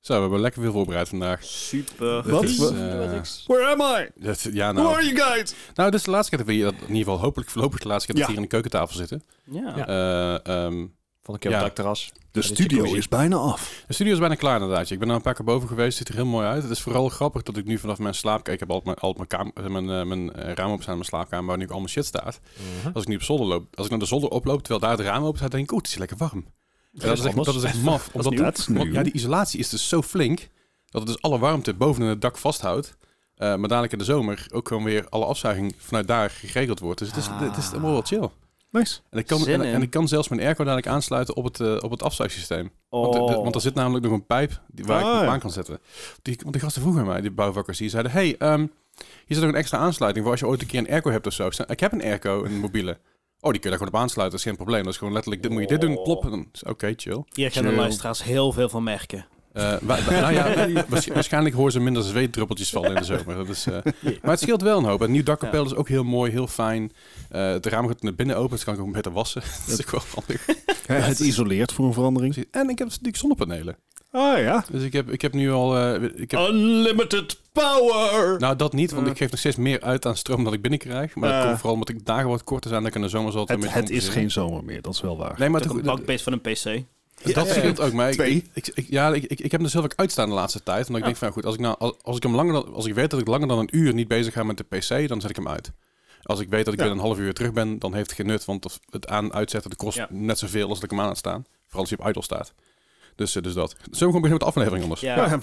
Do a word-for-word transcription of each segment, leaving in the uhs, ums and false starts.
Zo, we hebben lekker veel voorbereid vandaag. Super. Wat? Is, uh, Where am I? dat, ja, nou, Who are you guys? nou, dit is de laatste keer dat we hier, in ieder geval hopelijk voorlopig de laatste keer dat Ja. we hier aan de keukentafel zitten. Ja. Ja. Uh, um, Van een keer op Ja. het dakterras. De studio is bijna af. de studio is bijna klaar inderdaad. Ik ben er een paar keer boven geweest. Het ziet er heel mooi uit. Het is vooral grappig dat ik nu vanaf mijn slaapkamer... Ik heb altijd mijn, altijd mijn, kamer, mijn, uh, mijn uh, raam op staan in mijn slaapkamer... waar nu ook allemaal shit staat. Uh-huh. Als ik nu op zolder loop... Als ik naar de zolder oploop terwijl daar het raam open staat... denk ik, oeh, het is lekker warm. En dat, is echt, dat is echt maf. Omdat nieuw. Dat is want, nieuw. ja, die isolatie is dus zo flink... dat het dus alle warmte boven in het dak vasthoudt. Uh, maar dadelijk in de zomer ook gewoon weer alle afzuiging vanuit daar geregeld wordt. Dus het is, Ah. het is helemaal wel chill. Nice. En ik kan, Zin en, in. en ik kan zelfs mijn airco dadelijk aansluiten op het, uh, op het afzuigsysteem. Oh. Want, de, de, want er zit namelijk nog een pijp die, waar Ah, ik op ja. aan kan zetten. Die, want die gasten vroegen mij, die bouwvakkers, die zeiden... Hey, um, hier zit nog een extra aansluiting voor als je ooit een keer een airco hebt of zo. Ik zei, ik heb een airco, een mobiele. Oh, die kun je daar gewoon op aansluiten, dat is geen probleem. Dat is gewoon letterlijk, dit moet je dit doen, kloppen. Dan is Oké, okay, chill. Hier gaan de Chill. luisteraars heel veel van merken. Uh, wa- wa- nou ja, waarsch- waarschijnlijk horen ze minder zweetdruppeltjes vallen in de zomer. Dat is, uh, maar het scheelt wel een hoop. Het nieuw dakkapel is ook heel mooi, heel fijn. Uh, het raam gaat naar binnen open, dus kan ik ook beter wassen. Dat is ook wel handig. Het isoleert voor een verandering. En ik heb natuurlijk zonnepanelen. Ah ja. Dus ik heb, ik heb nu al... Uh, ik heb, Unlimited power! nou, dat niet, want Uh. ik geef nog steeds meer uit aan stroom dan ik binnenkrijg. Maar dat Uh. komt vooral omdat ik dagen wat korter zijn dan ik in de zomer zal. Het, het is geen zomer meer, dat is wel waar. Nee, maar Toch het, een bankbase van een P C. dat Ja, scheelt ook. Maar ik, Twee. ik, ik, ja, ik, ik, ik heb hem er zelf ook uitstaan de laatste tijd. Omdat ik Ja. denk van, ja, goed, als ik, nou, als, als, ik hem langer dan, als ik weet dat ik langer dan een uur niet bezig ga met de P C, dan zet ik hem uit. Als ik weet dat ik Ja. binnen een half uur terug ben, dan heeft het geen nut. Want het aan uitzetten dat kost Ja. net zoveel als dat ik hem aan laat staan. Vooral als hij op idle staat. Dus, uh, dus dat. Zullen we gewoon beginnen met de aflevering anders? Ja. Ja.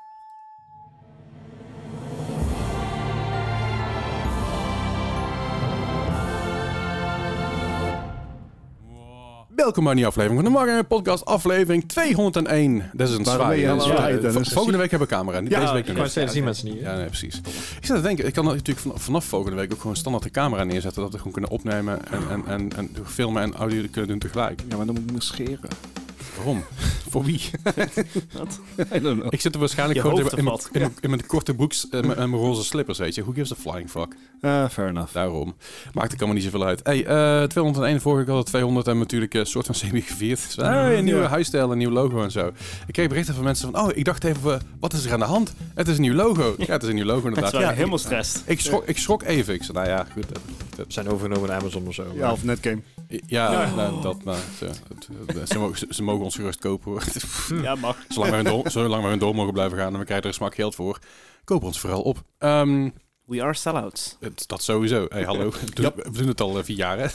Welkom bij een nieuwe aflevering van de Marketing Podcast, aflevering tweehonderdéén. Dat is een Waarom ben je zwaai. aan hè? het zwaaien, Vo- Dennis? Volgende week hebben we camera, niet Ja, deze week Ik nog kan niet. steeds zien mensen niet. Ja, nee, precies. Ik zat te denken, ik kan natuurlijk van- vanaf volgende week ook gewoon standaard de camera neerzetten, dat we gewoon kunnen opnemen en, en, en, en filmen en audio kunnen doen tegelijk. Ja, maar dan moet ik me scheren. Waarom? Voor wie? I don't know. Ik zit er waarschijnlijk Je gewoon hoofd in, mijn- ervat. in, mijn- in mijn korte broeks en mijn, en mijn roze slippers, weet je. Who gives a flying fuck? Uh, fair enough. Daarom. Maakt er allemaal niet zoveel uit. Hey, uh, tweehonderdéén, vorige keer hadden we tweehonderd en natuurlijk een soort van semi gevierd. Dus, hey, een nieuwe Ja. huisstijl, een nieuw logo en zo. Ik kreeg berichten van mensen van, oh, ik dacht even, uh, wat is er aan de hand? Het is een nieuw logo. Ja, het is een nieuw logo Het inderdaad. is wel Ja, helemaal ik, stress. ik, schrok, ik schrok even. Ik zei, nou ja, goed. dat- We zijn overgenomen door Amazon of zo. Ja, of Netgame. Ja, Ja. nou, dat, nou, ze, het- ze, mogen, ze, ze mogen ons gerust kopen hoor. Ja, mag. Zolang we hun door, zolang we hun door mogen blijven gaan en we krijgen er een smak geld voor. Koop ons vooral op. Um, We are sellouts. het, dat sowieso. Hey, hallo. We doen, we doen het al uh, vier jaar, hè?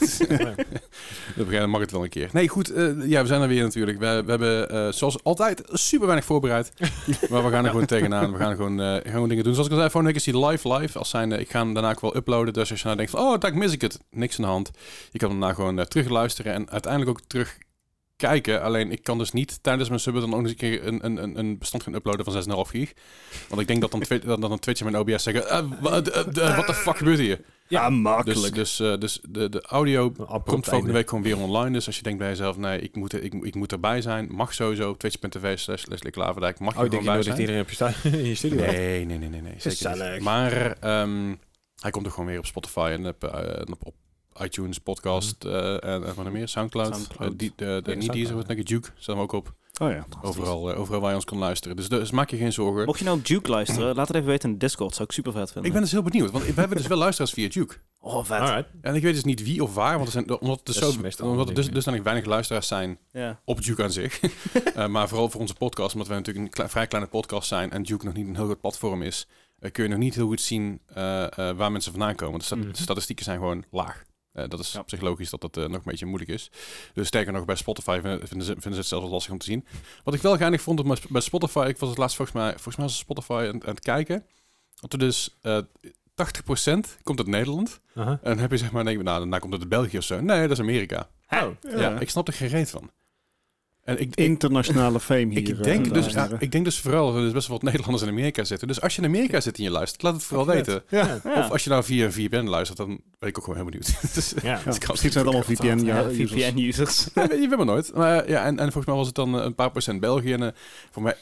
We beginnen mag het wel een keer. Nee, goed. Uh, ja, we zijn er weer natuurlijk. We, we hebben uh, zoals altijd super weinig voorbereid. Maar we gaan er gewoon tegenaan. We gaan gewoon, uh, gewoon dingen doen. Zoals ik al zei, volgende week is die live live. Als zijn, uh, ik ga hem daarna ook wel uploaden. Dus als je nou denkt van, oh, daar mis ik het. Niks aan de hand. Je kan hem daarna gewoon uh, terugluisteren en uiteindelijk ook terug kijken. Alleen ik kan dus niet tijdens mijn subben dan ook eens een keer een, een, een bestand gaan uploaden van zes komma vijf gig. Want ik denk dat dan, twi- dat dan Twitch en mijn O B S zeggen, uh, wat de fuck gebeurt hier? Ja, Dus, makkelijk. dus, uh, dus de, de audio Een abrupt komt volgende einde. week gewoon weer online. Dus als je denkt bij jezelf, nee, ik moet, er- ik, moet- ik moet erbij zijn. Mag sowieso. Twitch.tv slash Leslie Klaverdijk. Mag je Oh, ik denk gewoon je bij dat zijn. iedereen op je, stu- in je studio hebt. Nee, nee, nee, nee, nee. Zeker Gezellig. niet. Maar um, hij komt er gewoon weer op Spotify en op, uh, en op, op iTunes, podcast uh, en, en wat nog meer. Soundcloud. Soundcloud. Uh, die, de, de, Ja, niet Soundcloud. Deezer, wat denk ik, Duke. Staan we ook op. Oh ja. Overal, uh, overal waar je ons kan luisteren. Dus, dus maak je geen zorgen. Mocht je nou op Duke luisteren, laat het even weten in de Discord. Zou ik super vet vinden. Ik ben dus heel benieuwd. Want we hebben dus wel luisteraars via Duke. Oh, vet. Alright. En ik weet dus niet wie of waar. Want er zijn, omdat, het dus Dat is zo, meestal omdat er dus, dingen. dus dan weinig luisteraars zijn Ja. op Duke aan zich. uh, maar vooral voor onze podcast. Omdat wij natuurlijk een kle- vrij kleine podcast zijn. En Duke nog niet een heel groot platform is. Uh, kun je nog niet heel goed zien uh, uh, waar mensen vandaan komen. De, sta- Mhm. de statistieken zijn gewoon laag. Uh, dat is Ja. op zich logisch dat dat uh, nog een beetje moeilijk is. Dus sterker nog, bij Spotify vinden, vinden, ze, vinden ze het zelfs wel lastig om te zien. Wat ik wel geinig vond op- bij Spotify... Ik was het laatst volgens mij, volgens mij was Spotify aan, aan het kijken. Dat er dus uh, tachtig procent komt uit Nederland. Uh-huh. En dan heb je zeg maar... Denk je, nou, daarna komt het uit België of zo. Nee, dat is Amerika. Oh. Ja, Ja. ik snap er geen reet van. En ik, ik, Internationale fame hier. ik, eh, denk dames dus, en ja, heren. ik denk dus vooral dat er dus best wel wat Nederlanders in Amerika zitten. Dus als je in Amerika zit en je luistert, laat het vooral Vet. weten. Ja. Ja. Of als je nou via een V P N luistert, dan ben ik ook gewoon heel benieuwd. Dus, Ja. Ja, het kan misschien zijn het allemaal V P N. Ja, Ja, V P N-users. ja, je weet maar nooit. Maar, ja, en, en volgens mij was het dan een paar procent België. En uh, voor mij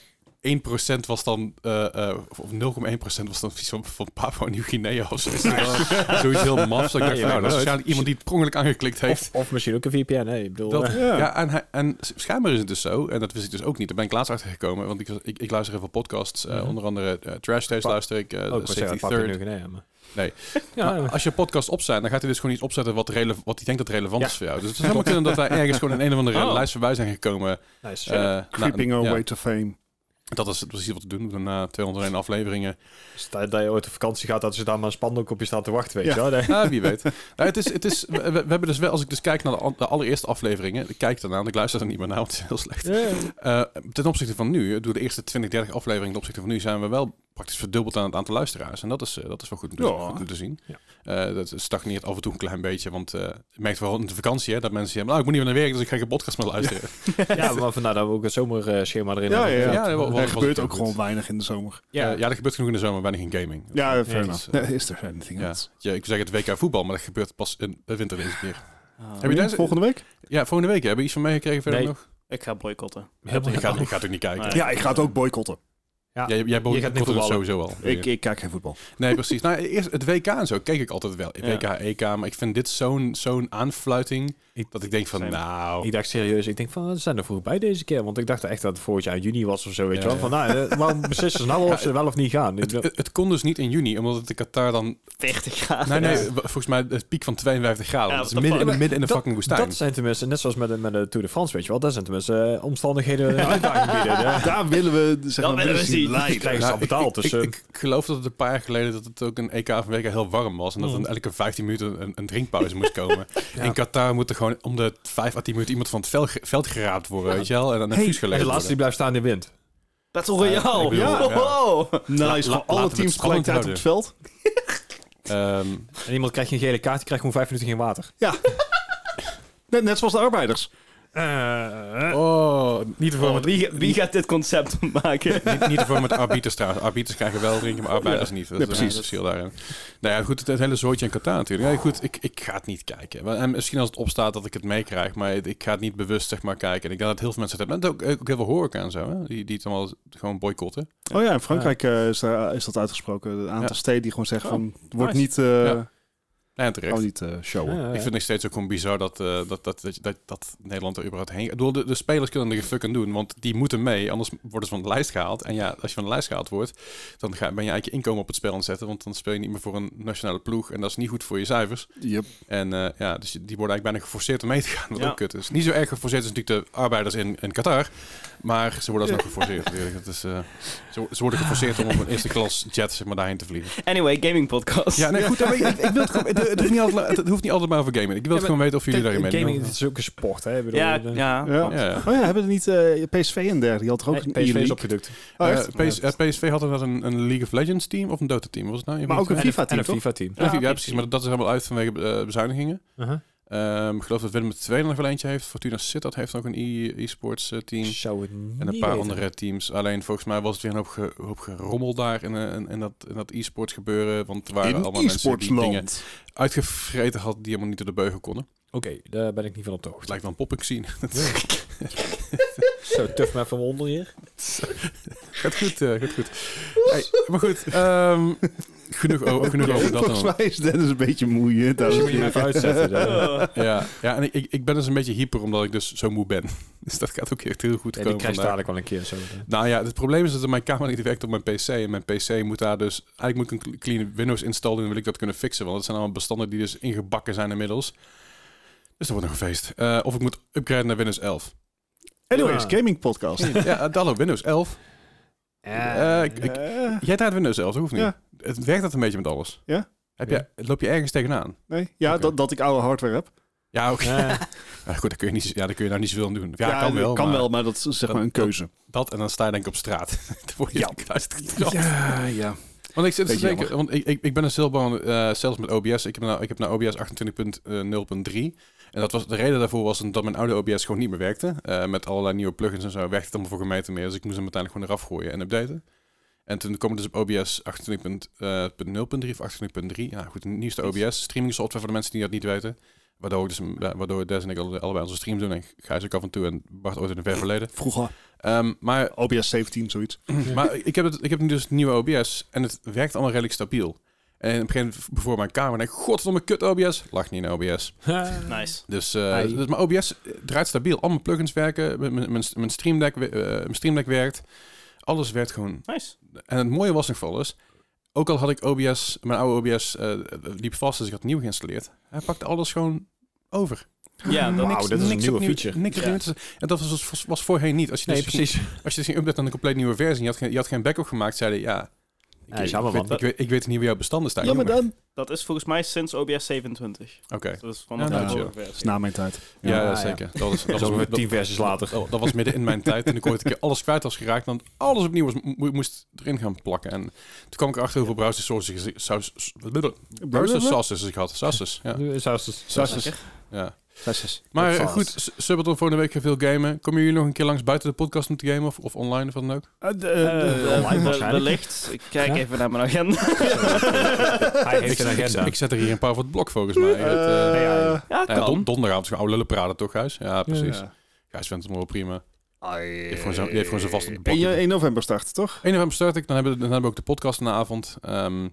één procent was dan, uh, uh, of nul komma één procent was dan iets van, van Papua Nieuw-Guinea of zo. Zoiets heel mafs. Ik dacht, Ja, nou, dat is ja, waarschijnlijk iemand die het per ongeluk aangeklikt heeft. Of, of misschien ook een V P N. Hè? Ik bedoel, Dat, eh, ja, Ja. en, hij, en schijnbaar is het dus zo, en dat wist ik dus ook niet. Daar ben ik laatst achter gekomen, want ik, ik, ik luister heel veel podcasts. Uh, Mhm. onder andere uh, Trash Taste Pa- luister ik, uh, ook ik wou zeggen, Safety Papua Third. Nieuw-Guinea, maar... Nee. Ja, Maar als je podcast opzet, dan gaat hij dus gewoon iets opzetten wat, rele- wat hij denkt dat relevant Ja. is voor jou. Dus het zou maar kunnen dat wij ergens gewoon in een of andere Oh. lijst voorbij zijn gekomen. nice. Uh, nou, Creeping our ja, way to fame. dat is precies wat we doen. We doen na tweehonderdéén afleveringen. Stel dat je ooit op vakantie gaat, dat ze daar maar een spandoek op je staan te wachten, weet Ja. je wel. Nee. Ah, wie weet. Nou, het is, het is, we, we hebben dus wel, als ik dus kijk naar de, al- de allereerste afleveringen, ik kijk ernaar, ik luister er niet meer naar, want het is heel slecht. Uh, ten opzichte van nu, door de eerste twintig, dertig afleveringen ten opzichte van nu, zijn we wel praktisch verdubbeld aan het aantal luisteraars. En dat is, uh, dat is wel goed om te, Ja. goed om te zien. Ja. Uh, dat stagneert af en toe een klein beetje, want uh, je merkt wel in de vakantie hè, dat mensen zeggen, nou, ik moet niet meer naar werk, dus ik ga geen podcast meer luisteren. Ja, maar vandaar dat we ook het zomerschema erin Ja, hebben. ja, ja. Ja, dat was- was er gebeurt ook ook goed. gewoon weinig in de zomer. Ja. Uh, ja, er gebeurt genoeg in de zomer, weinig in gaming. Ja, Dat- fair dat enough. is, uh, Nee, is er anything ja. else? Ja, ik zeg het W K voetbal, maar dat gebeurt pas in de winter deze keer. Oh. Heb je deze- Volgende week? Ja, volgende week. Hebben we iets van meegekregen verder Nee. nog? Ik ga boycotten. Helemaal Ik ga, ik ga het ook niet kijken. Nee. Ja, ik ga het ook boycotten. Ja. Jij, jij Je gaat niet boycott het voetballen. sowieso al. Ik, ik kijk geen voetbal. Nee, precies. Nou, eerst het W K en zo keek ik altijd wel. Het Ja. W K, E K. Maar ik vind dit zo'n zo'n aanfluiting Ik- dat ik denk van, Same. nou... Ik dacht serieus, ik denk van, we zijn er vroeg bij deze keer. Want ik dacht echt dat het vorig jaar in juni was of zo, weet Ja, je wel. ja. Van, nou, eh, waarom beslissen ze nou wel of ze wel of niet gaan? Het, het, het kon dus niet in juni, omdat het in Qatar dan... veertig graden. Nee, nee, Ja. w- volgens mij het piek van tweeënvijftig graden. Ja, dat is what the midden in, de, fuck? midden in de Dat- fucking woestijn. Dat zijn tenminste, net zoals met de, met de Tour de France, weet je wel. Dat zijn tenminste uh, omstandigheden een uitdaging bieden. Ja. Daar willen we, zeg Dat maar, willen we zien zien. leiden. Krijgen ze Nou, al betaald, ik, dus... ik, eh, ik, ik geloof dat het een paar jaar geleden dat het ook een E K of W K heel warm was. En dat Mm. er elke vijftien minuten een, een drinkpauze moest komen. Ja. In Qatar moet er gewoon om de vijf à tien minuten iemand van het veld, ge- veld geraapt worden, weet je wel. En dan een Hey, vuur en gelegd de laatste die worden. blijft staan, die wint. Battle Royale. ik bedoel, ja. ja. Wow. Nice, La- gewoon laten alle we teams het spannend tegelijkertijd op het veld. Ehm, En iemand krijgt geen gele kaart, die krijgt gewoon vijf minuten geen water. Net, net zoals de arbeiders. oh, niet ervoor Oh, met, wie, wie gaat dit concept maken? niet, niet ervoor met arbiters trouwens. Arbiters krijgen wel drinken, maar arbeiders niet. Dat Nee, is precies. een verschil daarin. Nou ja, goed, het, het hele zootje in Qatar natuurlijk. Ja, goed, ik, ik ga het niet kijken. Maar- En misschien als het opstaat dat ik het meekrijg, maar ik ga het niet bewust zeg maar kijken. En ik denk dat heel veel mensen het hebben. En ook, ook heel veel horeca en zo, hè? Die, die het allemaal gewoon boycotten. Oh ja, in Frankrijk eh, is, daar, is dat uitgesproken. Een aantal Ja. steden die gewoon zeggen van... Het wordt nice. niet... eh Ja. Nee, en terecht. gaan we niet eh, showen. Ja, ja. Ik vind het nog steeds ook gewoon bizar dat, eh, dat, dat, dat, dat, dat Nederland er überhaupt heen... Ik bedoel, de, de spelers kunnen er fucking doen, want die moeten mee. Anders worden ze van de lijst gehaald. En ja, als je van de lijst gehaald wordt, dan ga, ben je eigenlijk je inkomen op het spel aan het zetten. Want dan speel je niet meer voor een nationale ploeg. En dat is niet goed voor je cijfers. Yep. En uh, ja, dus die worden eigenlijk bijna geforceerd om mee te gaan. Wat Ja. ook kut is. Niet zo erg geforceerd als natuurlijk de arbeiders in, in Qatar. Maar ze worden alsnog geforceerd natuurlijk. Het is, uh, ze, ze worden geforceerd om op een eerste klas jet zeg maar, daarheen te vliegen. Anyway, gaming podcast. Ja, nee, goed. Ik, ik, ik wil het, gewoon, het, het, hoeft niet altijd, het hoeft niet altijd maar over gaming. Ik wil het Ja, gewoon weten of jullie daarin Gaming meedoen. is ook een sport, hè? Ik bedoel, ja, de- ja. Ja. Ja, ja. Oh ja, hebben we niet eh P S V in der? Die had er ook Nee, een P S V is E-League. opgedukt. Oh, Eh, echt? P S, eh, P S V had er een, een League of Legends team of een Dota team, was het nou? Je Maar weet ook een het? FIFA-team, En een toch? FIFA-team. Ja, ja, Ja, precies. Maar dat is helemaal uit vanwege uh, bezuinigingen. Uh-huh. Um, ik geloof dat Willem twee er nog wel eentje heeft. Fortuna Sittard heeft nog een e- e-sports uh, team. Zou het niet En een paar weten. andere teams. Alleen volgens mij was het weer een hoop, ge, hoop gerommel daar in, uh, in, in, dat, in dat e-sports gebeuren. Want er waren In allemaal mensen die dingen e-sportsland. uitgevreten hadden die helemaal niet door de beugel konden. Oké, daar ben ik niet van op de Het hoogte. lijkt wel een popping scene. Zo, tough maar van onder hier. gaat goed, uh, gaat goed. Hey, maar goed, um, genoeg, oh, genoeg over dat Volgens dan. mij is Dennis een beetje moeie. Dus je moet je hem even uitzetten. dan. Ja, ja, en ik, ik, ik ben dus een beetje hyper omdat ik dus zo moe ben. Dus dat gaat ook echt heel goed Ja, die komen krijg je vandaag. dadelijk wel een keer zo. Nou ja, het probleem is dat mijn camera niet werkt op mijn P C. En mijn P C moet daar dus... Eigenlijk moet ik een clean Windows installeren en wil ik dat kunnen fixen. Want het zijn allemaal bestanden die dus ingebakken zijn inmiddels. Dus dat wordt nog een feest. Uh, of ik moet upgraden naar Windows elf. Anyways, Ja. gaming podcast. Ja, hallo, Windows elf. Ja. Uh, ik, ik, Eh, jij draait Windows elf, dat hoeft niet. Ja. Het werkt dat een beetje met alles. Ja? Heb Ja. je, loop je ergens tegenaan? nee, ja, Oké. dat, dat ik oude hardware heb. Ja, oké. Ja. Ja, goed, daar kun je, niet, ja, daar kun je nou niet zoveel aan doen. Ja, kan wel. kan maar wel, maar dat is zeg dat- maar een keuze. Dat en dan sta je denk ik op straat. Dan word je Ja. gekluisterd. Ja, ja. Want ik zit Beetje zeker, jammer. want ik, ik, ik ben een silbaan, uh, zelfs met O B S. Ik heb nou, ik heb nou O B S achtentwintig punt nul punt drie. En dat was de reden daarvoor was dat mijn oude O B S gewoon niet meer werkte. Uh, met allerlei nieuwe plugins en zo werkte het allemaal voor geen meter meer. Dus ik moest hem uiteindelijk gewoon eraf gooien en updaten. En toen kwam ik dus op O B S achtentwintig punt nul punt drie of achtentwintig punt drie. Ja, goed, de nieuwste O B S streaming software voor de mensen die dat niet weten. Waardoor, ik dus, waardoor Des en ik allebei onze streams doen. En Gijs ook af en toe en Bart ooit in een ver verleden. Vroeger. Um, maar, O B S zeventien, zoiets. maar ik heb, het, ik heb nu dus het nieuwe O B S en het werkt allemaal redelijk stabiel. En op een gegeven moment voor mijn kamer denk ik, godverdomme kut O B S. Lag niet in O B S. Nice. Dus, uh, Ai. dus maar O B S draait stabiel. Al mijn plugins werken, mijn, mijn, mijn, Stream Deck, uh, mijn Stream Deck werkt. Alles werkt gewoon. Nice. En het mooie was nog voor alles, ook al had ik O B S, mijn oude O B S uh, liep vast, dus ik had nieuw geïnstalleerd. Hij pakte alles gewoon over. Ja, dat, Wauw, dit is een niks nieuwe opnieuw- feature. Niks Ja. opnieuw te- En dat was, was, was voorheen niet. Als je Nee, dus precies. Ging, als je dus ging updaten naar een compleet nieuwe versie, je had geen, je had geen backup gemaakt, zeiden ja. Ik, Ja, is jammer, ik, weet, man. ik, weet, ik weet niet wie jouw bestanden staan. Ja, maar jongen. dan. dat is volgens mij sinds O B S zevenentwintig. Oké. Dat is van Ja, de nou, vorige chill. versie. is na mijn tijd. Ja, Ja, ja, ja. zeker. Dat, was, dat, Dat is was, ook weer dat, tien versies later. dat, dat was midden in mijn tijd. En ik ooit een keer alles kwijt was geraakt. Dan alles opnieuw was, mo- moest erin gaan plakken. En toen kwam ik erachter hoeveel browser sources, ik- saus- browser sauces ik had. Sauces, ja. Nu is het dus- Sasses. ja. Sasses. Maar Dat eh, is goed, S- Subathon volgende week veel gamen. Komen jullie nog een keer langs buiten de podcast om te gamen? Of, of online of wat dan ook? Eh, online we- waarschijnlijk. Wellicht. Ik kijk Ja? even naar mijn agenda. Hij heeft een ik, agenda. ik zet er hier een paar voor het blok volgens mij. Het, eh, Eh, Ja, ja, kan. don, donderdagavond is gewoon oude lullen praten toch, Gijs? Ja, precies. Ja. Gijs vindt het wel prima. Ai. Die heeft gewoon zo- die heeft gewoon zo vast op de blok. En je één november start, toch? één november start ik, dan hebben, we, dan hebben we ook de podcast in de avond. Ehm,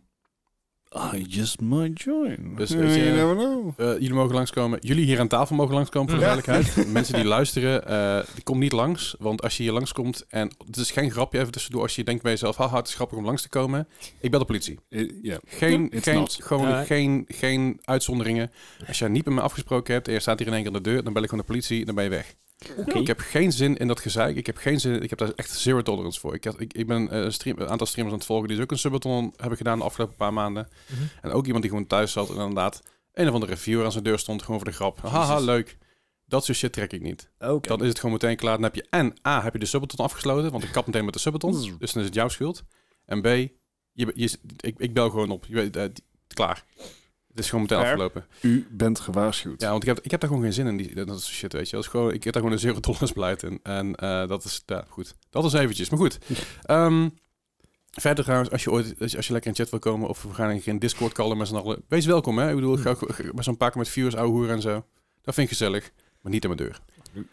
I just might join. Dus, You weet je, never know. Uh, jullie mogen langskomen. Jullie hier aan tafel mogen langskomen, voor de Ja. duidelijkheid. Mensen die luisteren, uh, die komen niet langs. Want als je hier langskomt, en het is geen grapje even tussendoor, als je denkt bij jezelf, haha, het is grappig om langs te komen. Ik bel de politie. Eh, Ja. Geen, It's geen, not. gewoon Ja. geen, geen uitzonderingen. Als je niet met me afgesproken hebt en je staat hier in één keer aan de deur, dan bel ik gewoon de politie en dan ben je weg. Oké. Ik heb geen zin in dat gezeik. Ik heb geen zin. Ik heb daar echt zero tolerance voor. Ik, had, ik, ik ben uh, stream, een aantal streamers aan het volgen die dus ook een subathon hebben gedaan de afgelopen paar maanden. Mhm. En ook iemand die gewoon thuis zat en inderdaad een of andere reviewer aan zijn deur stond, gewoon voor de grap. Haha, Jezus. leuk. Dat soort shit trek ik niet. Oké. Dan is het gewoon meteen klaar. Dan heb je en A, heb je de subathon afgesloten, want ik kap meteen met de subathon. Dus dan is het jouw schuld. En B, je, je, ik, ik bel gewoon op. Je weet, uh, klaar. Het is gewoon meteen Fair. afgelopen. U bent gewaarschuwd. Ja, want ik heb, ik heb daar gewoon geen zin in, die, dat soort shit, weet je. Dat is gewoon, ik heb daar gewoon een zero tolerance beleid in. En uh, dat is, ja, goed. Dat is eventjes. Maar goed. Um, verder trouwens, als je ooit, als je, als je lekker in chat wil komen, of we gaan een keer in Discord callen met z'n allen, wees welkom, hè. Ik bedoel, ga ook met zo'n pakken met viewers, ouwe hoeren en zo. Dat vind ik gezellig. Maar niet aan mijn deur.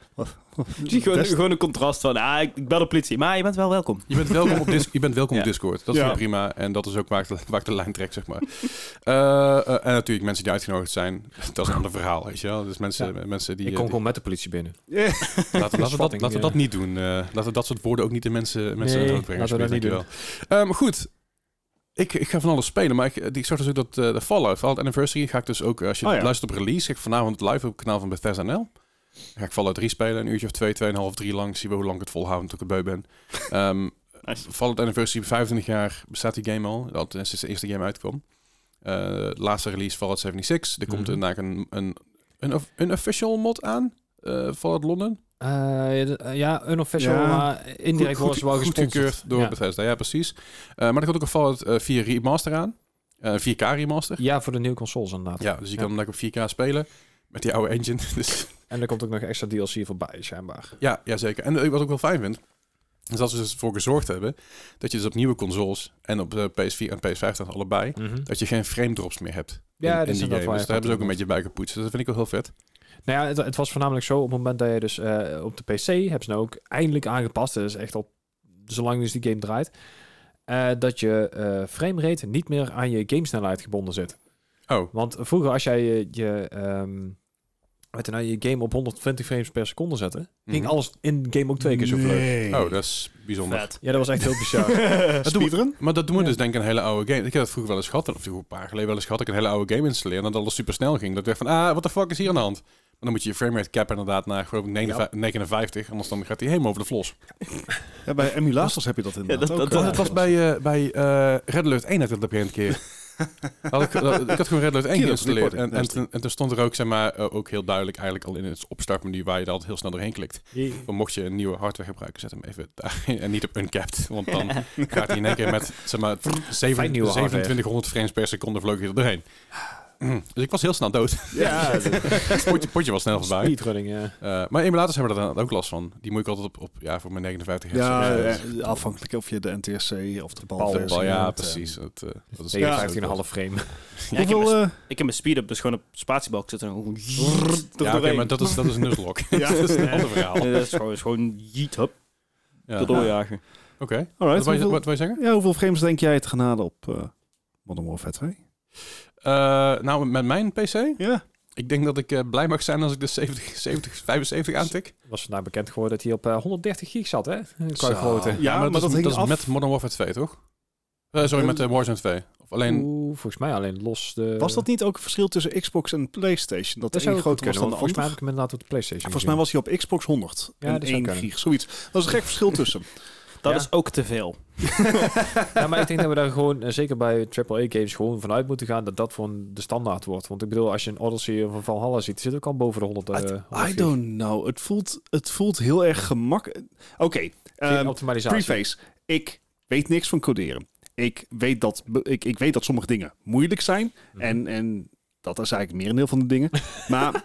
Zie gewoon, Best- gewoon een contrast van, ah, ik, ik bel de politie, maar je bent wel welkom. Je bent welkom op, dis- je bent welkom Ja. op Discord. Dat is Ja. wel prima. En dat is ook waar ik de, waar ik de lijn trek, zeg maar. Uh, uh, en natuurlijk mensen die uitgenodigd zijn. Dat is een ander verhaal, weet je wel. Dus mensen, Ja. mensen die... Ik uh, kom die- gewoon met de politie binnen. Yeah. Laten, laten, we dat, Spatting, laten we ja. dat niet doen. Uh, laten we dat soort woorden ook niet de mensen, mensen Nee, in het hoofd brengen. laten we dat niet alsjeblieft, dankjewel. Uh, maar goed. Ik, ik ga van alles spelen, maar ik, ik zag dus ook dat uh, de Fallout, Fallout Anniversary, ga ik dus ook, als je Oh ja. luistert op release, ga ik vanavond live op het kanaal van Bethesda N L. Dan ga ik Fallout drie spelen, een uurtje of twee, tweeënhalf, drie lang. Zien we hoe lang ik het volhouden tot ik er beu ben. Um, Nice. Fallout Anniversary, vijfentwintig jaar bestaat die game al. Dat is sinds de eerste game uitkwam. Uh, laatste release Fallout zevenenzeventig. Er komt Mhm. inderdaad een, een, een, een, een official mod aan. Uh, Fallout London. Uh, ja, de- uh, ja, unofficial, Ja. maar indirect Goed- worden ze wel goed gesponsord. goedgekeurd door ja. Bethesda, ja precies. Uh, maar er komt ook een Fallout uh, vier remaster aan. Uh, vier K remaster. Ja, voor de nieuwe consoles inderdaad. Ja, dus je Ja. kan hem lekker op vier K spelen. Met die oude engine. Dus, En er komt ook nog extra D L C voorbij, schijnbaar. ja, ja, zeker. En uh, wat ik wel fijn vind, is dat ze dus ervoor gezorgd hebben dat je dus op nieuwe consoles en op uh, P S vier en P S vijf dan allebei, dat je geen frame drops meer hebt Ja, in, dat in is die inderdaad game. waar Dus je daar hebben ze ook een gaat beetje bij gepoetst. Dus dat vind ik wel heel vet. Nou ja, het, het was voornamelijk zo, op het moment dat je dus uh, op de P C, hebben ze nou ook eindelijk aangepast, dat is echt al zolang dus die game draait, uh, dat je uh, framerate niet meer aan je gamesnelheid gebonden zit. Oh, Want vroeger als jij je, je, um, weet je, nou, je game op honderdtwintig frames per seconde zette, ging Mhm. alles in de game ook twee keer zo vlug. Nee. oh, dat is bijzonder. Vet. Ja, dat was echt heel bizar. Dat doen we- Speedrun? Maar dat doen we Ja. dus denk ik een hele oude game. Ik heb dat vroeger wel eens gehad, of een paar jaar geleden wel eens gehad, ik een hele oude game installeerde en dat alles super snel ging. Dat werd van, ah, what the fuck is hier aan de hand? Maar dan moet je je framerate cap inderdaad naar geloof ik negenenvijftig, negenenvijftig, anders dan gaat hij helemaal over de flos. Ja, bij emulators heb je dat inderdaad dat- ook. dat- eh. Het was bij, uh, bij uh, Red Alert één had ik dat op een keer. Had ik, dat- ik had gewoon Red Alert één Killer geïnstalleerd. En, reporting, en, juist. toen- en toen stond er ook, zeg maar, uh, ook heel duidelijk eigenlijk al in het opstartmenu waar je er altijd heel snel doorheen klikt. Dan mocht je een nieuwe hardware gebruiken, zet hem even daarin en niet op uncapped. Want dan gaat hij in één keer met, zeg maar, zeven- nieuwe hardware. zevenentwintighonderd frames per seconde vloog je er doorheen. Dus ik was heel snel dood. Ja, Het potje, potje was snel voorbij. speedrunning, ja. Uh, maar emulators hebben er dan ook last van. Die moet ik altijd op, op ja, voor mijn negenenvijftig hertz. Ja, Ja, eh, afhankelijk of je de N T S C of de Bal- balversie bal, ja, hebt, precies. eh. Dat, uh, dat is zevenenvijftig komma vijf frame. Ja, ik, heb Hoeveel... mijn, eh, ik heb mijn speed-up dus gewoon op spatiebalk zitten. En gewoon Ja, oké, maar dat is, dat is een nuzlocke. Ja. Dat is een ander verhaal. Ja, dat is gewoon, is gewoon yeet, hup, Ja. erdoor jagen. Oké. alright, Wat wil je- hoeveel, Wat wil je zeggen? ja, hoeveel frames denk jij te gaan halen op uh, Modern Warfare twee? Uh, nou, met mijn P C? Ja. Ik denk dat ik uh, blij mag zijn als ik de zeventig, zeventig, vijfenzeventig aantik. Was vandaag bekend geworden dat hij op uh, honderddertig gig zat, hè? Qua Zo. grootte. Ja, maar dat is, hing dat is af. met Modern Warfare twee, toch? Uh, sorry, met uh, Warzone twee. Of alleen... Oeh, volgens mij alleen los de... Was dat niet ook een verschil tussen Xbox en PlayStation? Dat, Dat de een zou groter was dan de Volgens mij heb ander? ik hem inderdaad op de PlayStation Volgens mij was hij op Xbox honderd Ja, en dat zou één kunnen. gig, zoiets. Dat is een gek verschil tussen. Dat Ja. is ook te veel. Ja, maar ik denk dat we daar gewoon, uh, zeker bij triple A games, gewoon vanuit moeten gaan dat dat gewoon de standaard wordt. Want ik bedoel, als je een Odyssey of een Valhalla ziet, zit ook al boven de honderd. Uh, I, honderd I gig. don't know. Het voelt, het voelt heel erg gemakkelijk. Oké, okay, Geen um, optimalisatie. preface. Ik weet niks van coderen. Ik weet dat, ik, ik weet dat sommige dingen moeilijk zijn. Mhm. En, en dat is eigenlijk merendeel van de dingen. Maar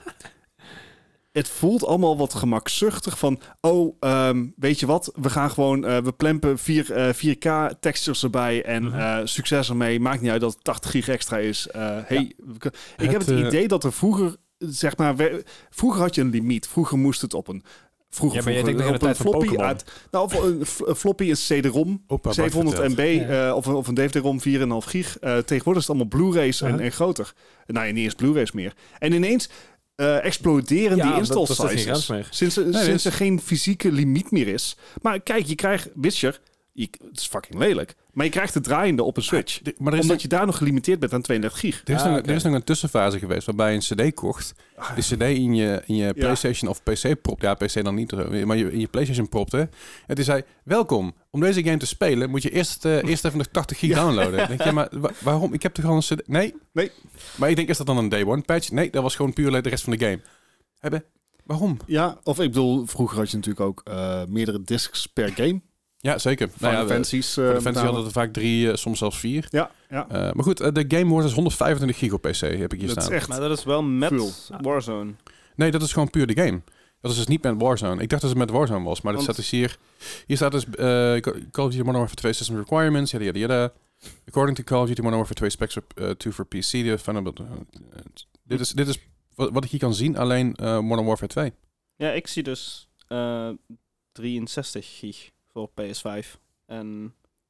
het voelt allemaal wat gemakzuchtig van... Oh, um, weet je wat? We gaan gewoon... Uh, we plempen vier K textures erbij en Mhm. uh, succes ermee. Maakt niet uit dat het tachtig gig extra is. Uh, hey, we- ik heb het uh, idee dat er vroeger... Zeg maar, we, vroeger had je een limiet. Vroeger moest het op een... Vroeger, Ja, maar jij vroeger, denkt nog aan op de een tijd van floppy Pokémon. uit... Nou, of een, f- een floppy is C-D-ROM. Opa, zevenhonderd M B Ja. uh, of, een- of een D V D-ROM vier komma vijf gig. Uh, tegenwoordig is het allemaal Blu-rays en, Uh-huh. en groter. Nou ja, niet eens Blu-rays meer. En ineens uh, exploderen Ja, die dat- install dat is geen sizes. grens meer. Sinds, er- Nee, sinds dus- er geen fysieke limiet meer is. Maar kijk, je krijgt Witcher... Je, het is fucking lelijk. Maar je krijgt het draaiende op een Switch. De- maar er is, Omdat nog, je daar nog gelimiteerd bent aan tweeëndertig gig. er, is Ah, nog, oké. er is nog een tussenfase geweest waarbij je een cd kocht. De cd in je, in je PlayStation of P C propt. Ja, P C dan niet, maar je, in je PlayStation propte. En die zei, welkom. Om deze game te spelen moet je eerst, uh, eerst even nog tachtig gig downloaden. Dan denk je, maar wa- waarom? Ik heb toch al een cd... Nee? Nee. Maar ik denk, is dat dan een day one patch? Nee, dat was gewoon puur de rest van de game. Hebben. Waarom? Ja, of ik bedoel, vroeger had je natuurlijk ook uh, meerdere discs per game. Ja, zeker. Final Nou ja, Fantasy's. Voor Uh, de met Fantasy name. hadden er vaak drie, uh, soms zelfs vier. Ja, ja. Uh, maar goed, uh, de game wordt dus honderdvijfentwintig gig op P C, heb ik hier Dat is staan. echt... Maar dat is wel met Veel. Warzone. Nee, dat is gewoon puur de game. Dat is dus niet met Warzone. Ik dacht dat het met Warzone was, maar dat Want- staat dus hier. Hier staat dus uh, Call of Duty Modern Warfare twee System Requirements, yada yada yada. According to Call of Duty Modern Warfare twee specs uh, two for P C. The fundamental, uh, uh, dit is, dit is wat, wat ik hier kan zien, alleen uh, Modern Warfare twee. Ja, ik zie dus uh, drieënzestig gig voor P S vijf en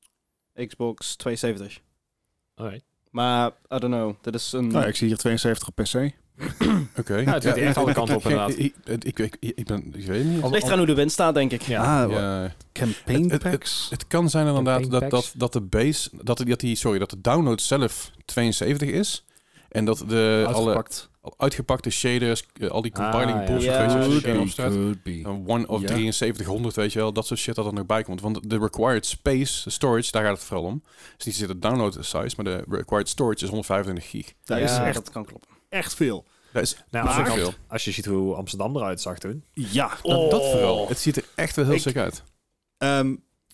Xbox tweeënzeventig. Alright. Maar, I don't know, dit is een... Nou, ik zie hier tweeënzeventig op P C. Oké. Okay. Ja, het zit echt alle kanten op, inderdaad. Ik, ik, ik, ik, ik, ben, ik weet het niet. Het ligt eraan hoe de wind staat, denk ik. Ja. Ah, Ja. campaign Het- het- packs. Het kan zijn inderdaad Campaign dat, packs. dat, dat de base, dat, de- dat die, sorry, dat de download zelf tweeënzeventig is. En dat de alle Uitgepakt. al uitgepakte shaders, uh, al die Ah, compiling ja. bullshit, Ja, weet je, als je could game be, opstart. Could be. Een one of Ja. drieënzeventig honderd, weet je wel, dat soort shit dat er nog bij komt. Want de required space, storage, daar gaat het vooral om. Dus niet zozeer de download size, maar de required storage is honderdvijfentwintig gig. Dat ja, is echt, dat kan kloppen. echt veel. Dat is Nou, dat maar is veel. als je ziet hoe Amsterdam eruit zag toen. Ja. Dat, dat Oh. vooral. Het ziet er echt wel heel Ik- sick uit. Um,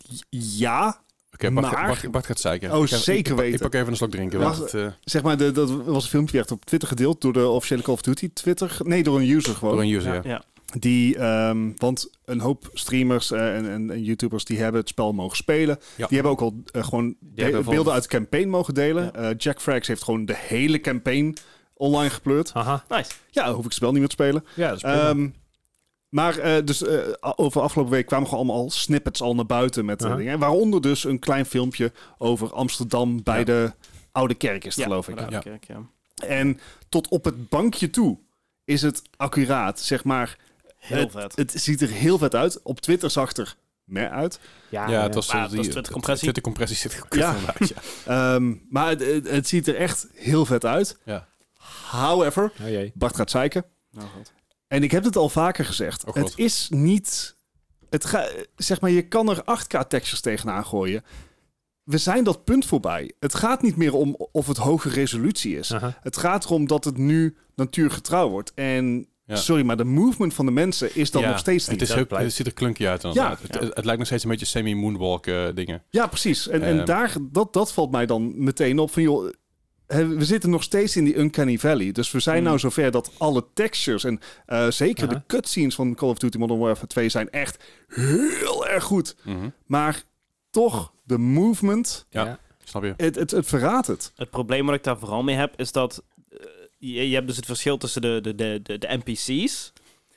ja, Oké, Bart, maar- Bart, Bart gaat zeiken. Oh, Ik ga- zeker ik, ik, weten. Ik pak even een slok drinken. Ja. Want het, uh, zeg maar, de, dat was een filmpje echt op Twitter gedeeld door de officiële Call of Duty Twitter. Nee, door een user gewoon. door een user, ja. Ja. Die, um, want een hoop streamers uh, en, en, en YouTubers die hebben het spel mogen spelen. Ja. Die hebben ook al uh, gewoon de- hebben beelden van- uit de campaign mogen delen. Uh, Jack Frags heeft gewoon de hele campaign online gepleurd. Haha. Nice. Ja, dan hoef ik het spel niet meer te spelen. Ja, dat is prima. Um, maar uh, dus uh, over afgelopen week kwamen gewoon allemaal snipperts al naar buiten met uh, Aha. dingen. Waaronder dus een klein filmpje over Amsterdam bij Ja. de Oude Kerk is het, Ja, geloof ik. ja. Ja. Kerk, ja. En tot op het bankje toe is het accuraat, zeg maar. Heel het, vet. Het ziet er heel vet uit. Op Twitter zag het er meh uit. ja, Ja, het was Maar uh, dat die is Twitter-compressie. Twitter-compressie zit goed Ja. inderdaad, ja. Um, maar het, het, het ziet er echt heel vet uit. Ja. However, Oh jee. Bart gaat zeiken. Nou, goed. En ik heb het al vaker gezegd. Oh, God. het is niet... Het ga, zeg maar, je kan er acht K textures tegenaan gooien. We zijn dat punt voorbij. Het gaat niet meer om of het hoge resolutie is. Aha. Het gaat erom dat het nu natuurgetrouw wordt. En Ja. sorry, maar de movement van de mensen is dan Ja, nog steeds niet. Het, is dat ook, blijft. het ziet er klunky uit inderdaad. Ja. Het, het, het lijkt nog steeds een beetje semi-moonwalk uh, dingen. Ja, precies. En, en Ehm. daar, dat, dat valt mij dan meteen op van, joh, we zitten nog steeds in die Uncanny Valley. Dus we zijn Mm. nou zover dat alle textures en uh, zeker Aha. de cutscenes van Call of Duty Modern Warfare twee zijn echt heel erg goed. Mhm. Maar toch, de movement, Ja. Snap je? het, het, het verraadt het. Het probleem wat ik daar vooral mee heb, is dat uh, je, je hebt dus het verschil tussen de, de, de, de, de N P C's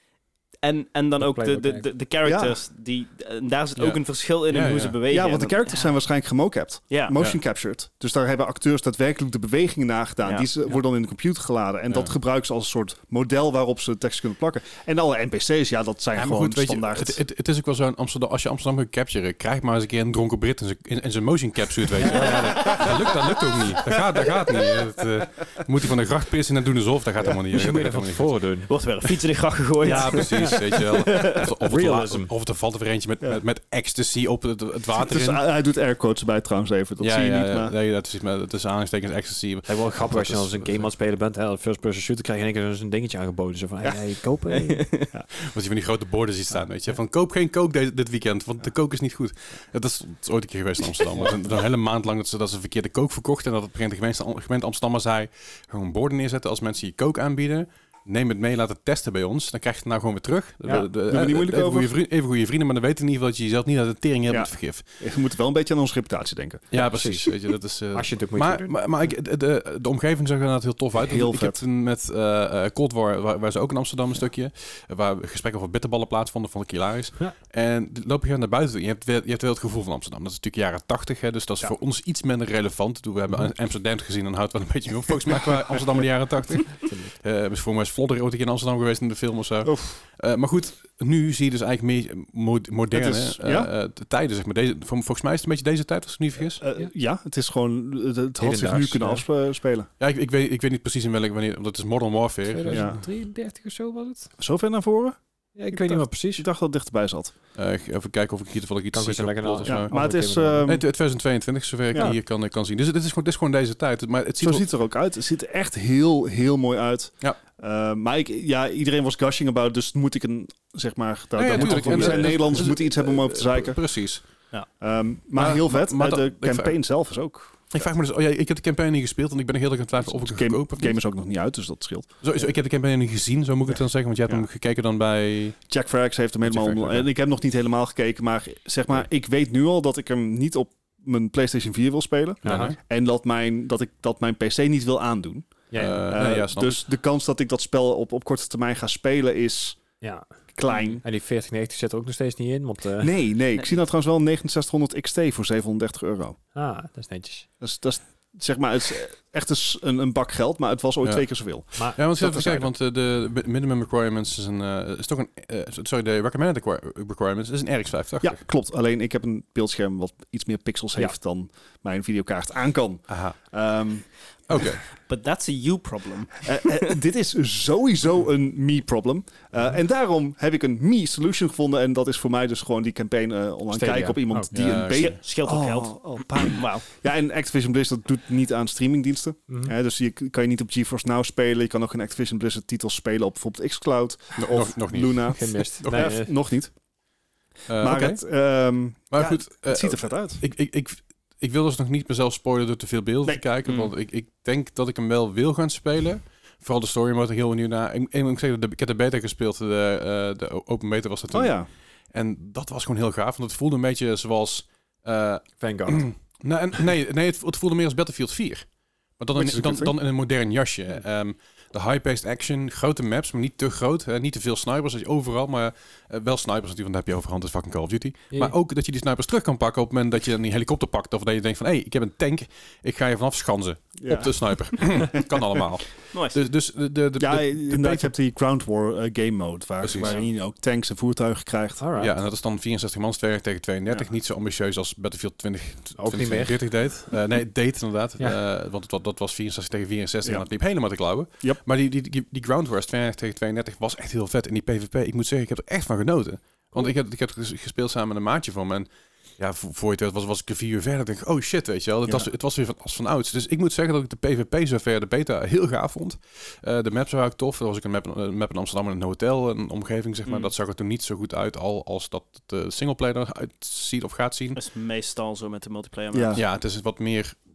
en, en dan De ook de, playbook de, de, de characters. Die, en daar zit Ja. ook een verschil in, Ja, in hoe ja. ze bewegen. Ja, want En de dan- characters zijn waarschijnlijk gemocapt. Ja. Motion captured. Dus daar hebben acteurs daadwerkelijk de bewegingen nagedaan. Ja. Die ze, worden dan in de computer geladen. En Ja. dat gebruiken ze als een soort model waarop ze tekst kunnen plakken. En alle N P C's, ja, dat zijn Ja, maar gewoon goed, weet je, standaard. het, het, het is ook wel zo in Amsterdam. Als je Amsterdam gaat capturen, krijg maar eens een keer een dronken Brit in zijn, in, in zijn motion capsuit, weet je. Ja, ja, dat, dat, lukt, dat lukt ook niet. Dat gaat, dat gaat niet. Het, uh, moet hij van de gracht pissen en doen alsof. Dat gaat helemaal niet. Misschien moet je Dat dat gaat van helemaal tevoren doen. Wordt er weer een fiets in de gracht gegooid. niet. Ja, precies. Weet je wel. Of, of, het, Realism. of het er valt er weer eentje met, Ja. met, met ecstasy op het, het water Dus in. hij hij doet airquotes bij trouwens even. Dat ja, zie je ja, niet. ja, Maar... nee, dat is met het is aangestekens ecstasy. Het is wel grappig als je Dat als is- een game aan het spelen bent, hè, first person shooter, krijg je in één keer zo'n dingetje aangeboden. Zo van, hey, hey, kopen. Hey. Als je van die grote borden ziet staan, weet je. Van koop geen coke de- dit weekend, want de coke is niet goed. Ja, dat, is, dat is ooit een keer geweest in Amsterdam. Het is een, een hele maand lang dat ze, dat ze verkeerde coke verkochten. En dat het de gemeente, gemeente Amsterdam zei, gewoon borden neerzetten als mensen je coke aanbieden. Neem het mee, laat het testen bij ons. Dan krijg je het nou gewoon weer terug. Ja, De- de- doen we niet eh, moeilijk even over. goede vrienden, even goede vrienden, maar dan weten in ieder geval dat je jezelf niet uit de tering hebt Ja. met vergif. Je moet wel een beetje aan onze reputatie denken. Ja, precies. Weet je, dat is, uh, Als je het ook moet doen. maar, maar, maar ik, de, de, de omgeving zag er inderdaad heel tof uit. Heel ik vet. heb toen met uh, uh, Cold War, waar, waar ze ook in Amsterdam een stukje, uh, waar gesprekken over bitterballen plaatsvonden, vond ik hilarisch. Ja. En dan loop je naar buiten toe. Je hebt, wel, je hebt wel het gevoel van Amsterdam. Dat is natuurlijk jaren tachtig, hè, dus dat is Ja. voor ons iets minder relevant. Toen we hebben Mhm. Amsterdam gezien, dan houdt het wel een beetje mee op. Volgens mij qua Amsterdam in de jaren tachtig. Uh, dus voor mij is Vlodder ooit een keer in Amsterdam geweest in de film of zo. Uh, maar goed, nu zie je dus eigenlijk meer mo- moderne Het is- uh, ja. uh, tijden. Zeg maar. Deze, volgens mij is het een beetje deze tijd, als ik me niet vergis. Uh, ja. ja, het is gewoon... Het, het had zich nu Hedendaags, kunnen ja. afspelen. Ja, ik, ik, weet, ik weet niet precies in welke wanneer, want het is Modern Warfare. tweeduizend drieëndertig of zo was het? Zover naar voren? Ja, ik, weet dacht- niet meer precies. Ik dacht dat het dichterbij zat. Uh, even kijken of ik hier toevallig iets Kan ik zie. eens lekker op plot na- of Ja, zo. maar het is... Andere ehm, Nee, twintig tweeëntwintig, zover ik Ja. hier kan, kan zien. Dus het is, gewoon, het is gewoon deze tijd. Maar het ziet Zo er- ziet het er ook uit. Het ziet er echt heel, heel mooi uit. Ja. Uh, maar ik, ja, iedereen was gushing about, dus moet ik een, zeg maar, daar, Ja, ja, daar moet tuurlijk. toch- En, we zijn eh, Nederlanders, dus- moeten iets hebben om over te zeiken. Precies. Um, maar, Maar- heel vet. maar- maar Maar dat- de ik campaign zelf is ook... Ik vraag me dus, oh ja, ik heb de campaign niet gespeeld en ik ben heel erg aan het twijfelen of ik De hem ga game, kopen. of game niet. is ook nog niet uit, dus dat scheelt. Sowieso, ik heb de campaign niet gezien, zo moet ik het dan zeggen, want jij hebt Ja. hem gekeken dan bij... Jack Frags heeft hem Jack helemaal... Frags, oké. En ik heb nog niet helemaal gekeken, maar zeg maar, ik weet nu al dat ik hem niet op mijn PlayStation vier wil spelen. Ja. En dat mijn, dat ik dat mijn P C niet wil aandoen. Ja, ja. Eh, nee, Uh, ja, snap dus de kans dat ik dat spel op, op korte termijn ga spelen is ja. klein. En die veertig negentig zit er ook nog steeds niet in, want... eh, Nee, nee. Ik zie dat trouwens wel negenenzestigshonderd X T voor zevenhonderddertig euro. Ah, dat is netjes. Dus dat is, zeg maar, het is echt eens een, een bak geld, maar het was ooit Ja. twee keer zoveel. Maar Ja, want Dat even is kijken, want uh, de minimum requirements is een... Uh, is toch een uh, sorry, de recommended requi- requirements is een R X vijfentachtig. Ja, klopt. Alleen ik heb een beeldscherm wat iets meer pixels Ja. heeft dan mijn videokaart aan kan. Aha. Ehm, Oké. But that's a you problem. eh, eh, dit is sowieso een me-problem. Uh, en daarom heb ik een me-solution gevonden. En dat is voor mij dus gewoon die campaign uh, online Stadia. kijken op iemand Oh. die Ja, een beetje... Sch- scheelt ook geld. Oh, pijn. Wauw. Ja, en Activision Blizzard doet niet aan streamingdiensten. Mhm. Hè, dus je kan je niet op GeForce Now spelen. Je kan ook geen Activision Blizzard titels spelen op bijvoorbeeld xCloud Nog, of nog, nog niet. Luna. Geen mist. Nog Nee, Eh, eh, nog niet. Uh, maar oké. het, ehm, Maar ja, goed, het uh, ziet er vet uit. Ik, ik, ik, ik wil dus nog niet mezelf spoilen door te veel beelden Nee. te kijken. Mm. Want ik, ik denk dat ik hem wel wil gaan spelen. Vooral de story mode, ik heel benieuwd naar. Ik, ik moet zeggen, de, ik heb de beta gespeeld. De, uh, de open beta was dat toen. Oh ja. En dat was gewoon heel gaaf. Want het voelde een beetje zoals... Uh, Vanguard. nou, en- nee, nee het, het voelde meer als Battlefield vier. Maar dan, Which is in, a dan, good dan in een modern jasje. Um, de high-paced action, grote maps, maar niet te groot. Hè, niet te veel snipers, dat je overal. Maar uh, wel snipers natuurlijk, want dat heb je overhand. Dat is fucking Call of Duty. Ja. Maar ook dat je die snipers terug kan pakken op het moment dat je een helikopter pakt. Of dat je denkt van, hé, hey, ik heb een tank. Ik ga je vanaf schansen. Ja. Op de sniper. kan allemaal. Nice. Dus, dus de, de, de, Ja, de- de inderdaad, beta- je hebt die Ground War uh, game mode, waar, Precies. waarin je ook tanks en voertuigen krijgt. Alright. Ja, en dat is dan vierenzestig man sterk tegen tweeëndertig. Ja. Niet zo ambitieus als Battlefield twintig, Ook niet meer. veertig deed. Uh, nee, het deed inderdaad. Ja. Uh, want het, wa- dat was vierenzestig tegen vierenzestig Ja. en het liep helemaal te klauwen. Yep. Maar die, die, die, die Ground Wars tweeëndertig tegen tweeëndertig was echt heel vet. En die PvP, ik moet zeggen, ik heb er echt van genoten. Want ik heb, ik heb ges- gespeeld samen met een maatje van me. En ja, voor, voor je het weet was, was ik er vier uur verder. Ik denk, oh shit, weet je wel. Het, Ja. was, het was weer van, als van ouds. Dus ik moet zeggen dat ik de PvP zover, de beta, heel gaaf vond. Uh, de maps waren ook tof. Er was ook een map, een map in Amsterdam in een hotel, een omgeving, zeg maar. Mm. Dat zag er toen niet zo goed uit al als dat de singleplayer eruit ziet of gaat zien. Dat is meestal zo met de multiplayer. Ja. maps. Ja, het is wat meer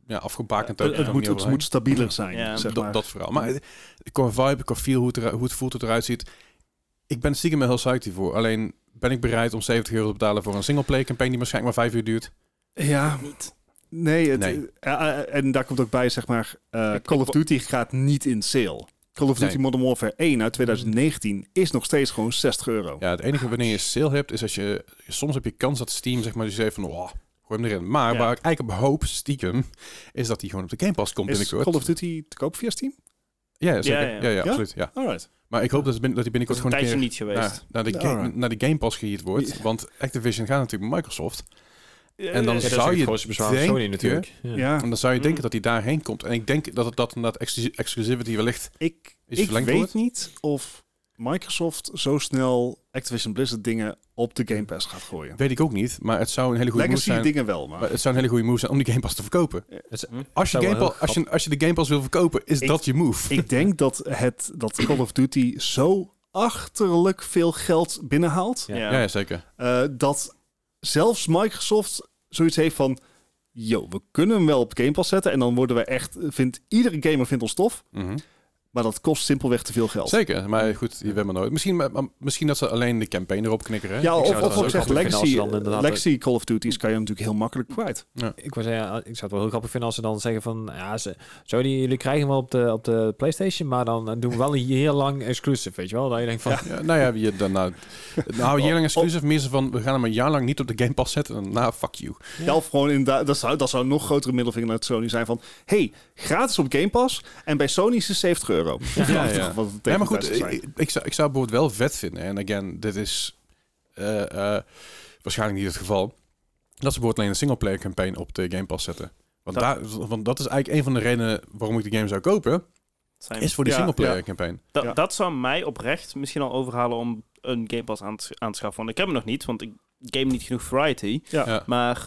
ja, afgebakend. Het, ook, het kan moet, niet het overheen. moet stabieler zijn, Ja, zeg Dat- maar. Dat vooral. Maar eh, qua vibe, qua feel, hoe het, er, hoe het voelt, hoe het eruit ziet. Ik ben stiekem wel heel psyched hiervoor. Alleen ben ik bereid om zeventig euro te betalen voor een singleplayer campaign die waarschijnlijk maar vijf uur duurt. Ja, Niet. nee, het, Nee. eh, eh, en daar komt ook bij, zeg maar, eh, Ik- Call ik of Duty gaat niet in sale. Call of Duty Nee. Modern Warfare één uit twintig negentien is nog steeds gewoon zestig euro. Ja, het enige wanneer je sale hebt, is als je... Soms heb je kans dat Steam, zeg maar, die zegt van... Oh, gooi hem erin. Maar Ja. waar ik eigenlijk op hoop, stiekem, is dat die gewoon op de Game Pass komt Is binnenkort. Call of Duty te koop via Steam? Ja, zeker. Ja, Ja, ja. ja, Ja? absoluut. Ja. Alright. Maar ik hoop dat, het bin- dat die Dat binnenkort is een gewoon een tijdje keer niet geweest. naar, naar, de Alright. game, naar de Game Pass gehierd wordt. Want Activision gaat natuurlijk met Microsoft. En dan Ja, dat is zou het je grootste bezwaar van denken- Sony natuurlijk. Ja. Ja, En dan zou je denken Mm. dat hij daarheen komt. En ik denk dat het dat inderdaad exclusi- exclusivity wellicht... ik, Is ik verlengd weet wordt? niet of Microsoft zo snel Activision Blizzard dingen op de Game Pass gaat gooien. Weet ik ook niet. Maar het zou een hele goede move Legacy zijn. dingen wel, maar... Maar het zou een hele goede move zijn om die Game Pass te verkopen. Het is- Als je, zou wel Game heel Pass, als, je, als je de Game Pass wil verkopen, is Ik- dat je move. Ik denk dat, het, dat Call of Duty zo achterlijk veel geld binnenhaalt, Ja. Ja, ja, zeker. eh, dat zelfs Microsoft zoiets heeft van, yo, we kunnen hem wel op Game Pass zetten en dan worden we echt, vindt iedere gamer vindt ons tof, Mhm. maar dat kost simpelweg te veel geld. Zeker, maar goed, die hebben we nooit. Misschien, maar, maar misschien dat ze alleen de campaign erop knikkeren. hè? Ja, Ik of, zou of dat ook wel zeg, grappig vinden als Legacy, ze dan inderdaad- Legacy Call of Duty's kan je natuurlijk heel makkelijk kwijt. Ik wou zeggen, ik zou het wel heel grappig vinden als ze dan zeggen van, ja, ze, zo die jullie krijgen wel op de, op de PlayStation, maar dan eh, doen we wel een heel lang exclusive, weet je wel? Dat je denkt van, vinden. Ja, nou ja, je, dan, nou, nou jaar lang exclusief, meer zo van, we gaan hem een jaar lang niet op de Game Pass zetten. En, nou, fuck you. Ja, of gewoon inderdaad, dat zou, dat zou een nog grotere middelvinger naar Sony zijn van, hey, gratis op Game Pass en bij Sony is het zeventig euro. Ja, ja. Wat het Ja, maar goed, tegenbest zou ik, zijn. ik, zou, ik zou het bijvoorbeeld wel vet vinden. En again, dit is eh, eh, waarschijnlijk niet het geval. Dat ze bijvoorbeeld alleen een singleplayer campaign op de Game Pass zetten. Want, Dat- daar, want dat is eigenlijk een van de redenen waarom ik de game zou kopen. Zijn- Is voor die Ja, singleplayer ja. campaign. Da- Ja. Dat zou mij oprecht misschien al overhalen om een Game Pass aan te, aan te schaffen. Want ik heb hem nog niet, want ik game niet genoeg variety. Ja. Ja. Maar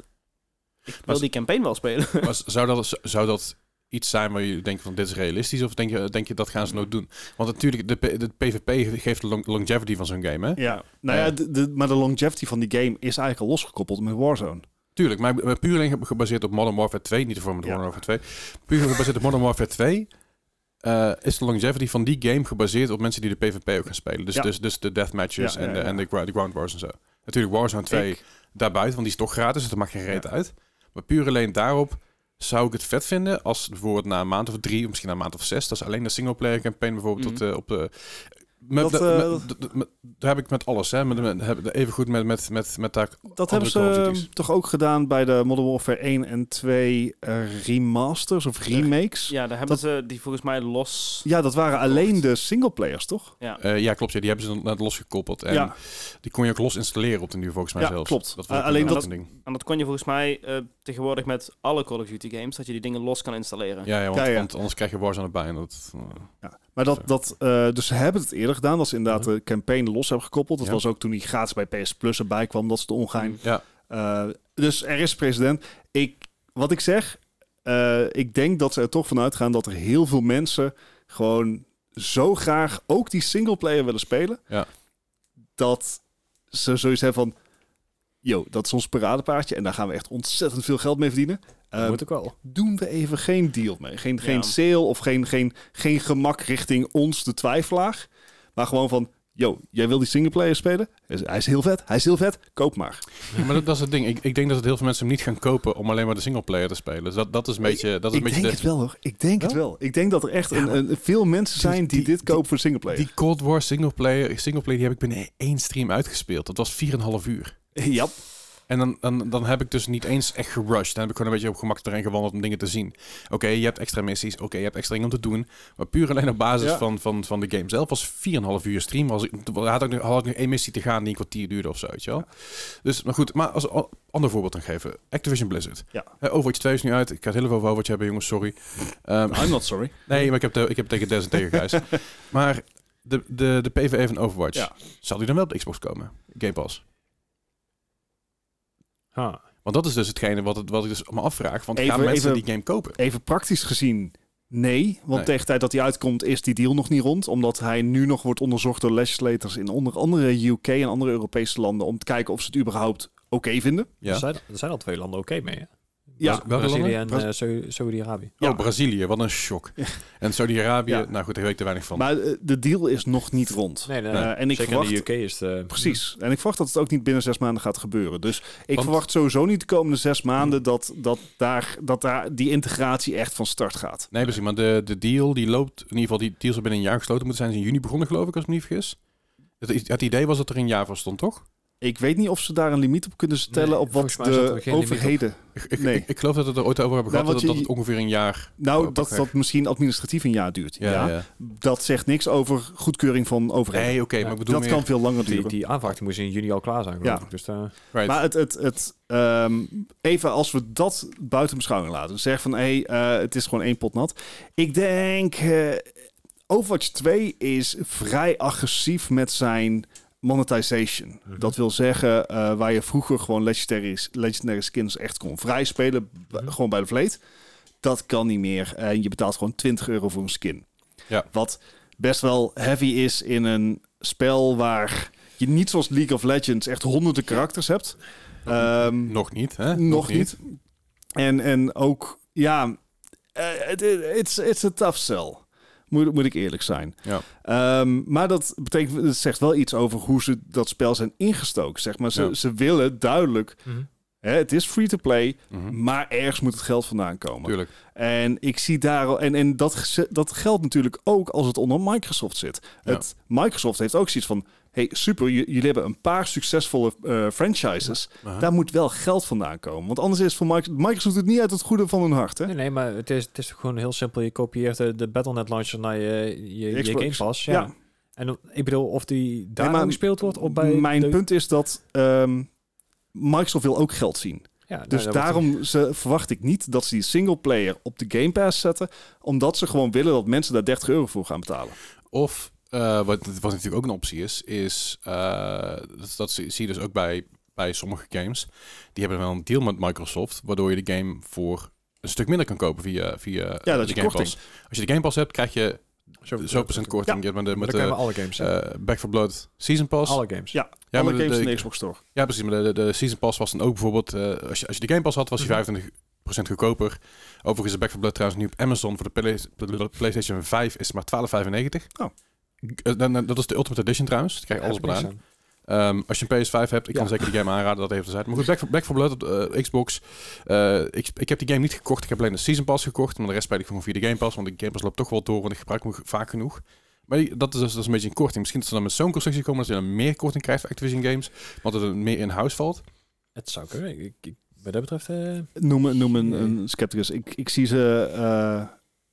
ik wil Maar- die campaign wel spelen. Maar zou dat, zou dat iets zijn waar je denkt van dit is realistisch? Of denk je, denk je dat gaan ze nooit doen? Want natuurlijk, de, P- de PvP geeft de long- longevity van zo'n game, hè? Ja, nou ja, Ja. de, de- maar de longevity van die game is eigenlijk al losgekoppeld met Warzone. Tuurlijk, maar maar puur alleen gebaseerd op Modern Warfare twee, niet voor met Ja. Modern Warfare twee. Puur gebaseerd op Modern Warfare twee eh, is de longevity van die game gebaseerd op mensen die de PvP ook gaan spelen. Dus, Ja. dus, dus de deathmatches Ja, en, ja, de, ja. en de, gra- de ground wars en zo. Natuurlijk Warzone twee Ik- daarbuiten, want die is toch gratis, dus dat maakt geen reet Ja. uit. Maar puur alleen daarop zou ik het vet vinden als bijvoorbeeld na een maand of drie, of misschien na een maand of zes, dat is alleen de singleplayer campaign bijvoorbeeld Mhm. tot, eh, op de... Met, Dat, de- eh, met- de- de- met- daar heb ik met alles, hè. Met, met, heb- even goed met, met, met, met daar Dat andere hebben Call of ze Duty's. toch ook gedaan bij de Modern Warfare één en twee eh, remasters of remakes? Ja. Ja, daar hebben ze die volgens mij los. dat waren alleen de singleplayers, toch? Ja. Eh, ja, klopt. Ja, die hebben ze dan net losgekoppeld. En ja, die kon je ook los installeren op de nieuwe, volgens mij Ja, zelfs. klopt. Dat Uh, was alleen ook dat- een ding. En dat kon je volgens mij eh, tegenwoordig met alle Call of Duty games, dat je die dingen los kan installeren. Ja, ja, want, Ja, ja. want anders krijg je Warzone erbij. En dat, eh, ja. Maar dat, dat, eh, dus ze hebben het eerder gedaan, dat ze inderdaad de campaign los hebben gekoppeld. Dat Ja. was ook toen die gratis bij P S Plus erbij kwam, dat is de ongein. ja, Uh, dus er is president. Ik, wat ik zeg, uh, ik denk dat ze er toch vanuit gaan dat er heel veel mensen gewoon zo graag ook die singleplayer willen spelen. Ja. Dat ze zoiets hebben van, yo, dat is ons paradepaardje en daar gaan we echt ontzettend veel geld mee verdienen. Uh, moet ook wel. doen we even geen deal mee. Geen, geen Ja. sale of geen, geen, geen gemak richting ons, de twijfelaar. Maar gewoon van, yo, jij wil die singleplayer spelen? Hij is, hij is heel vet, hij is heel vet, koop maar. Ja, maar dat, dat is het ding. Ik, ik denk dat het heel veel mensen hem niet gaan kopen om alleen maar de singleplayer te spelen. Dus dat, dat is een beetje... Dat is Ik een beetje denk de, het wel hoor. Ik denk het wel. Ik denk dat er echt een, een, veel mensen zijn die, die- dit kopen voor singleplayer. Die Cold War singleplayer, singleplayer die heb ik binnen één stream uitgespeeld. Dat was vier en een half uur. Ja. En dan, dan, dan heb ik dus niet eens echt gerushed. Dan heb ik gewoon een beetje op gemak erin gewandeld om dingen te zien. Oké, je hebt extra missies. Oké, je hebt extra dingen om te doen. Maar puur alleen op basis Ja. van, van, van de game zelf was vier en een half uur stream. Was ik, had, ik nog, had ik nog één missie te gaan die een kwartier duurde of zo, weet je wel. Dus, maar goed. Maar als een ander voorbeeld dan geven. Activision Blizzard. Ja. Uh, Overwatch twee is nu uit. Ik ga het heel even over Overwatch hebben, jongens. Sorry. Um, I'm not sorry. nee, maar ik heb, de, ik heb tegen Des en tegen Gijs. Maar de, de, de PvE van Overwatch. Ja. Zal die dan wel op de Xbox komen? Game Pass. Ah. Want dat is dus hetgene wat, het, wat ik dus me afvraag. Want gaan Even- mensen even- die game kopen? Even praktisch gezien, nee. Want Nee. tegen de tijd dat hij uitkomt is die deal nog niet rond. Omdat hij nu nog wordt onderzocht door legislators in onder andere U K en andere Europese landen. Om te kijken of ze het überhaupt oké vinden. Ja. Er, zijn, er zijn al twee landen oké mee, hè? Ja, welke Brazilië landen? en Braz- uh, Saudi- Saudi-Arabië. Ja. Oh, Brazilië, wat een shock. En Saudi-Arabië, Ja. nou goed, daar weet ik er weinig van. Maar uh, de deal is nog niet rond. Nee, nee, Uh, en ik zeker verwacht, in de U K is het... Uh, precies. En ik verwacht dat het ook niet binnen zes maanden gaat gebeuren. Dus ik Want- verwacht sowieso niet de komende zes maanden dat, dat, daar, dat daar die integratie echt van start gaat. Nee, precies, maar de, de deal die loopt, in ieder geval die deals er binnen een jaar gesloten moeten zijn, is in juni begonnen geloof ik, als ik me niet vergis. Het, het idee was dat er een jaar voor stond, toch? Ik weet niet of ze daar een limiet op kunnen stellen Nee, op wat volgens mij zat er de geen limiet op. overheden... Ik, ik, Nee. ik, ik geloof dat we het er ooit over hebben Nou, gehad, dat, wat dat je- het ongeveer een jaar... Nou, Oh, dat weg. dat misschien administratief een jaar duurt. Ja, Ja, ja. Dat zegt niks over goedkeuring van overheden. Nee, oké, Ja, maar ik bedoel dat meer... kan veel langer die, duren. die aanvraag die moest in juni al klaar zijn, geloof Ja. ik. Dus, uh, Right. Maar het, het, het, ehm, even als we dat buiten beschouwing laten. Zeg van, hé, hey, uh, het is gewoon één pot nat. Ik denk, uh, Overwatch twee is vrij agressief met zijn monetization. Mhm. Dat wil zeggen, uh, waar je vroeger gewoon legendary, legendary skins echt kon vrij spelen, b- Mhm. gewoon bij de vleet. Dat kan niet meer. En je betaalt gewoon twintig euro voor een skin. Ja. Wat best wel heavy is in een spel waar je niet zoals League of Legends echt honderden karakters hebt. Ehm, Nog niet, hè? nog niet. En, en ook, ja, eh, het it's, it's a tough sell. Moet, moet ik eerlijk zijn. Ja. Ehm, maar dat betekent, het zegt wel iets over hoe ze dat spel zijn ingestoken. Zeg maar, ze, Ja. ze willen duidelijk, mm-hmm. hè, het is free to play, Mhm. maar ergens moet het geld vandaan komen. Tuurlijk. En ik zie daar al, en, en dat, geze- dat geldt natuurlijk ook als het onder Microsoft zit. Ja. Het, Microsoft heeft ook zoiets van, hey, super, j- jullie hebben een paar succesvolle uh, franchises. Aha. Daar moet wel geld vandaan komen. Want anders is voor Microsoft, Microsoft het niet uit het goede van hun hart. Hè? Nee, nee, maar het is, het is gewoon heel simpel. Je kopieert de, de Battle net launcher naar je, je, je Xbox. Game Pass. Ja. Ja. En dan- ik bedoel, of die daar Nee, maar ook gespeeld wordt, of bij Mijn de, punt is dat ehm, Microsoft wil ook geld zien. Ja, nou, Dus dat wordt- daarom ze, verwacht ik niet dat ze die singleplayer op de Game Pass zetten. Omdat ze gewoon willen dat mensen daar dertig euro voor gaan betalen. Of, uh, wat, wat natuurlijk ook een optie is, is, uh, dat, dat zie zie je dus ook bij, bij sommige games. Die hebben wel een deal met Microsoft, waardoor je de game voor een stuk minder kan kopen via, via Ja, uh, dat de je Game korting. Pass. Als je de Game Pass hebt, krijg je Zo- zoveel procent korting. Je hebt met de, Maar met dan kan je de maar alle games hebben. uh, Back four Blood Season Pass. alle games. Ja, Ja, alle maar de- games de- in de Xbox Store. Ja, precies. Maar de, de, de Season Pass was dan ook bijvoorbeeld... Uh, als, je, als je de Game Pass had, was die Mhm. vijfentwintig procent goedkoper. Overigens is Back four Blood trouwens nu op Amazon voor de Play, de PlayStation vijf is maar twaalf vijfennegentig. Oh. Uh, dan, dan- dat is de Ultimate Edition trouwens. Daar krijg je alles op aan. Um, als je een P S vijf hebt, ik Ja. kan zeker die game aanraden, dat even zijn. Maar goed, Back four, Back four Blood op uh, Xbox. Uh, ik, ik heb die game niet gekocht. Ik heb alleen de Season Pass gekocht. Maar de rest speel ik gewoon via de Game Pass. Want de Game Pass loopt toch wel door, want ik gebruik hem vaak genoeg. Maar die, dat, is, dus- dat is een beetje een korting. Misschien dat ze dan met zo'n constructie komen, dat je dan meer korting krijgt voor Activision Games. Want het er meer in-house valt. Het zou kunnen. Ik, ik, wat dat betreft... Uh, Noem, een- noem een, Nee. een scepticus. Ik, ik zie ze... uh,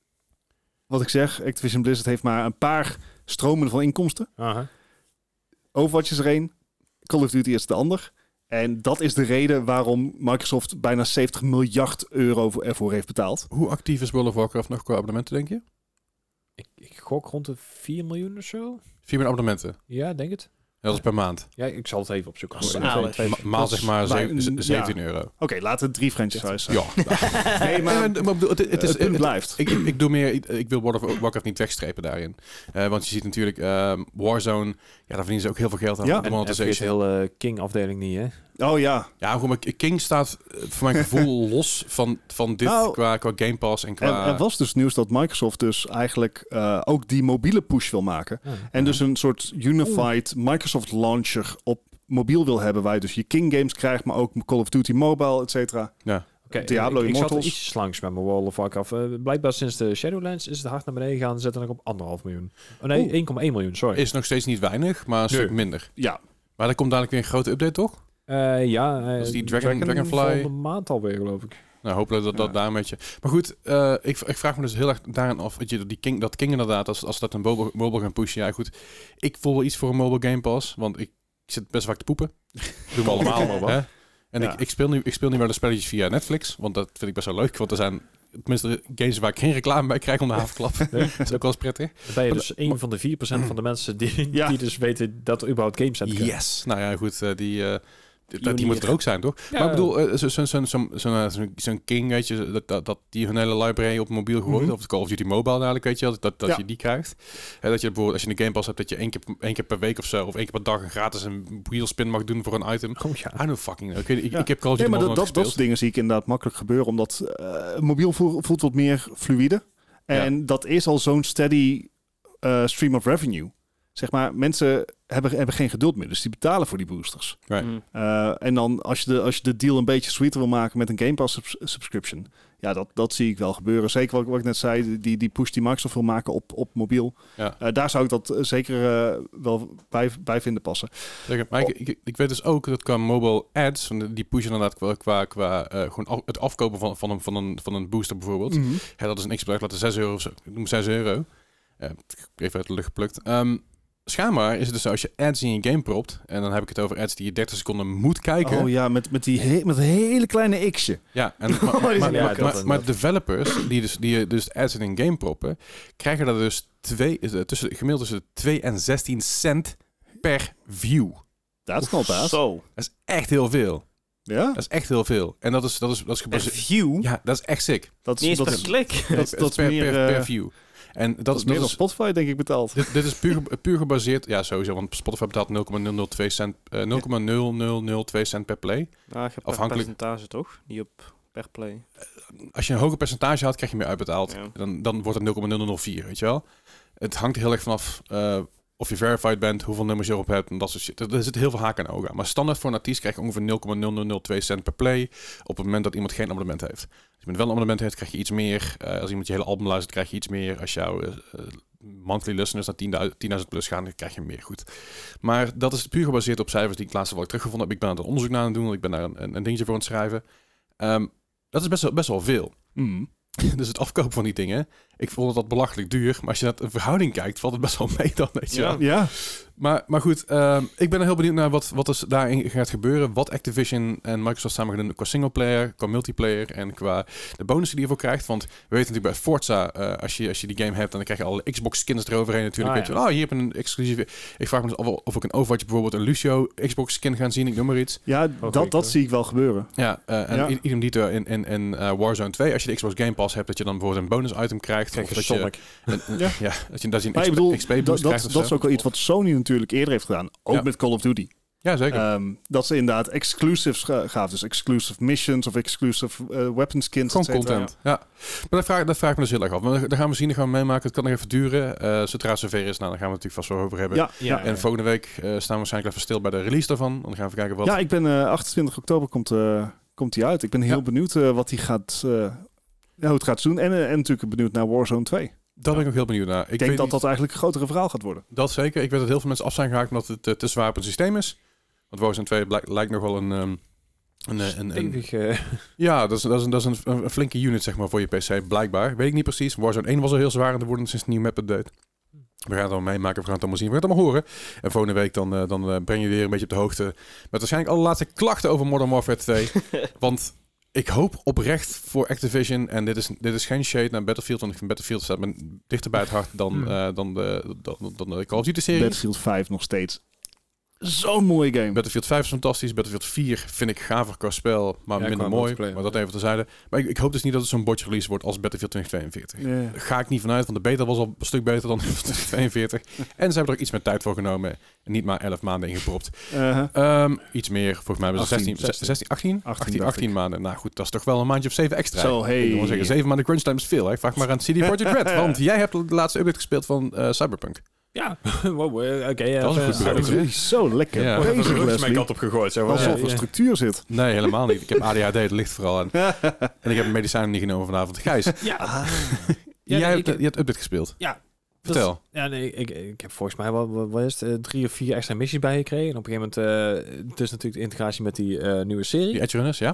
wat ik zeg, Activision Blizzard heeft maar een paar stromen van inkomsten. aha. Overwatch is er één. Call of Duty is de ander. En dat is de reden waarom Microsoft bijna zeventig miljard euro voor- ervoor heeft betaald. Hoe actief is World of Warcraft nog qua abonnementen, denk je? Ik, ik gok rond de vier miljoen of zo. Vier miljoen abonnementen. Ja, denk het. Ja, dat is per maand. Ja, ik zal het even opzoeken. Dat is Even- aardig. even- Ma maal zeg maar bij- zeven- ja. zeventien euro. Oké, laten het drie franchises zijn. Ja. Nee, maar, Nee, maar, maar bedoel, het, het is, het punt het- blijft. ik, ik, ik doe meer, ik, ik wil World of Warcraft niet wegstrepen daarin. Uh, want je ziet natuurlijk ehm, Warzone, ja, daar verdienen ze ook heel veel geld aan. Ja. met de En, en vergeet de monetization. hele King-afdeling niet, hè? Oh ja. Ja, gewoon, maar King staat uh, voor mijn gevoel los van, van dit Nou, qua, qua Game Pass en Er, qua... er was dus nieuws dat Microsoft dus eigenlijk uh, ook die mobiele push wil maken. Ja. En dus een soort unified Microsoft launcher op mobiel wil hebben. Waar je dus je King games krijgt, maar ook Call of Duty Mobile, et cetera. Ja. Oké, Diablo ik, ik zat er Immortals. iets langs met mijn World of Warcraft. Uh, blijkbaar sinds de Shadowlands is het hard naar beneden gegaan. Zit dan ook op anderhalf miljoen. Oh nee, Oeh. één komma één miljoen, sorry. Is nog steeds niet weinig, maar een Nee. stuk minder. Ja. Maar er komt dadelijk weer een grote update, toch? Uh, ja, uh, Dat is die Dragon- Dragonfly. volgende maand alweer, geloof ik. Nou, hopelijk dat dat Ja. daar een beetje... Maar goed, uh, ik, ik vraag me dus heel erg daarin af... Weet je, die King, dat King inderdaad, als, als dat een mobile, mobile gaan pushen... Ja, goed. Ik voel wel iets voor een mobile Game Pass. Want ik, ik zit best vaak te poepen. Doen we allemaal maar wat. Hè? En Ja. ik, ik, speel nu, ik speel nu wel de spelletjes via Netflix. Want dat vind ik best wel leuk. Want er zijn tenminste games waar ik geen reclame bij krijg om de havenklap. Dat is ook wel eens prettig. Dan ben je dus één van de vier procent van de mensen die, Ja. die dus weten dat er überhaupt games zijn. Yes. Nou ja, goed. Uh, die... Uh, dat, die moet er ook zijn, toch? Ja, maar ik bedoel, uh, zo'n zo, zo, zo, zo, zo, zo'n King, weet je, dat, dat, dat die hun hele library op mobiel gegooid, Mm-hmm. of de Call of Duty Mobile dadelijk, weet je wel, dat, dat Ja. je die krijgt. Hè, dat je bijvoorbeeld, als je een Game Pass hebt, dat je één keer, één keer per week of zo, of één keer per dag een gratis een wheelspin mag doen voor een item. Oh, ja. I don't fucking know. Ik, weet, ik, Ja. ik heb Call of Nee, Duty maar Mobile dat, dat, nog dat soort gespeeld. dingen zie ik inderdaad makkelijk gebeuren, omdat uh, mobiel voelt, voelt wat meer fluïde. En dat is al zo'n steady uh, stream of revenue. Zeg maar, mensen hebben, hebben geen geduld meer, dus die betalen voor die boosters. Right. Mm. Uh, en dan als je, de, als je de deal een beetje sweeter wil maken met een Game Pass subs- subscription, ja, dat, dat zie ik wel gebeuren. Zeker wat, wat ik net zei, die, die push die Microsoft wil maken op, op mobiel. Ja. Uh, daar zou ik dat zeker uh, wel bij, bij vinden passen. Zeker. Maar ik, ik, ik weet dus ook dat qua mobile ads, van die pushen inderdaad qua, qua, qua uh, gewoon af, het afkopen van, van, een, van, een, van een booster bijvoorbeeld. Mm-hmm. Ja, dat is een x-bedrag, laten zes euro of zo. Ik noem zes euro. Uh, even uit de lucht geplukt. Um, Schijnbaar is het dus zo, als je ads in je game propt, en dan heb ik het over ads die je dertig seconden moet kijken. Oh ja, met, met die he- met een hele kleine x'je. Ja, en, maar, maar, die maar, zijn maar, lekker. maar, maar developers die dus, die dus ads in een game proppen, krijgen daar dus twee, tussen, gemiddeld tussen de twee en zestien cent per view. Dat is not bad. Zo. Dat is echt heel veel. Ja? Dat is echt heel veel. En dat is, dat is, dat is Per gebaseerd. view? Ja, dat is echt sick. Dat Niet is, eens dat per is, klik. dat, Dat, dat is per, meer, per, per uh, view. En dat, dat is meer dan is, Spotify, denk ik, betaald. dit, dit is puur, puur gebaseerd, ja sowieso, want Spotify betaalt nul komma nul nul twee cent, uh, nul komma nul nul nul twee cent per play. Ja, je hebt per Afhankelijk- percentage toch? Niet op per play. Als je een hoger percentage had, krijg je meer uitbetaald. Ja. Dan, dan wordt het nul komma nul nul vier, weet je wel. Het hangt heel erg vanaf uh, of je verified bent, hoeveel nummers je erop hebt en dat soort shit. Er, er zit heel veel haken en ogen aan. Maar standaard voor een artiest krijg je ongeveer nul komma nul nul nul twee cent per play op het moment dat iemand geen abonnement heeft. Als iemand wel een abonnement heeft, krijg je iets meer. Uh, als iemand je hele album luistert, krijg je iets meer. Als jouw uh, uh, monthly listeners naar tienduizend plus gaan, dan krijg je meer. Goed. Maar dat is puur gebaseerd op cijfers die ik laatst wel teruggevonden heb. Ik ben aan het onderzoek naar aan het doen, want ik ben daar een, een, een dingetje voor aan het schrijven. Um, dat is best wel, best wel veel. Mm. Dus het afkopen van die dingen, ik vond het wat belachelijk duur. Maar als je naar een verhouding kijkt, valt het best wel mee dan, weet je Ja. wel. Ja. Maar, maar goed, um, ik ben er heel benieuwd naar wat, wat er daarin gaat gebeuren. Wat Activision en Microsoft samen gaan doen qua singleplayer, qua multiplayer en qua de bonussen die je ervoor krijgt. Want we weten natuurlijk bij Forza, uh, als, je, als je die game hebt, dan krijg je alle Xbox skins eroverheen natuurlijk. Ah, Weet je ja. wel, oh, hier heb je een exclusieve... Ik vraag me dus af of ik een Overwatch bijvoorbeeld een Lucio Xbox skin gaan zien, ik noem maar iets. Ja, goed, dat, dat hoor. zie ik wel gebeuren. Ja, uh, en Ja. i- idem dito in, in, in uh, Warzone twee, als je de Xbox Game Pass hebt, dat je dan bijvoorbeeld een bonus item krijgt. Kijk, of dat Sonic. je, een, een- Ja. ja, dat je, dat je een Maar ik X P, bedoel, X P dat, boost krijgt dat, of dat is zo. ook wel iets wat Sony natuurlijk eerder heeft gedaan. Ook Ja. met Call of Duty. Ja, zeker. Um, dat ze inderdaad exclusives ga- gaven. Dus exclusive missions of exclusive uh, weapon skins. Gewoon et cetera. content. Ja. Maar dat vraag, dat vraag ik me dus heel erg af. Maar dat gaan we zien, dat gaan we meemaken. Het kan nog even duren. Uh, zodra het zover is, nou, dan gaan we het natuurlijk vast wel over hebben. Ja, Ja, ja. ja. En volgende week uh, staan we waarschijnlijk even stil bij de release daarvan. Dan gaan we even kijken wat... ja, ik ben uh, achtentwintig oktober komt, uh, komt die uit. Ik ben heel Ja. benieuwd uh, wat hij gaat, uh, ja, hoe het gaat doen. En, uh, en natuurlijk benieuwd naar Warzone twee. Daar ben ik ook heel benieuwd naar. Ik Ik denk weet dat niet- dat eigenlijk een grotere verhaal gaat worden. Dat zeker. Ik weet dat heel veel mensen af zijn gehaakt omdat het uh, te zwaar op het systeem is. Want Warzone twee blijk, lijkt nog wel een... Um, een, een, een, een Stevig, uh, ja, dat is, dat is, een, dat is een, een flinke unit zeg maar voor je P C, blijkbaar. Weet ik niet precies. Warzone één was al heel zwaar aan te worden sinds de nieuwe map update. We gaan het allemaal meemaken, we gaan het allemaal zien, we gaan het allemaal horen. En volgende week dan, uh, dan uh, breng je weer een beetje op de hoogte met waarschijnlijk alle laatste klachten over Modern Warfare twee. Want ik hoop oprecht voor Activision, en dit is, dit is geen shade naar Battlefield, want ik vind Battlefield staat me dichter bij het hart dan, Hmm. uh, dan, de, dan, dan de Call of Duty series. Battlefield vijf nog steeds. Zo'n mooie game. Battlefield vijf is fantastisch. Battlefield vier vind ik gaver qua spel, maar Ja, minder qua mooi. multiplayer. Maar dat even terzijde. Maar ik, ik hoop dus niet dat het zo'n botch release wordt als Battlefield twintig tweeënveertig. Ja. Daar ga ik niet vanuit, want de beta was al een stuk beter dan twintig tweeënveertig. En ze hebben er ook iets meer tijd voor genomen. En niet maar elf maanden ingepropt. Uh-huh. Um, iets meer, volgens mij hebben ze achttien, zestien, zestien, achttien? achttien, dacht achttien ik. maanden. Nou goed, dat is toch wel een maandje of zeven extra. Zo, hey. Ik wil zeggen, zeven maanden crunch time is veel. Hè? Vraag maar aan C D Projekt Red, want jij hebt de laatste update gespeeld van uh, Cyberpunk. ja, wow, uh, oké. Okay, Dat was een goed Ja, begrepen. dat is zo lekker. Ja. Bezig, Bezig, mijn Leslie. kant op gegooid. Zo, Alsof uh, er ja. structuur zit. Nee, helemaal niet. Ik heb A D H D, dat ligt vooral aan. En ik heb medicijnen niet genomen vanavond. Gijs, Ja, jij nee, hebt, ik- je hebt update gespeeld. Ja. Vertel. Ja, nee, ik, ik heb volgens mij wel, wat, wat is het, uh, drie of vier extra missies bijgekregen. En op een gegeven moment, uh, het is natuurlijk de integratie met die uh, nieuwe serie. Die Edge Runners, ja?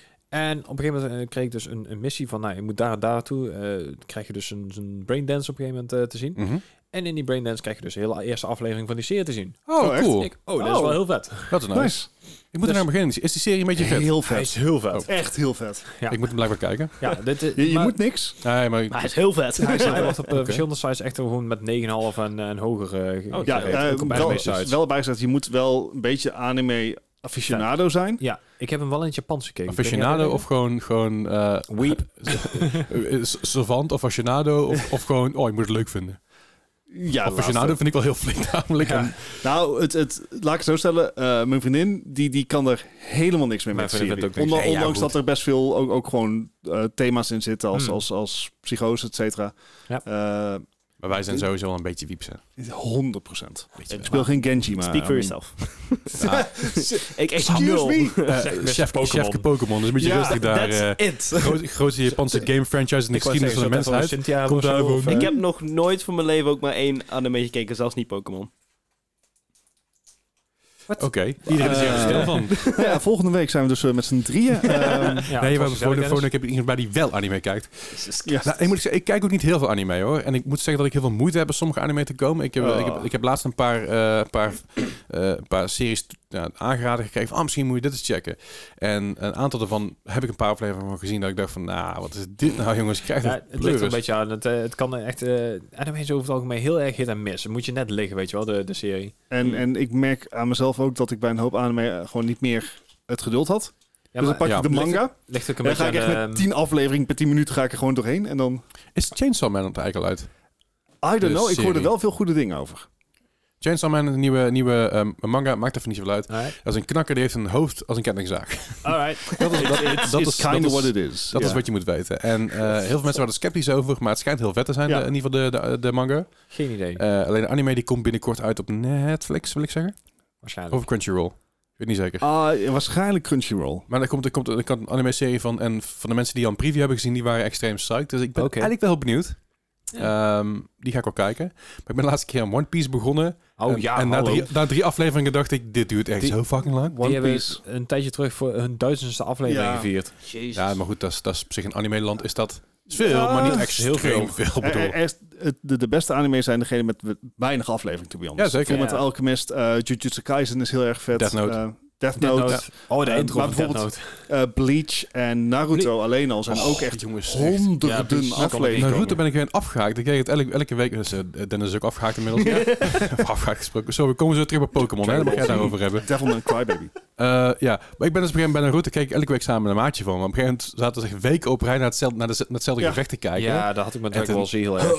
En op een gegeven moment uh, kreeg ik dus een, een missie van, nou, je moet daar en daartoe. Uh, krijg je dus een, een braindance op een gegeven moment uh, te zien. Mhm. En in die braindance krijg je dus de hele eerste aflevering van die serie te zien. Oh, Oh, echt? cool. Ik, oh, dat is Oh. wel heel vet. Dat is nice. Nice. Ik moet er Dus- naar beginnen. Is die serie een beetje vet? Heel Hij vet. is heel vet. Oh. Echt heel vet. Ja. Ik moet hem blijkbaar kijken. Ja, dit, uh, Je, je maar- moet niks. Nee, maar... Maar hij is heel vet. Hij, is, hij wordt op uh, Oké. verschillende sites echt gewoon met negen komma vijf en, en hoger uh, Oh, Ja, gereden. uh, Ook op wel, anime sites. wel bijgezegd, je moet wel een beetje anime aficionado zijn. Ja, ik heb hem wel in het Japans gekeken. Aficionado of gewoon... gewoon uh, Weep. savant of aficionado of, of gewoon... Oh, je moet het leuk vinden. Ja, aficionado vind ik wel heel flink namelijk. Ja. En, Nou, het, het, laat ik het zo stellen. Uh, mijn vriendin, die, die kan er helemaal niks mee Mijn met de vriendin serie. vindt ook niks. Onder- Nee, ja, ondanks goed. dat er best veel ook, ook gewoon uh, thema's in zitten als, Hmm. als, als psychose, et cetera. Ja. Uh, maar wij zijn sowieso wel een beetje wiepsen. honderd procent. Beetje Ik speel geen Genji, maar... Speak for I mean- yourself. Ja. ik echt Excuse nul. me? Uh, Zeg, chef Pokémon. Chefke Pokémon, dus een beetje Ja, rustig daar. That's Uh, it. groot, grootste Japanse game franchise in de Ik wou geschiedenis van de zeggen, mensheid. Cynthia Komt was daar zo, gewoon- of, Ik eh, heb nog nooit van mijn leven ook maar één anime gekeken, zelfs niet Pokémon. Oké, iedereen is hier Uh, even stil van. Ja, volgende week zijn we dus uh, met z'n drieën. Um, Ja, nee, we het was hebben gezellig, voor de Dennis. volgende heb ik iemand bij die wel anime kijkt. ja. Nou, ik moet zeggen, ik kijk ook niet heel veel anime hoor. En ik moet zeggen dat ik heel veel moeite heb om sommige anime te komen. Ik heb, Oh. ik heb, ik heb laatst een paar, uh, paar, uh, paar series ja, aangeraden gekregen van, ah, misschien moet je dit eens checken. En een aantal daarvan heb ik een paar afleveringen van gezien dat ik dacht van, nou, wat is dit nou jongens, ik krijg Ja, het het ligt er een pleuris. beetje aan. Het, uh, het kan echt... Uh, anime is over het algemeen heel erg hit en miss. Dan moet je net liggen, weet je wel, de, de serie. En, en ik merk aan mezelf ook dat ik bij een hoop anime uh, gewoon niet meer het geduld had. Ja, dus dan pak ja, ik de ligt manga. Ligt ook een En dan ga beetje ik echt aan... met ehm, tien afleveringen per tien minuten ga ik er gewoon doorheen. En dan... Is Chainsaw Man het eigenlijk al uit? I don't De know, ik hoorde serie. wel veel goede dingen over. Chainsaw Man, een nieuwe, nieuwe um, manga, maakt even niet zoveel uit. alright. Dat is een knakker die heeft een hoofd als een kettingzaag. Alright. Dat is, dat, It's, dat it's is, kind dat of is- what it is. Dat Ja. is wat je moet weten. En uh, heel veel mensen waren er sceptisch over, maar het schijnt heel vet te zijn, Ja. de, in ieder geval de, de, de manga. Geen idee. Uh, alleen de anime die komt binnenkort uit op Netflix, wil ik zeggen. Waarschijnlijk. Of Crunchyroll. Ik weet niet zeker. Ah, waarschijnlijk Crunchyroll. Maar er komt, er komt, er komt een anime-serie van. En van de mensen die al een preview hebben gezien, die waren extreem psyched. Dus ik ben Oké. eigenlijk wel heel benieuwd. Um, die ga ik wel kijken. Maar ik ben de laatste keer aan One Piece begonnen. Oh en, ja, En na hallo. drie, na drie afleveringen dacht ik, dit duurt echt Die- zo fucking lang. One Die hebben Piece. een tijdje terug voor hun duizendste aflevering Ja. gevierd. Jezus. Ja, maar goed, dat is, dat is op zich in anime-land is dat veel, Ja, maar niet heel extreem veel. veel. Er- bedoel. er is- het- de, de beste anime zijn degene met we- weinig aflevering, to be honest. Ja, zeker. Fullmetal Ja. Alchemist, uh, Jujutsu Kaisen is heel erg vet. Death Note. Uh, Death Death Note, Note. Oh, de Eh, intro maar van Death bijvoorbeeld- Note. uh, Bleach en Naruto alleen al zijn Oh, ook echt jongens, echt. honderden Ja, Bleach kan er afleveringen. Naruto ben ik weer afgehaakt. Ik kreeg het elke, elke week. Dus, uh, Dennis is ook afgehaakt inmiddels. Of afgehaakt gesproken. Zo, we komen zo terug bij Pokémon. Hè? Dan mag jij daarover hebben. Devilman Crybaby. Uh, ja, maar ik ben dus op een gegeven moment bij Naruto. Keek ik elke week samen met een maatje van. Maar op een gegeven moment zaten we zich weken op rij naar hetzelfde, naar de, naar hetzelfde Ja. gevecht te kijken. Ja, daar had ik met En Dragon Ball toen- Z heel erg.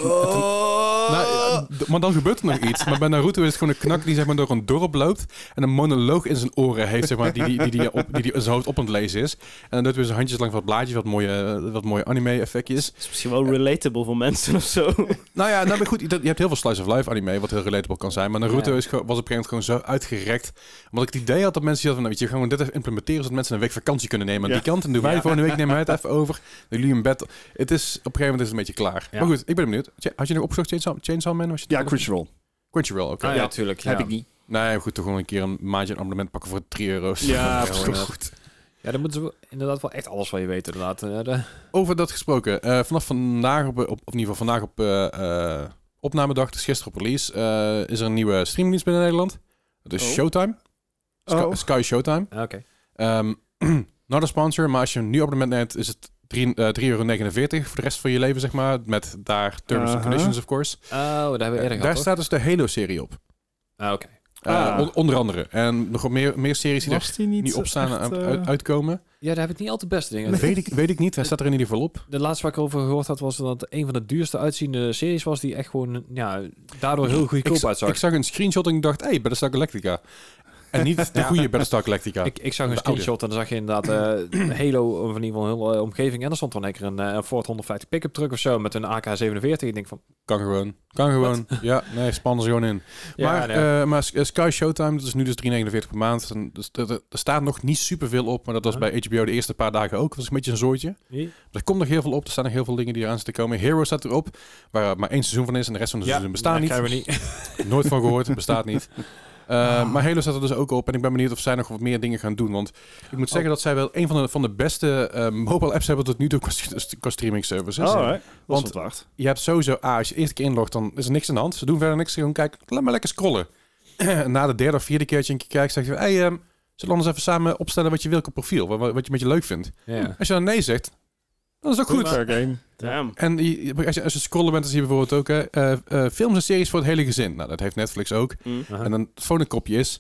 Nou, ja, d- maar dan gebeurt er nog iets. Maar bij Naruto is het gewoon een knak die zeg maar door een dorp loopt en een monoloog in zijn oren heeft, zeg maar, die die, die, die, op, die, die in zijn hoofd op aan het lezen is. En dan doet hij zijn handjes langs wat blaadjes, wat mooie, uh, wat mooie anime-effectjes. Het is misschien wel relatable voor mensen of zo. Nou ja, nou, maar goed, je hebt heel veel slice of life anime, wat heel relatable kan zijn. Maar Naruto Ja. is, gewoon- was op een gegeven moment gewoon zo uitgerekt. Omdat ik het idee had dat mensen hadden van, nou, weet je, gaan we dit even implementeren, zodat mensen een week vakantie kunnen nemen aan Ja. die kant. En doen wij Ja. voor een week, nemen wij het even over. Dan jullie een bed. Het is, op een gegeven moment is het een beetje klaar. Ja. Maar goed, ik ben benieuwd. Had je nog opgezocht Chainsaw, Chainsaw Man? Was je Ja, Crunchyroll. Crunchyroll, oké. Ah, ja, Ja. tuurlijk. Heb ja. ik niet. Nee, goed, toch gewoon een keer een maandje een abonnement pakken voor drie euro's. Ja, gewoon, precies. eh, goed. Ja, dan moeten ze inderdaad wel echt alles van je weten. Inderdaad. Eh, de- Over dat gesproken. eh, vanaf vandaag, op, op, of in ieder geval vandaag op eh, eh, opnamedag, dus gisteren op release, eh, is er een nieuwe streamingdienst binnen Nederland. Dat is Oh. Showtime. Sky, Oh. Sky Showtime. Ah, Oké. Um, not a sponsor, maar als je een nieuw abonnement neemt, is het drie euro negenenveertig voor de rest van je leven, zeg maar. Met daar terms and Aha. conditions, of course. Oh, daar hebben we eerder Eh, gehad, daar toch? staat dus de Halo-serie op. Ah, oké. Eh, Ah. on- onder andere. En nog wat meer, meer series die er Was die niet nu opstaan en echt, uit- eh, uit- uitkomen. Ja, daar heb ik niet al te beste dingen. Weet, ik, weet ik niet. Hij staat er in ieder geval op. De laatste waar ik over gehoord had, was dat het een van de duurste uitziende series was die echt gewoon, ja, daardoor heel Ik, goedkoop za- uitzag. ik zag een screenshot en ik dacht, hey, Battlestar Galactica. En niet de Ja. goede Battlestar Galactica. Ik, ik zag een De oude. screenshot en dan zag je inderdaad eh, Halo, of in ieder geval een hele eh, omgeving. En er stond dan een keer een, eh, een Ford honderdvijftig pick-up truck of zo met een A K zevenenveertig. Ik denk van, Kan gewoon. Kan gewoon. Ja, nee, spannen ze gewoon in. ja, maar nee. eh, maar S- Sky Showtime, dat is nu dus drie negenenveertig per maand. En dus, er, er staat nog niet superveel op, maar dat was Ja. bij H B O de eerste paar dagen ook. Dat was een beetje een zooitje. Wie? Maar er komt nog heel veel op. Er staan nog heel veel dingen die eraan zitten komen. Hero staat erop, waar maar één seizoen van is en de rest van de seizoen bestaat nee, niet. krijgen we niet. Nooit van gehoord, bestaat niet. Uh, maar Halo staat er dus ook op. En ik ben benieuwd of zij nog wat meer dingen gaan doen. Want ik moet zeggen dat zij wel een van de, van de beste uh, mobile apps hebben tot nu toe qua, qua streaming services. Oh, dat Want- is wat waard. Je hebt sowieso, ah, als je eerst keer inlogt, dan is er niks aan de hand. Ze doen verder niks. Gewoon kijk, laat maar lekker scrollen. En na de derde of vierde keertje een keer kijkt, zeg je, hey, um, zullen we anders even samen opstellen wat je wil op profiel? Wat, wat je een beetje leuk vindt. Ja. Als je dan nee zegt, dan is het ook goed. Fair game. Damn. En je- als je, als je scrollen bent, dan zie je bijvoorbeeld ook hè, uh, uh, films en series voor het hele gezin. Nou, dat heeft Netflix ook. Mm. Uh-huh. En dan het volgende kopje is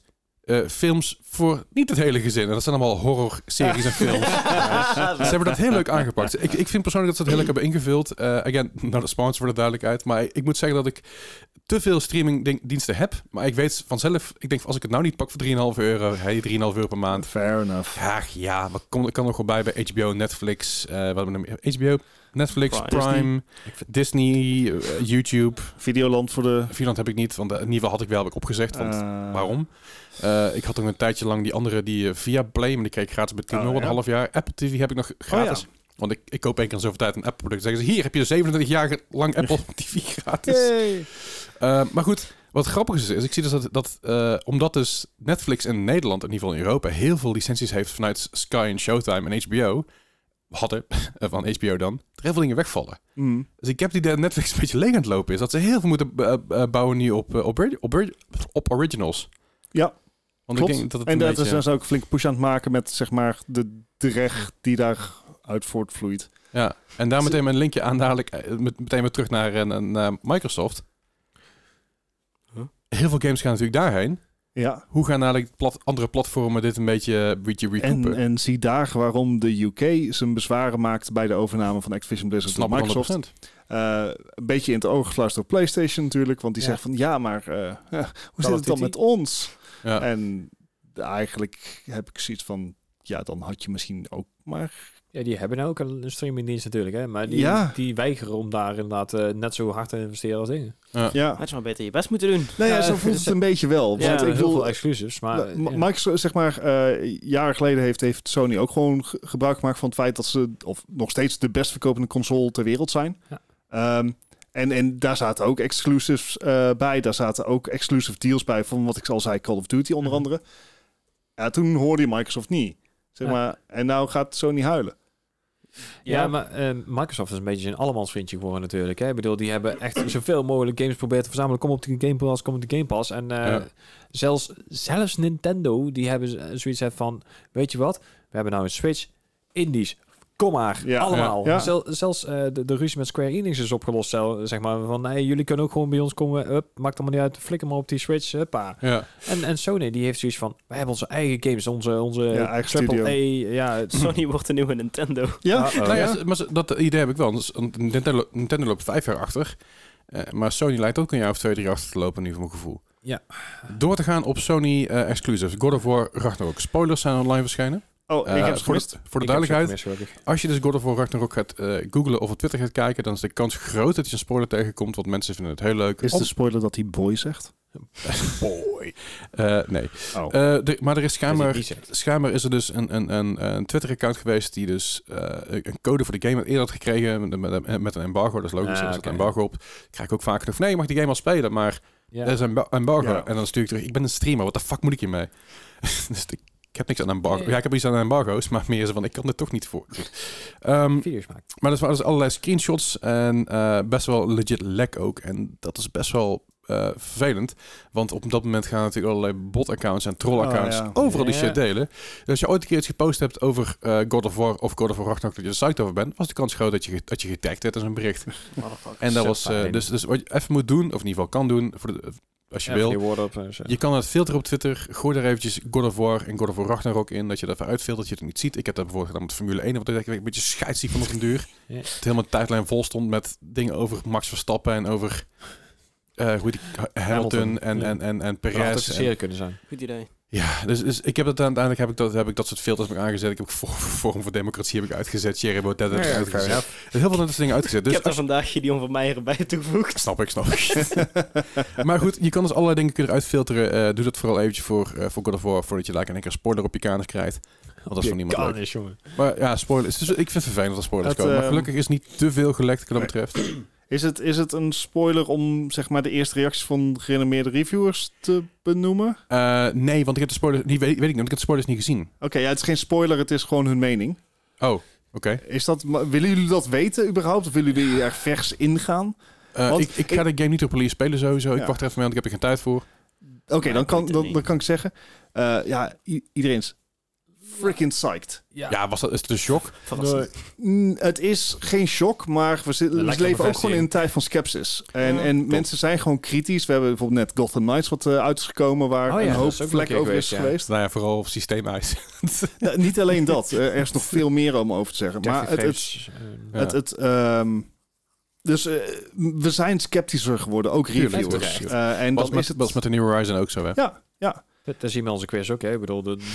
uh, films voor niet het hele gezin. En dat zijn allemaal horror-series en films. Ze hebben dat heel leuk aangepakt. Ik, ik vind persoonlijk dat ze het heel leuk hebben ingevuld. Uh, again, nou de sponsor voor de duidelijkheid. Maar ik moet zeggen dat ik te veel streamingdiensten heb. Maar ik weet vanzelf, ik denk als ik het nou niet pak voor drieënhalf euro, hey, drieënhalf euro per maand. Fair enough. Ja, ja, maar kom, kan nog wel bij bij H B O, Netflix, uh, wat hebben we nog meer? H B O, Netflix, Prime. Prime, Disney, uh, YouTube. Videoland voor de... Videoland heb ik niet, want uh, in ieder geval had ik wel, heb ik opgezegd. Want Uh, waarom? Uh, ik had nog een tijdje lang die andere, die uh, via Play, maar die kreeg ik gratis bij T-Mobile, Oh, ja. een half jaar. Apple T V heb ik nog gratis. Oh, Want ik, ik koop één keer in zoveel tijd een Apple product. Zeggen ze, hier heb je zevenentwintig jaar lang Apple T V gratis. Yay. Uh, maar goed, wat grappig is, is ik zie dus dat, dat uh, omdat dus Netflix in Nederland, in ieder geval in Europa, heel veel licenties heeft vanuit Sky en Showtime en H B O, hadden, van H B O dan, er heel veel dingen wegvallen. Mm. Dus ik heb die dat Netflix een beetje leeg aan het lopen is. Dat ze heel veel moeten uh, uh, bouwen nu op, uh, op, op, op originals. Ja, Want klopt. ik denk dat het En een dat beetje, is dan zo ook een flinke push aan het maken met zeg maar de dreig die daaruit voortvloeit. Ja, en daar meteen mijn linkje aan dadelijk, uh, met, meteen weer terug naar, uh, naar Microsoft. Huh? Heel veel games gaan natuurlijk daarheen. Ja. Hoe gaan eigenlijk plat, andere platformen dit een beetje, een beetje recoupen? En, en zie daar waarom de U K zijn bezwaren maakt bij de overname van Activision Blizzard door Snap ik Microsoft. honderd procent. Uh, een beetje in het oog gefluisterd door PlayStation natuurlijk, want die Ja. zegt van ja, maar uh, uh, hoe zit of het dan Duty? met ons? Ja. En eigenlijk heb ik zoiets van ja, dan had je misschien ook maar Ja, die hebben nou ook een een streamingdienst natuurlijk, hè. Maar die, Ja. die weigeren om daar inderdaad uh, net zo hard te investeren als dingen. ja. Had je maar beter je best moeten doen. Nou ja, Ja, zo voelt het een beetje wel. Ja, Want ik heel bedoel, veel exclusives, maar... Ma- ja. Microsoft, zeg maar, uh, jaren geleden heeft, heeft Sony ook gewoon ge- gebruik gemaakt van het feit dat ze, of nog steeds de best verkopende console ter wereld zijn. Ja. Um, en, en daar zaten ook exclusives uh, bij. Daar zaten ook exclusive deals bij van wat ik al zei, Call of Duty onder Mhm. andere. Ja, toen hoorde je Microsoft niet. Zeg Ja. maar, en nou gaat Sony huilen. Ja, Ja. maar uh, Microsoft is een beetje een allemansvriendje geworden natuurlijk. Hè? Ik bedoel, die hebben echt zoveel mogelijk games proberen te verzamelen. Kom op de Game Pass, kom op de Game Pass. En uh, Ja. zelfs, zelfs Nintendo, die hebben z- zoiets uit van... Weet je wat? We hebben nou een Switch. Indies. Kom maar. Ja. Allemaal. Ja. Ja. Zel- zelfs uh, de, de ruzie met Square Enix is opgelost. Zel, zeg maar van, hey, jullie kunnen ook gewoon bij ons komen. Up, maakt allemaal niet uit. Flikker maar op die Switch. Huppa. Ja. En, en Sony, die heeft zoiets van... Wij hebben onze eigen games. Onze, onze Ja, eigen triple A. studio. Ja, het- Sony wordt de nieuwe Nintendo. Ja, Uh-oh. Nou ja, maar dat idee heb ik wel. Dus, want Nintendo, Nintendo loopt vijf jaar achter. Uh, maar Sony lijkt ook een jaar of twee, drie achter te lopen, nu voor mijn gevoel. Ja. Door te gaan op Sony uh, exclusives. God of War Ragnarok. Spoilers zijn online verschenen. Oh, Uh, ik heb het voor, de, gemist. voor de Ik heb ze duidelijkheid, gemist, gelukkig. als je dus God of War Ragnarok gaat uh, googlen of op Twitter gaat kijken, dan is de kans groot dat je een spoiler tegenkomt, want mensen vinden het heel leuk. Is om- de spoiler dat hij boy zegt? Boy. Uh, nee. Oh. Uh, de, maar er is Als je schijnbaar, die zegt. schijnbaar is er dus een, een, een, een Twitter-account geweest die dus uh, een code voor de game eerder had gekregen met, met, met een embargo. Dat is logisch, Ah, er is oké. een embargo op. Krijg ik ook vaker nog, nee, je mag die game al spelen, maar Ja. er is een emba- embargo. Ja. En dan stuur ik terug, ik ben een streamer, wat de fuck moet ik hiermee? Dus ik, ik heb niks aan embargo. Nee. Ja, ik heb iets aan embargo's, maar meer zo van, ik kan er toch niet voor. Goed. Um, Video's maken. maar er waren dus allerlei screenshots en uh, best wel legit lek ook. En dat is best wel uh, vervelend. Want op dat moment gaan natuurlijk allerlei bot-accounts en troll-accounts Oh, ja. overal die Ja. shit delen. Dus als je ooit een keer iets gepost hebt over uh, God of War of God of War Ragnarok, dat je er psyched over bent, was de kans groot dat je, ge- dat je getagd werd in zo'n bericht. En dat Zo was, uh, fijn. dus, dus wat je even moet doen, of in ieder geval kan doen, voor de, als je Ja, wil. die woorden op. eh, zo. Je kan het filteren op Twitter. Gooi daar eventjes God of War en God of War Ragnarok in. Dat je dat eruit filtert, dat je het niet ziet. Ik heb dat bijvoorbeeld gedaan met Formule één. Wat ik een beetje scheidsziek van op een duur. Ja. Het helemaal tijdlijn vol stond met dingen over Max Verstappen en over uh, hoe die Hamilton, Hamilton, en, ja. en, en, en Dat had ook Perez. een En, serie kunnen zijn. Goed idee. ja, dus, dus ik heb dat uiteindelijk heb ik dat, heb ik dat soort filters ook aangezet. Ik heb ook Forum voor Democratie heb ik uitgezet. Thierry Baudet heb ik Ja, uitgezet. fair enough. Heel veel van dat soort dingen uitgezet. Ik Dus heb er als- vandaag Gideon van Meijer bij toegevoegd. Snap ik, snap ik. Maar goed, je kan dus allerlei dingen kunnen uitfilteren. Uh, doe dat vooral eventjes voor, uh, voor God of War, voordat je daar in één keer een spoiler op je kanus krijgt. Want dat is van niemand leuk. Is, jongen. Maar ja, spoilers. Dus ik vind het vervelend dat spoilers Het, komen. Maar ehm, gelukkig is niet te veel gelekt wat dat betreft. Is het, is het een spoiler om zeg maar de eerste reacties van gerenommeerde reviewers te benoemen? Uh, nee, want ik heb de spoilers niet, weet, weet ik niet, want ik heb de spoilers niet gezien. Oké, ja, het is geen spoiler, het is gewoon hun mening. Oh, oké. Okay. Is dat, ma- willen jullie dat weten überhaupt? Of willen jullie er vers ingaan? Uh, Want ik, ik ga de game niet op release spelen sowieso. Ja. Ik wacht er even mee, want ik heb er geen tijd voor. Oké, Maar dan, ik kan, weet het dan, niet. dan kan ik zeggen... uh, ja, i- iedereen is freaking psyched. Ja, Ja, was dat, is het een shock? Verrassend. Mm, het is geen shock, maar we, zit- we lijkt wel leven ook bevestiging. gewoon in een tijd van skepsis. En, Ja, en klopt. mensen zijn gewoon kritisch. We hebben bijvoorbeeld net Gotham Knights wat uh, uit is gekomen, waar Oh ja, een dat hoop is ook vlek een keer over is geweest, ja. geweest. Nou ja, vooral op systeemeis. Ja, niet alleen dat. Uh, er is nog veel meer om over te zeggen. Maar het, het, Ja. het, het, ehm, dus uh, we zijn sceptischer geworden, ook Tuurlijk, reviewers. tuurlijk. Uh, en was, dan met, is het... was met de New Horizon ook zo, hè? Ja, ja. Dat zien we onze quiz ook, hè? Ik bedoel, de,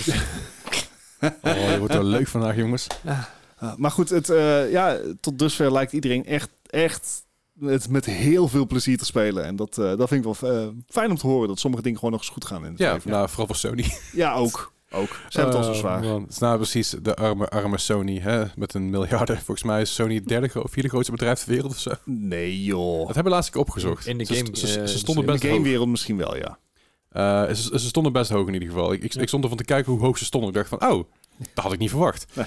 Oh, je wordt wel leuk vandaag, jongens. Uh, maar goed, het, uh, ja, tot dusver lijkt iedereen echt, echt het met heel veel plezier te spelen. En dat, uh, dat vind ik wel uh, fijn om te horen, dat sommige dingen gewoon nog eens goed gaan in het Ja, leven. nou, vooral voor Sony. Ja, ook. ook. Ze hebben het al zo zwaar. Uh, man, het is nou precies de arme, arme Sony, hè? Met een miljarden. Volgens mij is Sony het derde, gro- vierde grootste bedrijf ter wereld of zo. Nee, joh. Dat hebben we laatst ook opgezocht. In de Ze- game, Ze, ze, eh, ze stonden in In best de hoog. gamewereld misschien wel, ja. Uh, ze, ze stonden best hoog in ieder geval. Ik, ik, ik stond ervan te kijken hoe hoog ze stonden. Ik dacht van, oh, dat had ik niet verwacht. Nee.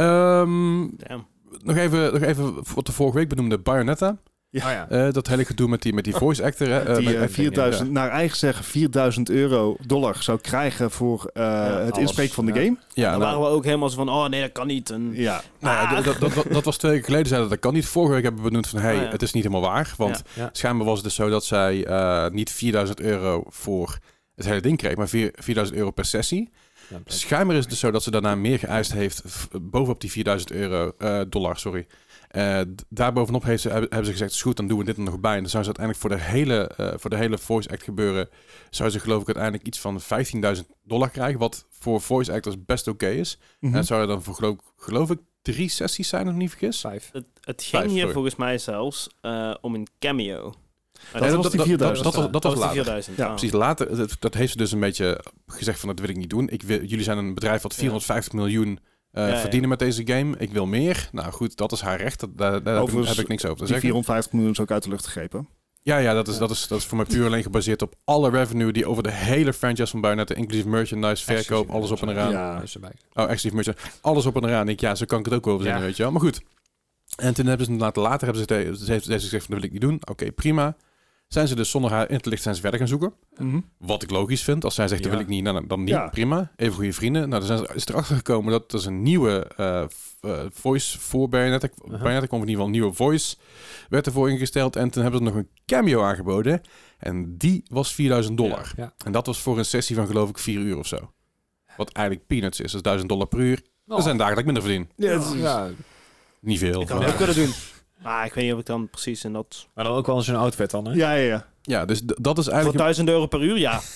Ehm, Damn. nog, even, nog even wat de vorige week benoemde Bayonetta. Ja. Oh ja. Uh, dat hele gedoe met die, met die voice actor. Hè? Uh, Die met- uh, met- vierduizend, naar eigen zeggen, vierduizend euro dollar zou krijgen voor uh, het alles. inspreken van de Ja. game. ja, Dan nou, waren we ook helemaal zo van, oh nee, dat kan niet. En, Ja. nou ja, dat, dat, dat, dat was twee weken geleden, zei dat dat kan niet. Vorige week hebben we benoemd van, hey, Oh ja. het is niet helemaal waar. Want Ja. Ja. schijnbaar was het dus zo dat zij uh, niet vierduizend euro voor het hele ding kreeg, maar vier- vierduizend euro per sessie. Ja, Schijnbaar is het dus zo dat ze daarna meer geëist heeft, v- bovenop die vierduizend euro, uh, dollar, sorry. Uh, d- daarbovenop heeft ze, hebben hebben ze gezegd, is goed, dan doen we dit er nog bij. En dan zou ze uiteindelijk voor de hele, uh, voor de hele voice act gebeuren, zou ze geloof ik uiteindelijk iets van vijftienduizend dollar krijgen, wat voor voice actors best oké is. Mhm. En het zou er dan voor geloof, geloof ik drie sessies zijn, als ik me niet vergis. Vijf. Het, het ging Vijf, hier sorry. volgens mij zelfs uh, om een cameo. Dat Ja, was die vierduizend. Dat, was- dat was de later. vierduizend. Ja, oh. Precies, later, dat, dat heeft ze dus een beetje gezegd van, dat wil ik niet doen. Ik wil, jullie zijn een bedrijf wat vierhonderdvijftig miljoen uh, Ja, ja. verdienen met deze game. Ik wil meer. Nou goed, dat is haar recht. Dat, daar daar heb, ik, Overigens, heb ik niks over te Die zeggen. vierhonderdvijftig miljoen is ook uit de lucht gegrepen. Ja, ja, dat is, dat, is, dat is voor mij puur alleen gebaseerd op alle revenue die over de hele franchise van Bayonetta, inclusief merchandise, verkoop, alles op en eraan. Ja. Is erbij. Oh, exclusief merchandise, alles op en eraan. Ik, ja, zo kan ik het ook wel verzinnen, Ja. weet je wel. Maar goed. En toen hebben ze inderdaad later, hebben ze, te- ze heeft deze gezegd van, dat wil ik niet doen. Oké, prima. Zijn ze dus zonder haar in te lichten zijn ze verder gaan zoeken. Mhm. Wat ik logisch vind. Als zij zegt, dat Ja. wil ik niet, nou, dan niet. Ja. Prima. Even goede vrienden. Nou, dan zijn ze, is erachter gekomen dat er een nieuwe uh, v- uh, voice voor Bayonetta. Uh-huh. Bayonetta kwam in ieder geval een nieuwe voice. Werd ervoor ingesteld. En toen hebben ze nog een cameo aangeboden. En die was vierduizend dollar. Ja. En dat was voor een sessie van geloof ik vier uur of zo. Wat eigenlijk peanuts is. Dat is duizend dollar per uur. Oh. Er zijn dagen dat ik minder verdien. Ja, het is- Ja, Niet veel. Ik had maar- het ook kunnen doen. Maar ik weet niet of ik dan precies in dat... maar dan ook wel eens een outfit dan, hè? ja, ja, ja. Ja, dus d- dat is Voor eigenlijk... duizend euro per uur, ja.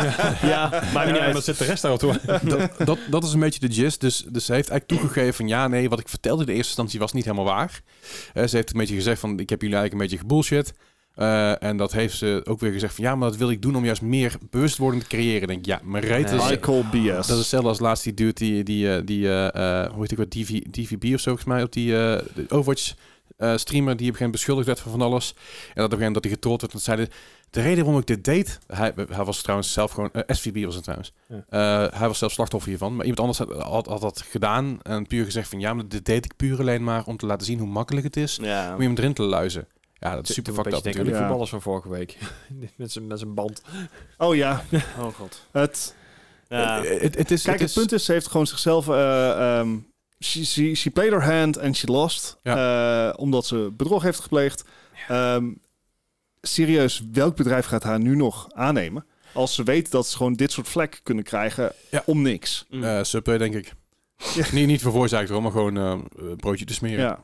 ja, maakt me niet uit. zit de rest daarop toe. dat, dat, dat is een beetje de gist. Dus, dus ze heeft eigenlijk toegegeven van ja, nee, wat ik vertelde in de eerste instantie was niet helemaal waar. Eh, ze heeft een beetje gezegd van ik heb jullie eigenlijk een beetje gebullshit. Uh, en dat heeft ze ook weer gezegd van ja, maar dat wil ik doen om juist meer bewustwording te creëren. Ik denk ja, maar reet Nee. is... I call B S. Dat is hetzelfde als laatst die dude die, die, eh, die uh, uh, hoe heet ik wat, D V, D V B of zo volgens mij, op die uh, de Overwatch uh, streamer die op een gegeven moment beschuldigd werd van van alles. En dat op een gegeven moment dat hij getrolld werd. En zeiden, de reden waarom ik dit deed, hij, hij was trouwens zelf gewoon, uh, S V B was het trouwens. Ja. Uh, hij was zelf slachtoffer hiervan, maar iemand anders had, had, had dat gedaan en puur gezegd van ja, maar dit deed ik puur alleen maar om te laten zien hoe makkelijk het is Ja. om je hem erin te luizen. Ja, dat is super fucked up denk aan natuurlijk. die Ja. voetballers van vorige week. met zijn met zijn band. Oh ja, Oh god. het... Ja. Uh, het, het is, Kijk, het, is, punt is, ze heeft gewoon zichzelf... Uh, um, she, she, she played her hand and she lost. Uh, omdat ze bedrog heeft gepleegd. Um, serieus, welk bedrijf gaat haar nu nog aannemen? Als ze weten dat ze gewoon dit soort vlekken kunnen krijgen Ja. om niks. Mm. Uh, Subway, denk ik. Ja. niet, niet voor voice actor, maar gewoon uh, broodje te smeren. Ja.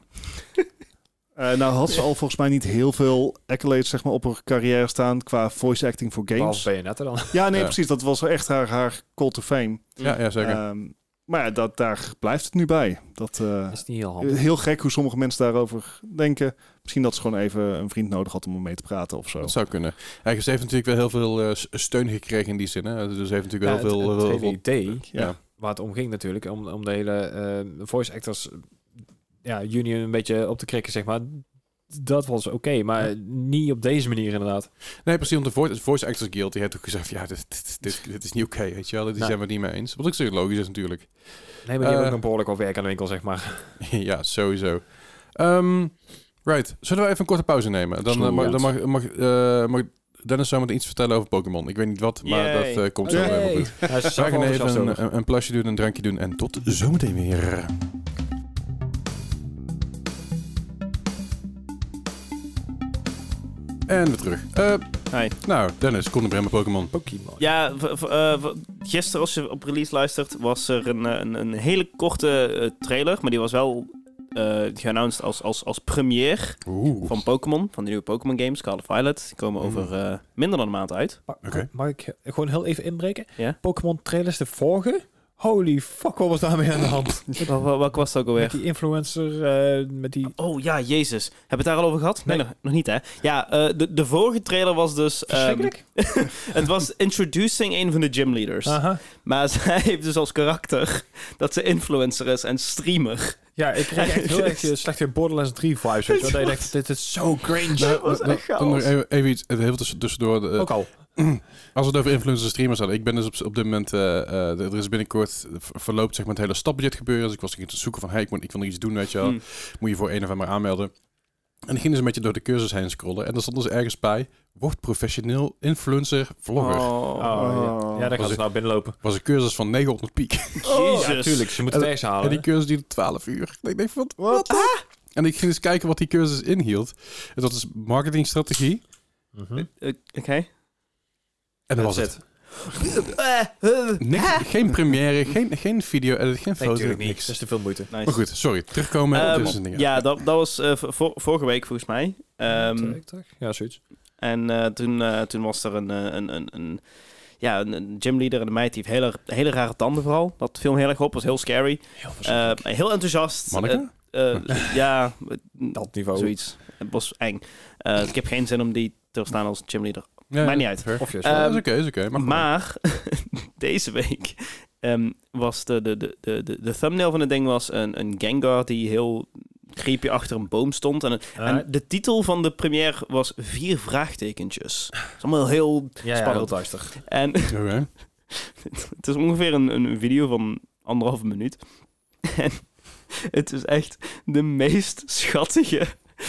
Uh, nou had ze al volgens mij niet heel veel accolades zeg maar, op haar carrière staan qua voice acting voor Behalve games. Bayonetta dan. Ja, nee, Ja. precies. Dat was wel echt haar, haar call to fame. Ja, ja zeker. Um, maar ja, dat, daar blijft het nu bij. Dat, uh, is niet heel handig. heel gek hoe sommige mensen daarover denken. Misschien dat ze gewoon even een vriend nodig had om mee te praten of zo. Dat zou kunnen. Hij heeft natuurlijk wel heel veel uh, steun gekregen in die zin. Hè? Dus hij heeft natuurlijk Ja, wel heel het, veel... het heel hele veel idee ja. waar het om ging natuurlijk, om, om de hele uh, voice actors ja, union een beetje op te krikken, zeg maar. Dat was oké, okay, maar ja. niet op deze manier inderdaad. Nee, precies. Want de Voice, Voice Actors Guild die heeft ook gezegd, ja, dit, dit, dit, dit is niet oké, okay, weet je wel. Die nee. zijn we niet mee eens. Wat ook zo logisch is natuurlijk. Nee, maar die uh, hebben ook nog behoorlijk op werk aan de winkel, zeg maar. Ja, sowieso. Um, right. Zullen we even een korte pauze nemen? Dan, uh, mag, dan mag, mag, uh, mag Dennis zou me iets vertellen over Pokémon. Ik weet niet wat, maar Yay. dat uh, komt zo wel heel goed. Hij is We zelf gaan enthousiast even over. een, een plasje doen, een drankje doen en tot zometeen weer. En weer terug. Uh, Hi. nou, Dennis, kom er bij Pokémon. Pokémon. Ja, v- v- uh, v- gisteren als je op release luistert, was er een, een, een hele korte uh, trailer, maar die was wel uh, geannounced als, als, als première Oeh. van Pokémon, van de nieuwe Pokémon games, Scarlet Violet. Die komen over uh, minder dan een maand uit. Ma- Oké. Mag ik gewoon heel even inbreken? Ja? Pokémon trailers de vorige? Holy fuck, wat was daarmee aan de hand? Wel- wel- Welke was het ook Met alweer? die influencer, uh, met die... Oh ja, jezus. Hebben we het daar al over gehad? Nee, Nee. nog, nog niet hè? Ja, uh, de, de vorige trailer was dus... um, Verschrikkelijk. het was introducing een van de gymleaders. Aha. Maar zij heeft dus als karakter dat ze influencer is en streamer. Ja, ik kreeg echt heel erg uh, slechte Borderlands drie vibes. Weet je wel. Dat je denkt, dit is zo cringe. Dat was Nou, echt dan- dan nog chaos. even, even iets, heel tussen- tussendoor. de- Ook al. Als we het over influencer streamers hadden. Ik ben dus op, op dit moment... eh, eh, er is binnenkort v- verloopt zeg maar het hele stapbudget gebeuren. Dus ik was aan het zoeken van... Hey, ik, moet, ik wil nog iets doen, weet je wel. Hmm. Moet je voor een of andere aanmelden. En ik ging dus een beetje door de cursus heen scrollen. En er stond dus ergens bij... Word professioneel influencer vlogger. Oh, Oh, ja. Ja, daar gaan Was ze ik- nou binnenlopen. was een cursus van negenhonderd piek. Oh, Ja, natuurlijk. Ze moeten En- het ergens halen. En die cursus duurde twaalf uur. En ik denk van... Wat? Wat? En ik ging dus kijken wat die cursus inhield. En dat is marketingstrategie. Mhm. Uh, Oké. En dat was That's het. Uh, Niks, geen première, geen, geen video edit, geen Nee, foto, natuurlijk niet. niks. Dat is te veel moeite. Nice. Maar goed, sorry. Terugkomen op Ehm, deze dingen. ja, dat, dat was uh, vor- vorige week volgens mij. Um, Ja, zoiets. en uh, toen, uh, toen was er een, uh, een, een, een, ja, een, een gymleader en een meid die heeft hele, hele rare tanden vooral. Dat viel me heel erg op, was heel scary. Heel Uh, heel enthousiast. Manneke? Uh, uh, ja, Dat niveau. zoiets. Het was eng. Uh, ik heb geen zin om die te staan als gymleader. Ja, maakt niet uit. fair. Of juist. Eh, Ja, dat is oké, is oké. Maar, Maar deze week um, was de, de, de, de, de, de thumbnail van het ding was een, een Gengar die heel creepy achter een boom stond. En, het- Uh, en de titel van de première was vier vraagtekentjes. Dat is allemaal heel ja, ja, heel spannend. duister. En Oké. het is ongeveer een, een video van anderhalve minuut. En het is echt de meest schattige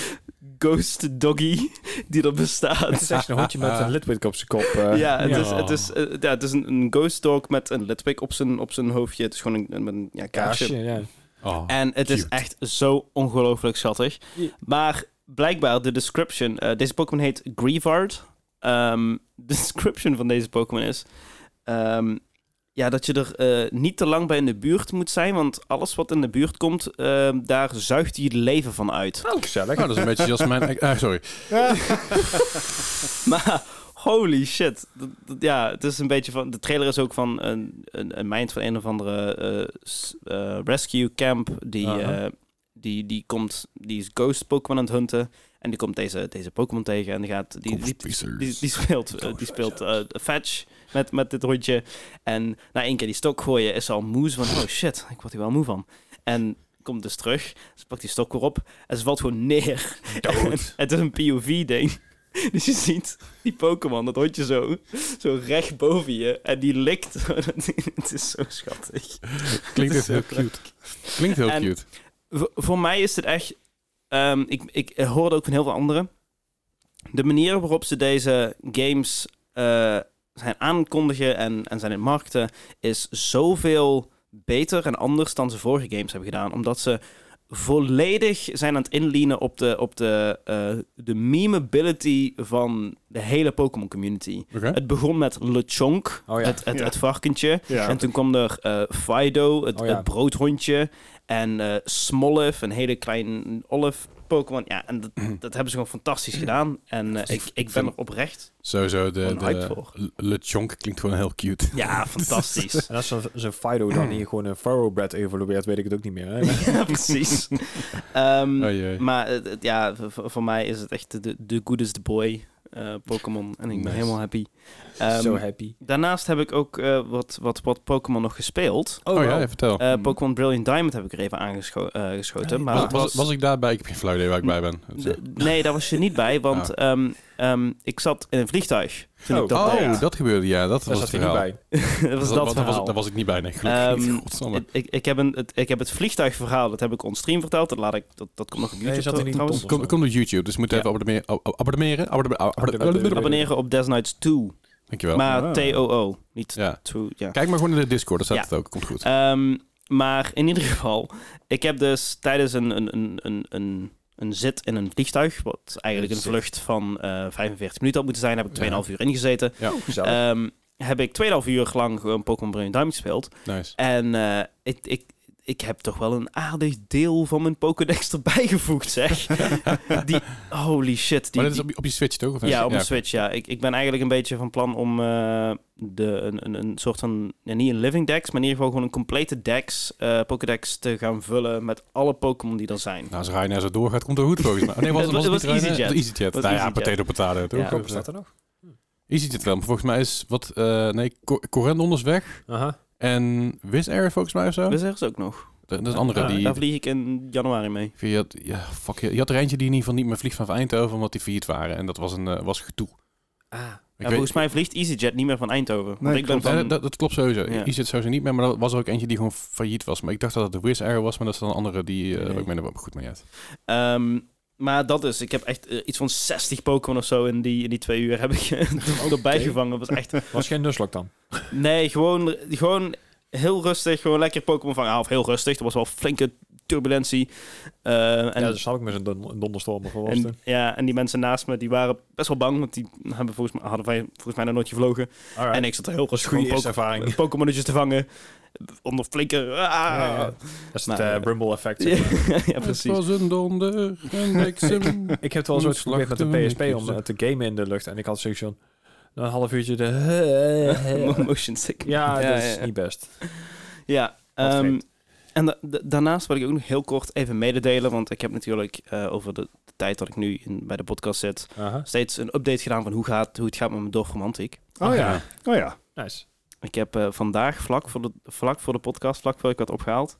ghost doggy die er bestaat. Het is echt een hondje met een lidwik op zijn kop. uh, Ja, het ja. is, het is, eh, ja, het is een, een ghost dog met een lidwik op zijn, op zijn hoofdje. Het is gewoon een, een, een ja, kaarsje. Kaarsje, ja. Oh, En het is cute. echt zo ongelooflijk schattig. Ja. Maar blijkbaar, de description... eh, deze Pokémon heet Greavard. Ehm, de description van deze Pokémon is... ehm, ja, dat je er eh, niet te lang bij in de buurt moet zijn. Want alles wat in de buurt komt, ehm, daar zuigt hij het leven van uit. Oh, gezellig. Nou, dat is een beetje als mijn... Ah, sorry. Maar holy shit. Dat- dat- ja, het is een beetje van... De trailer is ook van een, een, een meid van een of andere eh, s- eh, rescue camp. Die, Aha. eh, die, die komt... Die is ghost Pokémon aan het hunten. En die komt deze, deze Pokémon tegen. En die gaat... Die, die, die, die, die speelt, eh, die speelt eh, Fetch met, met dit hondje. En na één keer die stok gooien is ze al moe. Ze van, oh shit, ik word hier wel moe van. En komt dus terug. Ze pakt die stok weer op. En ze valt gewoon neer. Dood. Het is een P O V-ding. Dus je ziet die Pokémon, dat hondje zo, zo recht boven je. En die likt. Het is zo schattig. Klinkt Het echt is heel cute. Klinkt heel En- cute. V- voor mij is het echt... ehm, ik, ik hoorde ook van heel veel anderen. De manier waarop ze deze games eh, zijn aankondigen en, en zijn in markten... is zoveel beter en anders dan ze vorige games hebben gedaan. Omdat ze volledig zijn aan het inleenen op de, op de, eh, de memeability van de hele Pokémon community. Oké. Het begon met LeChonk, Oh ja. het, het, Ja. het varkentje. Ja. En toen kwam er eh, Fido, het, Oh ja. het broodhondje. En eh Smoliv, een hele kleine olive Pokémon. Ja, en dat, dat hebben ze gewoon fantastisch gedaan. En eh, ik, ik ben er oprecht. Sowieso, de, Gewoon hyped de voor. LeChonk klinkt gewoon heel cute. Ja, fantastisch. En als zo'n zo'n Fido dan hier gewoon een Thoroughbred evolueert, weet ik het ook niet meer. Hè? Ja, precies. Ehm, Oh jee. maar het- het- ja, v- v- voor mij is het echt de, de good is the boy eh, Pokémon. En ik ben Nice. helemaal happy. Ehm, Zo happy. Daarnaast heb ik ook eh, wat, wat, wat Pokémon nog gespeeld. Oh, ja, ja, vertel. Eh, Pokémon Brilliant Diamond heb ik er even aangeschoten. Ja, maar was, het was, was, was ik daarbij? Ik heb geen flauw idee waar ik bij ben. D- nee, daar was je niet bij, want ehm, ehm, ik zat in een vliegtuig. Toen Oh. ik dat Oh, deed. ja. dat gebeurde, ja. Dat Daar was het zat hij verhaal. niet bij. dat was Dat, dat dat, was, verhaal. daar was ik niet bij, nee. Gelukkig niet. Ehm, Godsamme. ik, ik, ik, heb een, het, ik heb het vliegtuigverhaal, dat heb ik onstream verteld. Dat, laat ik, dat, dat komt nog op Nee, YouTube zat er niet op trouwens. Tom. Kom, kom op YouTube, dus je moet Ja. even abonneren. ab- Abonneren? Abonneren? Abonneren. Abonneren op Death Knights twee. Dankjewel. Maar Ah. T O O, niet Ja. twee. Ja. Kijk maar gewoon in de Discord, daar staat Ja. het ook. Komt goed. Ehm, maar in ieder geval, ik heb dus tijdens een, een, een, een, een, een zit in een vliegtuig, wat eigenlijk een Zit. vlucht van eh vijfenveertig minuten had moeten zijn, heb ik twee Ja. komma vijf uur ingezeten. Gezellig. Ehm, heb ik twee komma vijf uur lang gewoon Pokémon Brilliant Diamond gespeeld. Nice. En eh, ik, ik, ik heb toch wel een aardig deel van mijn Pokédex erbij gevoegd, zeg. die, holy shit. Die, Maar dit is die- op je, op je Switch toch? Of is ja, het- op een Switch, ja. Ik, ik ben eigenlijk een beetje van plan om eh, de, een, een, een soort van, ja, niet een living dex, maar in ieder geval gewoon een complete dex, eh Pokédex te gaan vullen met alle Pokémon die er zijn. Nou, als Ryanair zo doorgaat, komt het goed volgens mij. Oh, nee, was, Het was, was het niet Ryanair? EasyJet. EasyJet. Was Nou ja, EasyJet. potato potato. toch? Ja. Kopen staat er nog? EasyJet wel, maar volgens mij is wat... eh nee, Co- Corendon is weg. Aha. En Wizz Air volgens mij of zo. Dat zeggen ze ook nog. Dat is een andere Ah, die... Daar vlieg ik in januari mee. Je had, ja, fuck, je, je had er eentje die in ieder geval niet meer vliegt vanaf Eindhoven, omdat die failliet waren. En dat was een eh, was gedoe. Ah. Ik Ja, weet- volgens mij vliegt EasyJet niet meer van Eindhoven. Want Nee, ik ben klopt. Ja, van... dat, dat klopt sowieso. Ja. EasyJet sowieso niet meer, maar er was er ook eentje die gewoon failliet was. Maar ik dacht dat het de Wizz Air was, maar dat is dan een andere die... Uh, Nee. Ik meen er goed mee uit. Ehm, maar dat is, ik heb echt eh, iets van zestig Pokémon of zo in die, in die twee uur heb ik erbij gevangen. Dat was echt... Was geen Nuzlocke dan? Nee, gewoon, gewoon heel rustig, gewoon lekker Pokémon vangen. Ja, of heel rustig, er was wel flinke turbulentie. Eh, en, En ja, dat snap ik met zo'n don- donderstorm of wat was en, het? ja, en die mensen naast me, die waren best wel bang, want die hebben volgens mij, hadden wij, volgens mij nog nooit gevlogen. Alright. En ik zat er heel rustig Goeie gewoon eerste Poké- ervaring. Pokémonnetjes te vangen. Onder flinke... Ah. Ja, ja. Dat is Maar, het uh, eh, Brimble effect. Ja, zeg maar. ja, precies. Het was een donder, een bliksem. Ik heb het wel eens ooit geprobeerd met de P S P om Slag uh, te gamen in de lucht. En ik had zoiets van een half uurtje de... Motion sickness. ja, Ja, dat is ja, ja. niet best. Ja, Wat ehm, vreemd. en da- da- daarnaast wil ik ook nog heel kort even mededelen, want ik heb natuurlijk eh, over de, de tijd dat ik nu in, bij de podcast zit, Aha. steeds een update gedaan van hoe, gaat, hoe het gaat met mijn Dorf Romantiek. Oh ja. Oh ja. Nice. Ik heb eh, vandaag, vlak voor, de, vlak voor de podcast, vlak voor ik had opgehaald,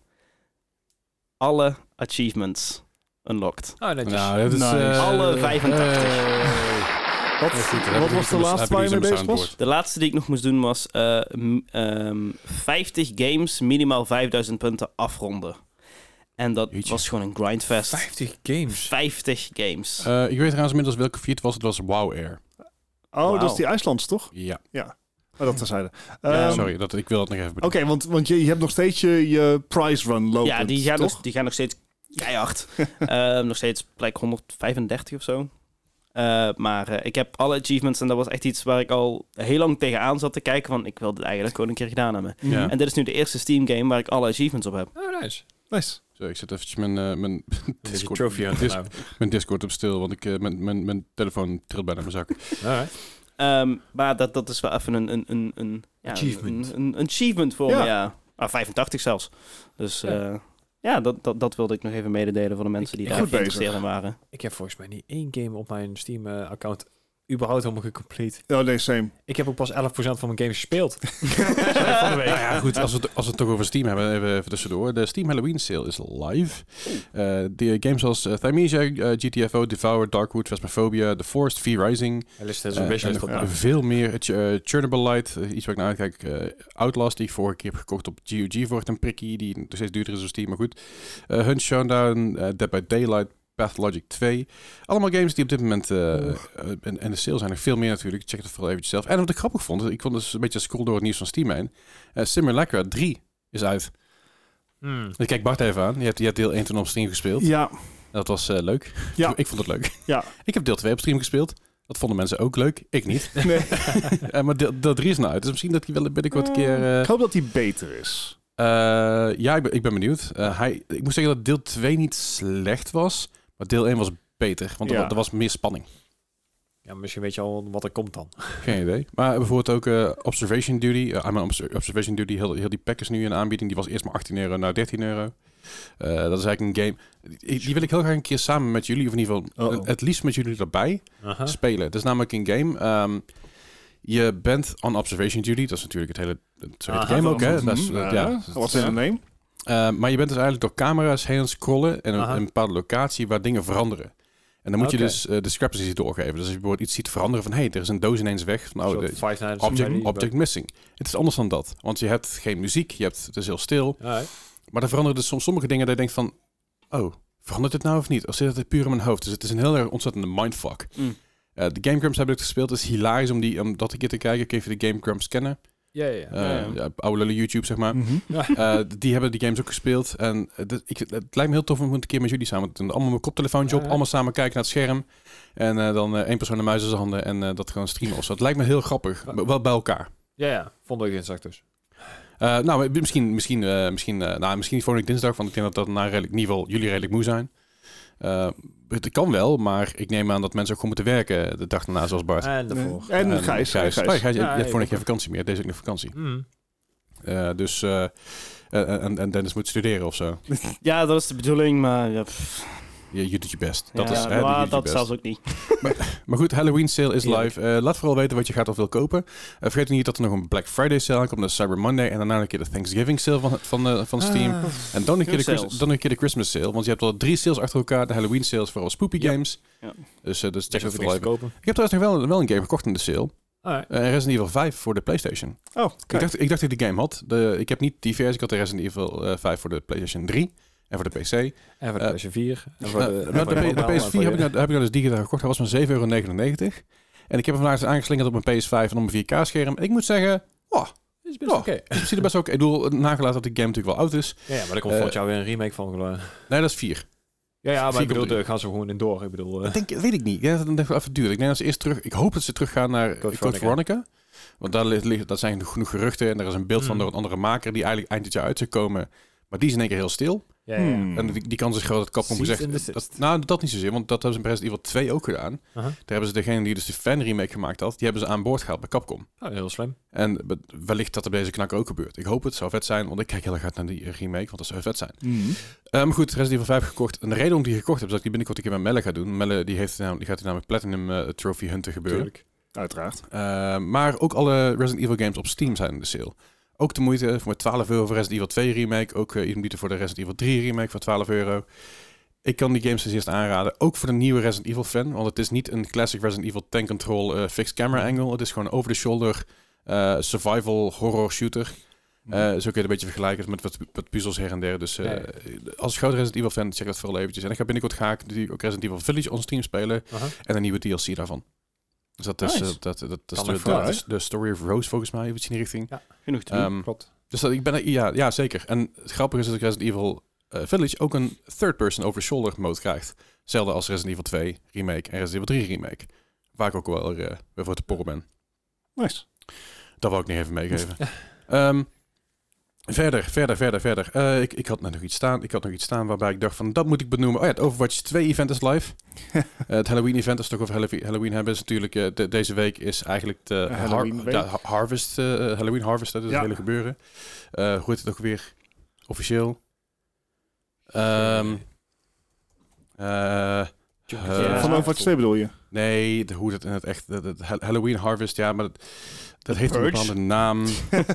alle achievements unlocked. Oh, netjes. Nou, dat is... Nice. eh, Alle vijfentachtig. hey. Wat, Ja, goed, dan heb wat ik was de iets om- laatste heb ik waar je iets mee om bezig soundboard. was? De laatste die ik nog moest doen was eh, m- ehm, vijftig games, minimaal vijfduizend punten afronden. En dat Jeetje. was gewoon een grindfest. vijftig games. vijftig games. Eh, ik weet trouwens inmiddels welke feed het was. Het was Wow Air. Oh, Wauw. dat is die IJslands, toch? Ja, Oh, dat terzijde. Ja, Ehm, sorry. Dat, ik wil dat nog even Oké, bedoelen. want, want je, je hebt nog steeds je, je prize run lopen. ja, die gaan, toch? nog, die gaan nog steeds keihard. Ehm, nog steeds plek honderdvijfendertig of zo. Eh, maar eh, ik heb alle achievements en dat was echt iets waar ik al heel lang tegenaan zat te kijken van ik wil dit eigenlijk gewoon een keer gedaan hebben. Ja. En dit is nu de eerste Steam game waar ik alle achievements op heb. Oh, nice. Nice. Zo, ik zet eventjes mijn, eh, mijn, Discord. Discord, Trophy hunter Dis- nou. mijn Discord op stil, want ik, eh, mijn, mijn, mijn telefoon trilt bijna in mijn zak. Alright. Ehm, maar dat, dat is wel even een, een, een, een, ja, Achievement. Een, een, een achievement voor Ja. me, ja. Ah, vijfentachtig zelfs. Dus Ja. ja, ja dat, dat, dat wilde ik nog even mededelen voor de mensen die Ik- daar goed bezig. geïnteresseerd in waren. Ik heb volgens mij niet één game op mijn Steam-account überhaupt helemaal gecomplete. Oh, nee, same. Ik heb ook pas elf procent van mijn games gespeeld. Van de week. Nou ja, goed, als we, het, als we het toch over Steam hebben, even, even tussendoor. De Steam Halloween sale is live. Uh, de games als uh, Thymesia, uh, G T F O, Devour, Darkwood, Phasmophobia, The Forest, V-Rising. Hij list is Uh, een wishlist en op. nog ja. veel meer. Uh, Chernobyl Light, uh, iets waar ik naar uitkijk. Uh, Outlast, die ik vorige keer heb gekocht op G O G voor een prikkie, die nog steeds duurder is dan Steam, maar goed. Uh, Hunt Showdown, uh, Dead by Daylight, Pathologic twee. Allemaal games die op dit moment uh, uh, en, en de sale zijn. Nog veel meer natuurlijk. Check het vooral eventjes zelf. En wat ik grappig vond, ik vond het dus een beetje scroll door het nieuws van Steam heen. Uh, Simulacra drie is uit. Hmm. Ik kijk Bart even aan. Je hebt, je hebt deel één toen op stream gespeeld. Ja. Dat was uh, leuk. Ja. Ik vond het leuk. Ja. Ik heb deel twee op stream gespeeld. Dat vonden mensen ook leuk. Ik niet. Nee. uh, maar deel, deel drie is nou uit. Dus misschien dat hij wel binnenkort een keer... Uh, Ik hoop dat die beter is. uh, ja, ik ben, ik ben benieuwd. Uh, hij, ik moet zeggen dat deel twee niet slecht was. Maar deel één was beter. Want er, Ja. wa- er was meer spanning. Ja, misschien weet je al wat er komt dan. Geen idee. Maar bijvoorbeeld ook uh, Observation Duty. Uh, I'm on Obs- Observation Duty. Heel, heel die pack is nu in aanbieding. Die was eerst maar achttien euro, nou dertien euro. Uh, dat is eigenlijk een game... Die, die wil ik heel graag een keer samen met jullie, of in ieder geval Uh-oh. het liefst met jullie erbij, Aha. spelen. Het is namelijk een game... Um, je bent on Observation Duty. Dat is natuurlijk het hele... Zo heet de Aha, game ook, hè? Mhm, Dat is, uh, ja. ja. Wat is de name? Uh, maar je bent dus eigenlijk door camera's heen aan het scrollen en een, Aha. een bepaalde locatie waar dingen veranderen. En dan moet je Oké. dus uh, discrepancies doorgeven. Dus als je bijvoorbeeld iets ziet veranderen van... hé, hey, er is een doos ineens weg. Van, oh, de, Five Nights object, Freddy's, object missing. Het is anders dan dat. Want je hebt geen muziek, je hebt, het is heel stil. Alright. Maar er veranderen dus soms sommige dingen dat je denkt van... oh, verandert het nou of niet? Of zit het puur in mijn hoofd? Dus het is een heel erg ontzettende mindfuck. Mm. Uh, de Game Grumps heb ik gespeeld. Het is hilarisch om, die, om dat een keer te kijken. Ik weet even de Game Grumps kennen. Ja, ja, ja. Uh, Ja, ja. ja, oude lullen YouTube, zeg maar. Mhm. Uh, die hebben die games ook gespeeld. En uh, dat, ik, het lijkt me heel tof om een keer met jullie samen te doen. Allemaal mijn koptelefoontje op, Ja, ja. allemaal samen kijken naar het scherm. En uh, dan uh, één persoon een muis in zijn handen en uh, dat gewoon streamen of zo. Het lijkt me heel grappig. Ja. Maar wel bij elkaar. Ja, ja. Volgende week dinsdag dus. Uh, nou, misschien, misschien, uh, misschien, uh, nou, misschien niet volgende week dinsdag, want ik denk dat dat nou redelijk, in ieder geval jullie redelijk moe zijn. Uh, het kan wel, maar ik neem aan dat mensen ook gewoon moeten werken de dag daarna, zoals Bart. En daarvoor. En Uh, Gijs. Gijs. Gijs. Oh, Gijs, je, Ja, je hebt ja, voor ja. geen vakantie meer. Deze ook nog vakantie. Mm. Uh, dus, uh, uh, en, en Dennis moet studeren of zo. Ja, dat is de bedoeling, maar... Ja, pff. Je, je doet je best. Dat ja, is, hè, je maar doet je dat best. zelfs ook niet. Maar goed, Halloween sale is Heerlijk. live. Uh, laat vooral weten wat je gaat of wil kopen. Uh, vergeet niet dat er nog een Black Friday sale aankomt, de Cyber Monday en daarna een keer de Thanksgiving sale van, van, uh, van Steam. Ah. En dan een, keer de Veel Christ- sales. dan een keer de Christmas sale, want je hebt al drie sales achter elkaar. De Halloween sales voor alle spoopy Ja. games. Ja. Dus, uh, dus check Check dat of vooral niks te even. kopen. Ik heb trouwens nog wel, wel een game gekocht in de sale. Alright. Uh, Resident Evil vijf voor de PlayStation. Oh, Ik kijk. dacht, ik dacht dat ik die game had. De, ik heb niet die versie, ik had de Resident Evil uh, vijf voor de PlayStation drie en voor de P C. En voor de Uh, PlayStation vier. En voor Uh, de, maar en de, voor P- de mobile, en P S voor vier heb ik, je- nou, heb ik nou dus digitaal gekocht. Dat was maar zeven euro negenennegentig. En ik heb hem vandaag eens aangeslingerd op mijn P S vijf en op mijn vier K scherm. En ik moet zeggen, oh, is best Oh. oké. het ziet er best ook. Ik bedoel, nagelaten dat de game natuurlijk wel oud is. Ja, ja, maar er komt Eh, volgend jaar weer een remake van. geloof ik. Nee, dat is vier. Ja, ja, maar vier ik bedoel, komt daar gaan ze gewoon in door. Ik bedoel, eh, Dat denk, dat weet ik niet. Ja, dat is wel even duur. Ik denk dat ze eerst terug. Ik hoop dat ze teruggaan naar Code Code, Veronica. Veronica. Want daar ligt, ligt- dat zijn genoeg, genoeg geruchten. En er is een beeld van Mm. door een andere maker die eigenlijk eind dit jaar uit zou komen. Maar die is in één keer heel stil. ja, ja, ja. Hmm. En die, die kans is groot dat Capcom Cease gezegd... and Dat, desist. nou, dat niet zozeer. Want dat hebben ze in Resident Evil twee ook gedaan. Uh-huh. Daar hebben ze degene die dus de fan remake gemaakt had, die hebben ze aan boord gehaald bij Capcom. Oh, heel slim. En be- wellicht dat er bij deze knakker ook gebeurt. Ik hoop het, zou vet zijn, want ik kijk heel erg uit naar die remake, want dat zou vet zijn. Mhm. Um, goed, Resident Evil vijf gekocht. En de reden om die gekocht heb, is dat ik die binnenkort een keer met Melle ga doen. Melle die heeft, nou, die gaat hier namelijk Platinum uh, Trophy Hunter gebeuren. Tuurlijk. Uiteraard. Uh, maar ook alle Resident Evil games op Steam zijn in de sale. Ook de moeite voor twaalf euro voor Resident Evil twee remake. Ook uh, bieden voor de Resident Evil drie remake voor twaalf euro. Ik kan die games dus eerst aanraden. Ook voor de nieuwe Resident Evil fan. Want het is niet een classic Resident Evil tank control uh, fixed camera angle. Het is gewoon over the shoulder uh, survival horror shooter. Uh, zo kun je het een beetje vergelijken met wat, wat puzzels her en der. Dus uh, Ja, ja. als grote Resident Evil fan, check dat vooral eventjes. En ik ga binnenkort ga ik natuurlijk ook Resident Evil Village on Steam spelen. Uh-huh. En een nieuwe D L C daarvan. Dus dat is, Nice. uh, dat, dat, dat is Kan de, nog vooruit. de, de Story of Rose volgens mij, iets in die richting. Genoeg te doen. Um, Klopt. dus dat, ik ben er, ja, ja, zeker. En het grappige is dat Resident Evil uh, Village ook een third-person over-shoulder mode krijgt. Hetzelfde als Resident Evil twee remake en Resident Evil drie remake. Waar ik ook wel uh, weer voor te porren ben. Nice. Dat wou ik nog even meegeven. um, verder, verder, verder, verder. Uh, ik, ik had nog iets staan. Ik had nog iets staan waarbij ik dacht van, dat moet ik benoemen. Oh ja, het Overwatch twee event is live. uh, het Halloween event, als we het toch over Halloween, Halloween hebben, is natuurlijk, uh, de, deze week is eigenlijk de Uh, Halloween har- week. de ha- Harvest, uh, Halloween Harvest, dat is Ja. het hele gebeuren. Uh, hoe heet het ook weer? Officieel. Um, uh, Ja. Van Overwatch twee bedoel je? nee, de, hoe dat in het echt, de, de Ha- Halloween Harvest, ja, maar dat, dat heeft een Purge? bepaalde naam.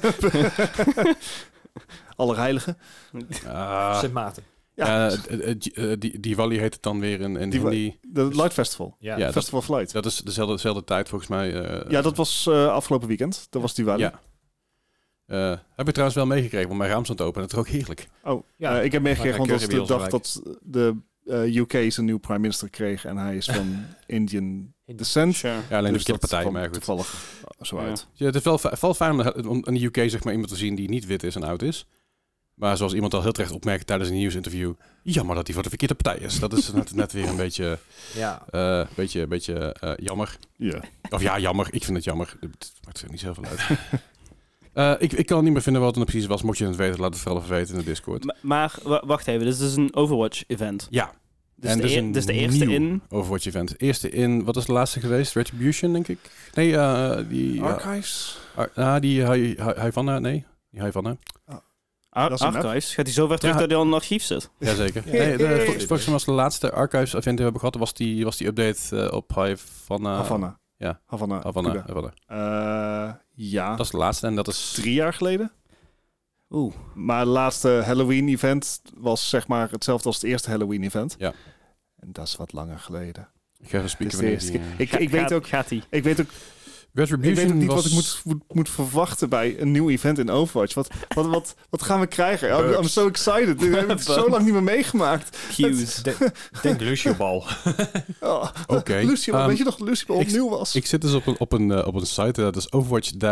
Allerheiligen. Ah, Sint Maarten. Ja. Uh, uh, uh, die, die Wally heet het dan weer in, in Diva- Hindi. De Light Festival. Ja. Ja, dat, Festival of Light. dat is dezelfde, dezelfde tijd volgens mij. Uh, Ja, dat was uh, afgelopen weekend. Dat was die Wally. Ja. Uh, heb ik trouwens wel meegekregen, want mijn raam stond open. Dat is ook heerlijk. Oh, Ja. ja. ik heb meegekregen, Maar want dan dat was de kun je dag dat de uh, U K zijn nieuwe prime minister kreeg. En hij is van Indian descent. Sure. Ja, alleen Dus een dat partij, kwam maar goed. toevallig zo Ja. uit. Ja, het is wel, fi- wel fijn om, de- om in de U K zeg maar, iemand te zien die niet wit is en oud is. Maar zoals iemand al heel terecht opmerkte tijdens een nieuwsinterview, jammer dat hij voor de verkeerde partij is. Dat is net, net weer een beetje, Ja. uh, beetje, beetje uh, jammer. Ja. Of ja, jammer. Ik vind het jammer. Het maakt er niet zoveel uit. uh, ik, ik kan niet meer vinden wat het nou precies was. Mocht je het weten, laat het vooral even weten in de Discord. M- maar wa- wacht even, dit is dus een Overwatch-event. Ja. Dus, En de, dus e- een dus de eerste nieuw in... Overwatch event. Eerste in, wat is de laatste geweest? Retribution, denk ik? Nee, uh, die... ja, Archives. Ar- ah, die Hi- Hi- Hivanna, nee. Die Hivanna. Ar- Dat is een map. Archives. Gaat hij zo ver terug Ja. dat hij al in het archief zit? Jazeker. Nee, de, vol- volgens mij was de laatste Archives event die we hebben gehad, was die, was die update uh, op Hivanna. Havana. ja. Havana. Havana. Cuba. Havana. Uh, ja. Dat is de laatste en dat is... drie jaar geleden. Oeh. Maar het laatste Halloween-event was zeg maar hetzelfde als het eerste Halloween-event. Ja. En dat is wat langer geleden. Ik ga even spieken Dus de wanneer eerste die, keer. eh, Ik, Ga- ik weet gaat- ook, Gaat hij? ik weet ook, Retribution ik weet ook niet was... wat ik moet, moet, moet verwachten bij een nieuw event in Overwatch. Wat, wat, wat, wat gaan we krijgen? I'm, I'm Bugs. so excited. Ik heb het zo lang niet meer meegemaakt. Cues. Denk Lucio Ball. Oh, Oké. Lucio, Um, weet je nog dat Lucio ik- opnieuw was? Ik zit dus op een, op een, uh, op een site, dat is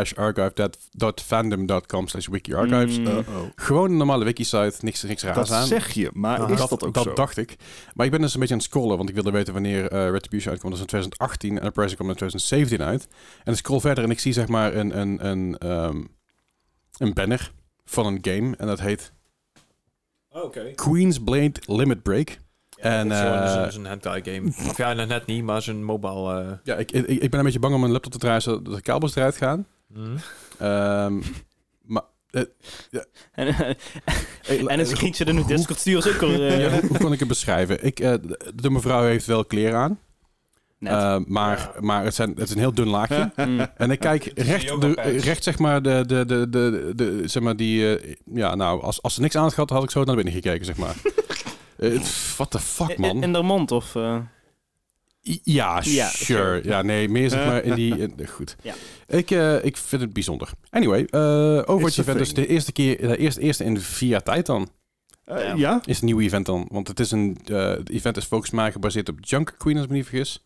overwatch-archive.fandom.com slash wiki-archives. Mm. Uh-oh. Gewoon een normale wiki-site, niks, niks raars Dat aan. zeg je, maar Ah, is dat, dat ook dat zo? dacht ik. Maar ik ben dus een beetje aan het scrollen, want ik wilde weten wanneer uh, Retribution uitkwam. Dat is in twintig achttien en Uprising kwam in twintig zeventien uit. En ik scroll verder en ik zie zeg maar een, een, een, um, een banner van een game. En dat heet Oké. Okay. Queen's Blade Limit Break. En, En, uh, uh, zo'n hentai game. Of ja, net niet, maar zo'n mobile... Uh... Ja, ik, ik, ik ben een beetje bang om mijn laptop te draaien zodat de kabels eruit gaan. Mm. Um, maar... Uh, ja. En, uh, Hey, en een screentje er nu hoe- Discord sturen is ook al... uh, Ja, hoe, hoe kan ik het beschrijven? Ik, uh, de, de mevrouw heeft wel kleren aan. net. Uh, maar maar het, zijn, het is een heel dun laagje. Mm. En ik kijk is een recht, yoga de, pants. recht zeg maar, de, de, de, de, de, zeg maar die... Uh, ja, nou, als, als ze niks aan had gehad, had ik zo naar binnen gekeken, zeg maar. uh, what the fuck, In, man? in de mond, of... uh, I- Ja, Ja, sure. sure. Ja, nee, meer zeg maar in die... in- goed. Ja. Ik, uh, ik vind het bijzonder. Anyway, uh, Overwatch a event dus thing. de eerste keer, de eerste, eerste in vier jaar tijd dan. Uh, Ja. ja? Is een nieuw event dan. Want het is een... Uh, het event is volgens mij gebaseerd op Junker Queen, als ik me niet vergis.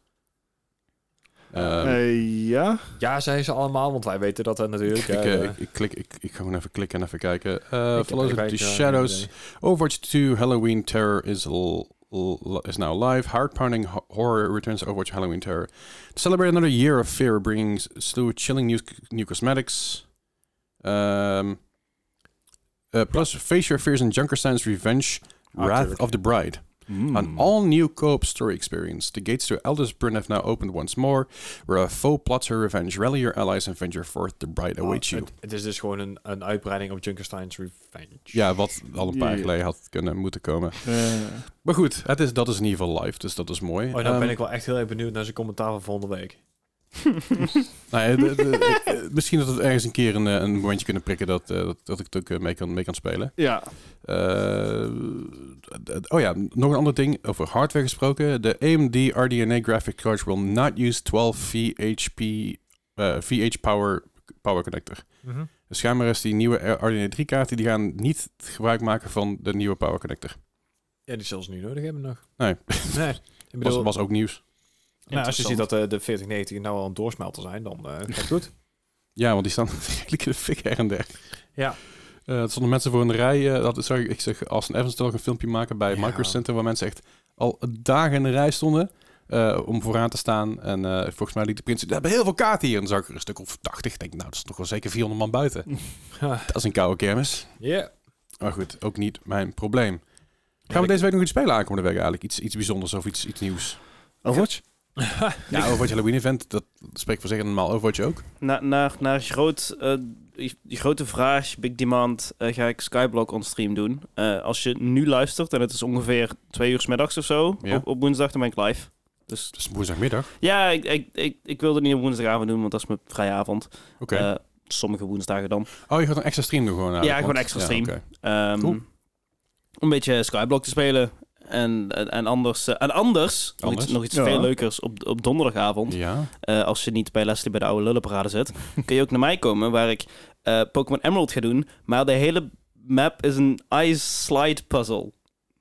Um, Uh, ja? Ja, zei ze allemaal, want wij weten dat uh, natuurlijk. ik, uh, uh, ik, ik, klik, ik, ik ga gewoon even klikken en even kijken. Uh, ik Follow heb the even, uh, Shadows. geen idee. Overwatch two Halloween Terror is, l- l- is now live. Heart-pounding ho- horror returns to Overwatch Halloween Terror. To celebrate another year of fear, bringing s- slew chilling new, new cosmetics. Um, uh, plus, face your fears in Junkerstein's Revenge, Ah, Wrath tuurlijk. of the Bride. Mm. An all-new co-op story experience. The gates to Elder's Bryn have now opened once more, where a foe plots her revenge. Rally your allies and venture forth. The bride awaits you. Het, het is dus gewoon een, een uitbreiding op Junkerstein's Revenge. Ja, wat al een paar jaar Ja. geleden had kunnen moeten komen. Uh, Maar goed, het is, dat is in ieder geval live, dus dat is mooi. Oh, nou Ehm, ben ik wel echt heel erg benieuwd naar zijn commentaar van volgende week. nou ja, de- de- eh, misschien dat we ergens een keer een, eh, een momentje kunnen prikken dat, eh, dat, dat ik het ook eh, mee kan, mee kan spelen. ja. Eh, d- oh ja, nog een ander ding over hardware gesproken. De A M D R D N A graphic cards will not use twaalf V H P uh, V H power power connector. Mhm. Dus schijnbaar is die nieuwe R D N A drie kaarten die gaan niet gebruik maken van de nieuwe power connector. Ja, die zullen ze niet nodig hebben nog. Nee. Nee. Ik Was, bedoel, was ook nieuws. nou, als je ziet dat de, de veertig negentig nou al een doorsmelter zijn, dan uh, gaat het goed. Ja, want die staan eigenlijk in de fik her en der. Ja. Uh, er stonden mensen voor een rij. Uh, dat zag ik, ik zeg, Austin Evans toch een filmpje maken bij Ja. Micro Center, waar mensen echt al dagen in de rij stonden uh, om vooraan te staan. En uh, volgens mij liet de prins, we hebben heel veel kaarten hier. En dan zag ik er een stuk of tachtig. Ik denk, nou, dat is toch wel zeker vierhonderd man buiten. Dat is een koude kermis. Ja. Maar goed, ook niet mijn probleem. Gaan Ja, we deze week nog iets spelen aankomende week eigenlijk? Iets, iets bijzonders of iets, iets nieuws? Overwatch? Ja, Overwatch Halloween event, dat spreekt voor zich normaal Overwatch ook. Naar, naar, naar groot, uh, die, die grote vraag, big demand, uh, ga ik Skyblock on stream doen. Uh, als je nu luistert, en het is ongeveer twee uur 's middags of zo, Ja. op, op woensdag, dan ben ik live. Dus Dus woensdagmiddag. ja, ik, ik, ik, ik wilde het niet op woensdagavond doen, want dat is mijn vrije avond. Oké. Uh, sommige woensdagen dan. Oh, je gaat een extra stream doen gewoon eigenlijk, Ja, gewoon want- extra stream. oké. Um, Cool. Om een beetje Skyblock te spelen. En, en, en anders, uh, en anders, Nog, Anders? iets, nog iets Ja. veel leukers, op, op donderdagavond, Ja. uh, als je niet bij Leslie bij de oude lullenparade zit, kun je ook naar mij komen, waar ik uh, Pokémon Emerald ga doen. Maar de hele map is een ice slide puzzle.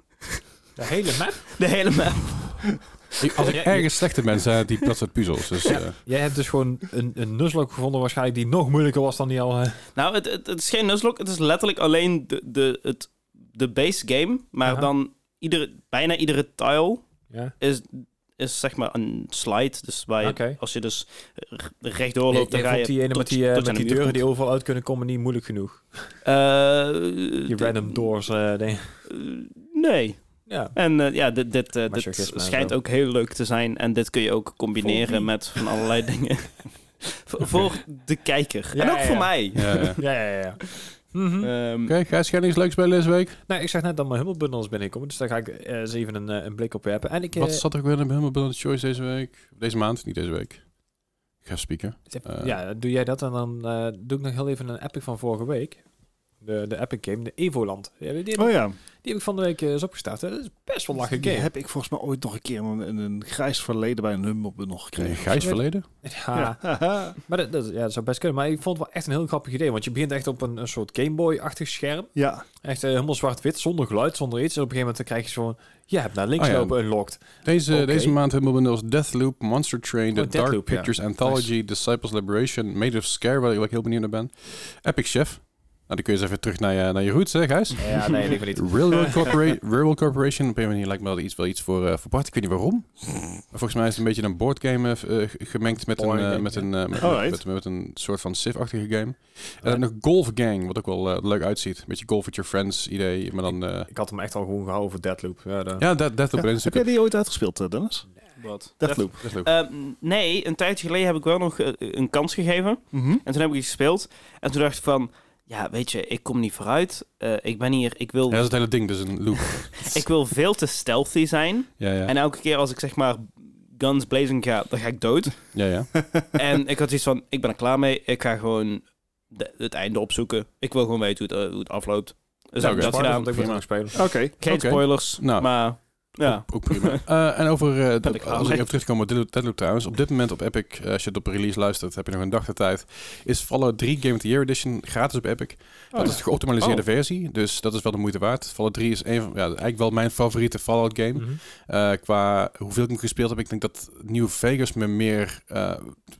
De hele map? De hele map. Ik, als ik Ja, ergens slechte ben, zijn het die dat soort puzzels. Dus, Ja. eh, Jij hebt dus gewoon een, een Nuzlocke gevonden waarschijnlijk die nog moeilijker was dan die al... Uh, Nou, het, het, het is geen Nuzlocke, het is letterlijk alleen de, de, het, de base game, maar Ja. dan iedere, bijna iedere tile ja. is, is zeg maar een slide. Dus waar je, Oké. als je dus r- rechtdoor loopt, dan Jij ga je vond die ene tot- met die, uh, tot je met aan die de muur deuren die komt. overal uit kunnen komen niet moeilijk genoeg. Eh, Die d- random doors uh, ding. eh, nee. Ja. En eh, ja, dit, dit, eh, dit Masochisme en schijnt zo. ook heel leuk te zijn. En dit kun je ook combineren met van allerlei dingen. voor, voor de kijker. Ja, en ook ja, voor ja. mij. ja, ja. Ja, ja, ja. Mhm. Ehm, Oké, Gijs, ga je iets leuks spelen deze week? Nou, ik zeg net dat mijn Humble Bundles binnenkomen, dus daar ga ik uh, eens even een, uh, een blik op werpen. En ik, uh, Wat zat er ook weer in de Humble Bundle Choice deze week? Deze maand, niet deze week. Ik ga spieken. Uh, ja, doe jij dat en dan uh, doe ik nog heel even een epic van vorige week. De, de Epic game, de Evoland. Ja, die, die, heb Oh ik, ja, die heb ik van de week uh, eens opgestart. Dat is best wel een lachen die game. heb ik volgens mij ooit nog een keer in een, een grijs verleden bij een Humble nog gekregen. Een grijs verleden? Ja, Ja. maar dat, dat, ja, dat zou best kunnen. Maar ik vond het wel echt een heel grappig idee. Want je begint echt op een, een soort Gameboy-achtig scherm. ja. Echt uh, helemaal zwart-wit, zonder geluid, zonder iets. En op een gegeven moment dan krijg je zo van... Je hebt naar links Oh ja. lopen, unlocked. Deze, Oké. deze maand hebben we als Deathloop, Monster Train, The Oh, Dark Deathloop, ja. Pictures Anthology, Disciples Liberation, Made of Scare, waar ik, waar ik heel benieuwd naar ben. Epic Chef. Nou, dan kun je eens even terug naar je, naar je roots, hè, Gijs? Ja, nee, liever niet. Railroad, Corpora- Railroad Corporation. Op een manier lijkt me wel iets, wel iets voor, uh, voor Bart. Ik weet niet waarom. Maar volgens mij is het een beetje een boardgame uh, gemengd met een, uh, Boardgame, met, een, uh, met, Alright. met, met een soort van Civ-achtige game. En dan nog Golf Gang, wat ook wel uh, leuk uitziet. Een beetje golf with your friends idee, maar dan... Uh, Ik had hem echt al gewoon gehouden voor Deathloop. Ja, de... ja, dat Deathloop Ja. is Heb jij natuurlijk... die ooit uitgespeeld, uh, Dennis? Wat? Deathloop. Deathloop. Uh, nee, een tijdje geleden heb ik wel nog uh, een kans gegeven. Mhm. En toen heb ik iets gespeeld. En toen dacht ik van... Ja, weet je, ik kom niet vooruit. Uh, ik ben hier... Ik wil, Ja, dat is het hele ding, dus een loop. ik wil veel te stealthy zijn. Ja, ja. En elke keer als ik zeg maar guns blazing ga, dan ga ik dood. Ja, ja. En ik had iets van, ik ben er klaar mee. Ik ga gewoon de, het einde opzoeken. Ik wil gewoon weten hoe het, uh, hoe het afloopt. Dus heb ik dat Spoilers, gedaan. want ik moet Prima. nog spelen. Oké. Geen Oké. spoilers, Nou. maar ja. Ook, ook prima. Uh, en over, uh, Ben de- ik klaar als ik mee. even terugkom op Deathloop, Deathloop trouwens. Op dit moment op Epic, uh, als je het op release luistert, heb je nog een dag de tijd. Is Fallout drie Game of the Year Edition gratis op Epic. Dat is de geoptimaliseerde Oh. versie, dus dat is wel de moeite waard. Fallout drie is een van, ja, eigenlijk wel mijn favoriete Fallout game. Mhm. Uh, qua hoeveel ik hem gespeeld heb, ik denk dat New Vegas me meer uh,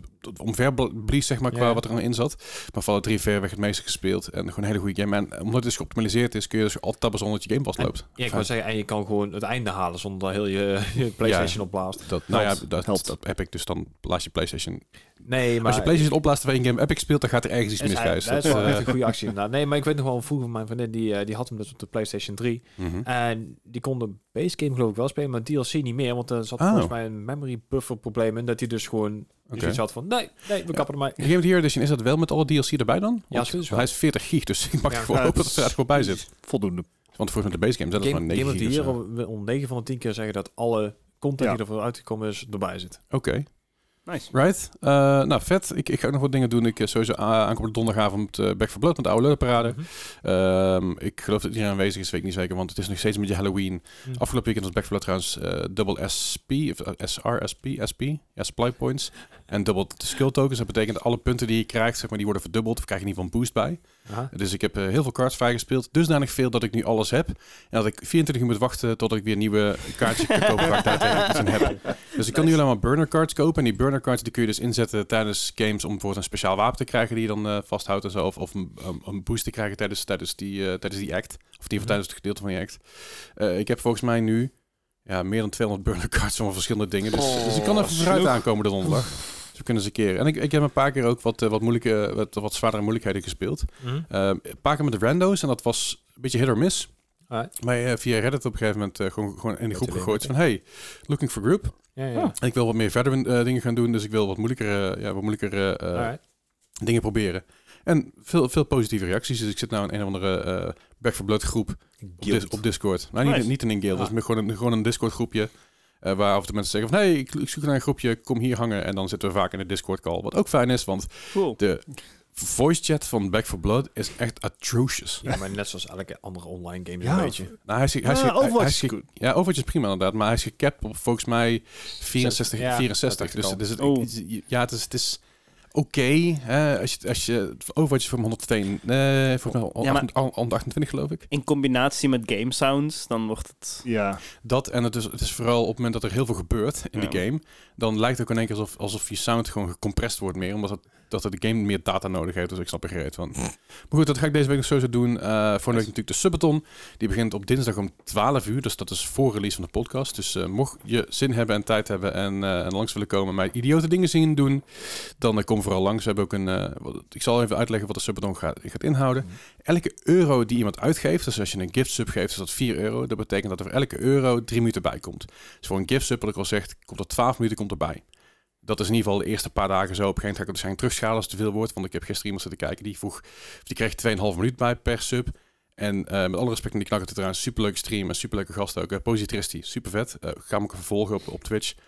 omver blies, zeg maar, qua Ja. wat er in zat. Maar Fallout drie verreweg het meeste gespeeld. En gewoon een hele goede game. En omdat het dus geoptimaliseerd is, kun je dus altijd tappen zonder dat je game vast loopt. Ja, ik wou zeggen, en je kan gewoon het einde halen zonder dat heel je, je PlayStation opblaast. Dat, nou ja, Helpt. dat, Helpt. dat Epic, dus dan blaas je PlayStation. Nee, maar... Als je PlayStation opblaast terwijl je een game Epic speelt, dan gaat er ergens iets is mis, hij- Gijs. Dat is Dat, wel eh, echt een goede actie inderdaad. Nee, maar ik weet nog wel, vroeger mijn vriendin, die, uh, die had hem dus op de PlayStation drie. mhm. En die kon de base game geloof ik wel spelen, maar D L C niet meer. Want er zat Oh. volgens mij een memory buffer probleem in. Dat hij dus gewoon Oké. zoiets had van, nee, nee, we kappen ermee. De Game of the Year Edition, is dat wel met alle D L C erbij dan? Ja, is goed, is wel. Hij is veertig gig, dus ik mag Ja. gewoon Ja, hopen het dat er er gewoon bij zit. Voldoende. Want voor met de base game zijn dat maar Game, negen Game of the gig of Year zo. wil om negen van de tien keer zeggen dat alle content Ja. die ervoor uitgekomen is, erbij zit. Oké. Nice. Right. Uh, nou, vet. Ik, ik ga ook nog wat dingen doen. Ik uh, sowieso a- aankomende donderdagavond uh, Back for Blood met de oude lullenparade. Mhm. Um, ik geloof dat iedereen aanwezig is, weet ik niet zeker, want het is nog steeds een beetje Halloween. Mhm. Afgelopen weekend was Back for Blood trouwens uh, double S P, of uh, S R, S P, S P, ja, supply points. En double skill tokens. Dat betekent alle punten die je krijgt, zeg maar, die worden verdubbeld. Of krijg je in ieder geval een boost bij. Aha. Dus ik heb uh, heel veel cards vrijgespeeld. Dusdanig veel dat ik nu alles heb. En dat ik vierentwintig uur moet wachten totdat ik weer nieuwe kaartjes kan kopen waar ik daadwerkelijk iets in heb. Dus ik kan nu alleen maar burner cards kopen. En die burner cards die kun je dus inzetten tijdens games om bijvoorbeeld een speciaal wapen te krijgen die je dan uh, vasthoudt en zo. Of, of een, um, een boost te krijgen tijdens, tijdens, die, uh, tijdens die act. Of in ieder geval Mhm. tijdens het gedeelte van die act. Uh, ik heb volgens mij nu ja, meer dan tweehonderd burner cards van verschillende dingen. Dus, Oh, dus ik kan even vooruit snoeg. aankomen de donderdag. Dus we kunnen eens een keer. En ik, ik heb een paar keer ook wat, uh, wat, moeilijke, wat, wat zwaardere moeilijkheden gespeeld. Mhm. Uh, een paar keer met de rando's en dat was een beetje hit or miss. Alright. Maar uh, via Reddit op een gegeven moment uh, gewoon, gewoon in de groep Beetje gegooid van hey, looking for group. Ja, ja. Oh. En ik wil wat meer verder uh, dingen gaan doen, dus ik wil wat moeilijkere, uh, ja, wat moeilijkere uh, Alright. dingen proberen. En veel, veel positieve reacties. Dus ik zit nou in een of andere uh, Back for Blood groep op, dis- op Discord. Nou, niet, Nice. niet in een guild, Ah. dus meer gewoon een, gewoon een Discord groepje. Uh, waar af en toe mensen zeggen van hey, ik, ik zoek naar een groepje, kom hier hangen. En dan zitten we vaak in de Discord call. Wat ook fijn is, want Cool. de voice chat van Back for Blood is echt atrocious. Ja, maar net zoals elke andere online game Ja. een beetje. Nou, hij is, hij is, Ja, hij- hij Overwatch is is ge- goed. ja, Overwatch is prima inderdaad, maar hij is gecapt op volgens mij vierenzestig, Ja, vierenzestig. dat Dus, dacht ik dus al. het, het- ja, het is, het is oké. hè, als je, als je Overwatch is voor honderdtwee, nee, volgens mij Ja, maar- honderdachtentwintig geloof ik. In combinatie met game sounds, dan wordt het... Ja. Dat en het is, het is vooral op het moment dat er heel veel gebeurt in Ja. de game, dan lijkt het ook in één keer alsof, alsof je sound gewoon gecompressed wordt meer, omdat het, dat het de game meer data nodig heeft. Dus ik snap er gereed van. Maar goed, dat ga ik deze week nog sowieso doen. Uh, volgende week natuurlijk de Subathon. Die begint op dinsdag om twaalf uur. Dus dat is voor release van de podcast. Dus uh, mocht je zin hebben en tijd hebben en, uh, en langs willen komen, mij idiote dingen zien doen, dan uh, kom vooral langs. We hebben ook een... Uh, wat, ik zal even uitleggen wat de Subathon gaat, gaat inhouden. Mhm. Elke euro die iemand uitgeeft, dus als je een gift sub geeft, is dat vier euro. Dat betekent dat er voor elke euro drie minuten bij komt. Dus voor een gift sub, wat ik al zeg, komt er twaalf minuten komt erbij. Dat is in ieder geval de eerste paar dagen zo. Op een gegeven moment ga ik het waarschijnlijk terugschalen als het te veel wordt. Want ik heb gisteren iemand zitten kijken die vroeg... Die kreeg twee komma vijf minuut bij per sub. En uh, met alle respect naar die knakker trouwens. Superleuke stream en superleuke gasten ook. Uh, Positristi, super vet. Uh, ga hem ook even volgen op, op Twitch.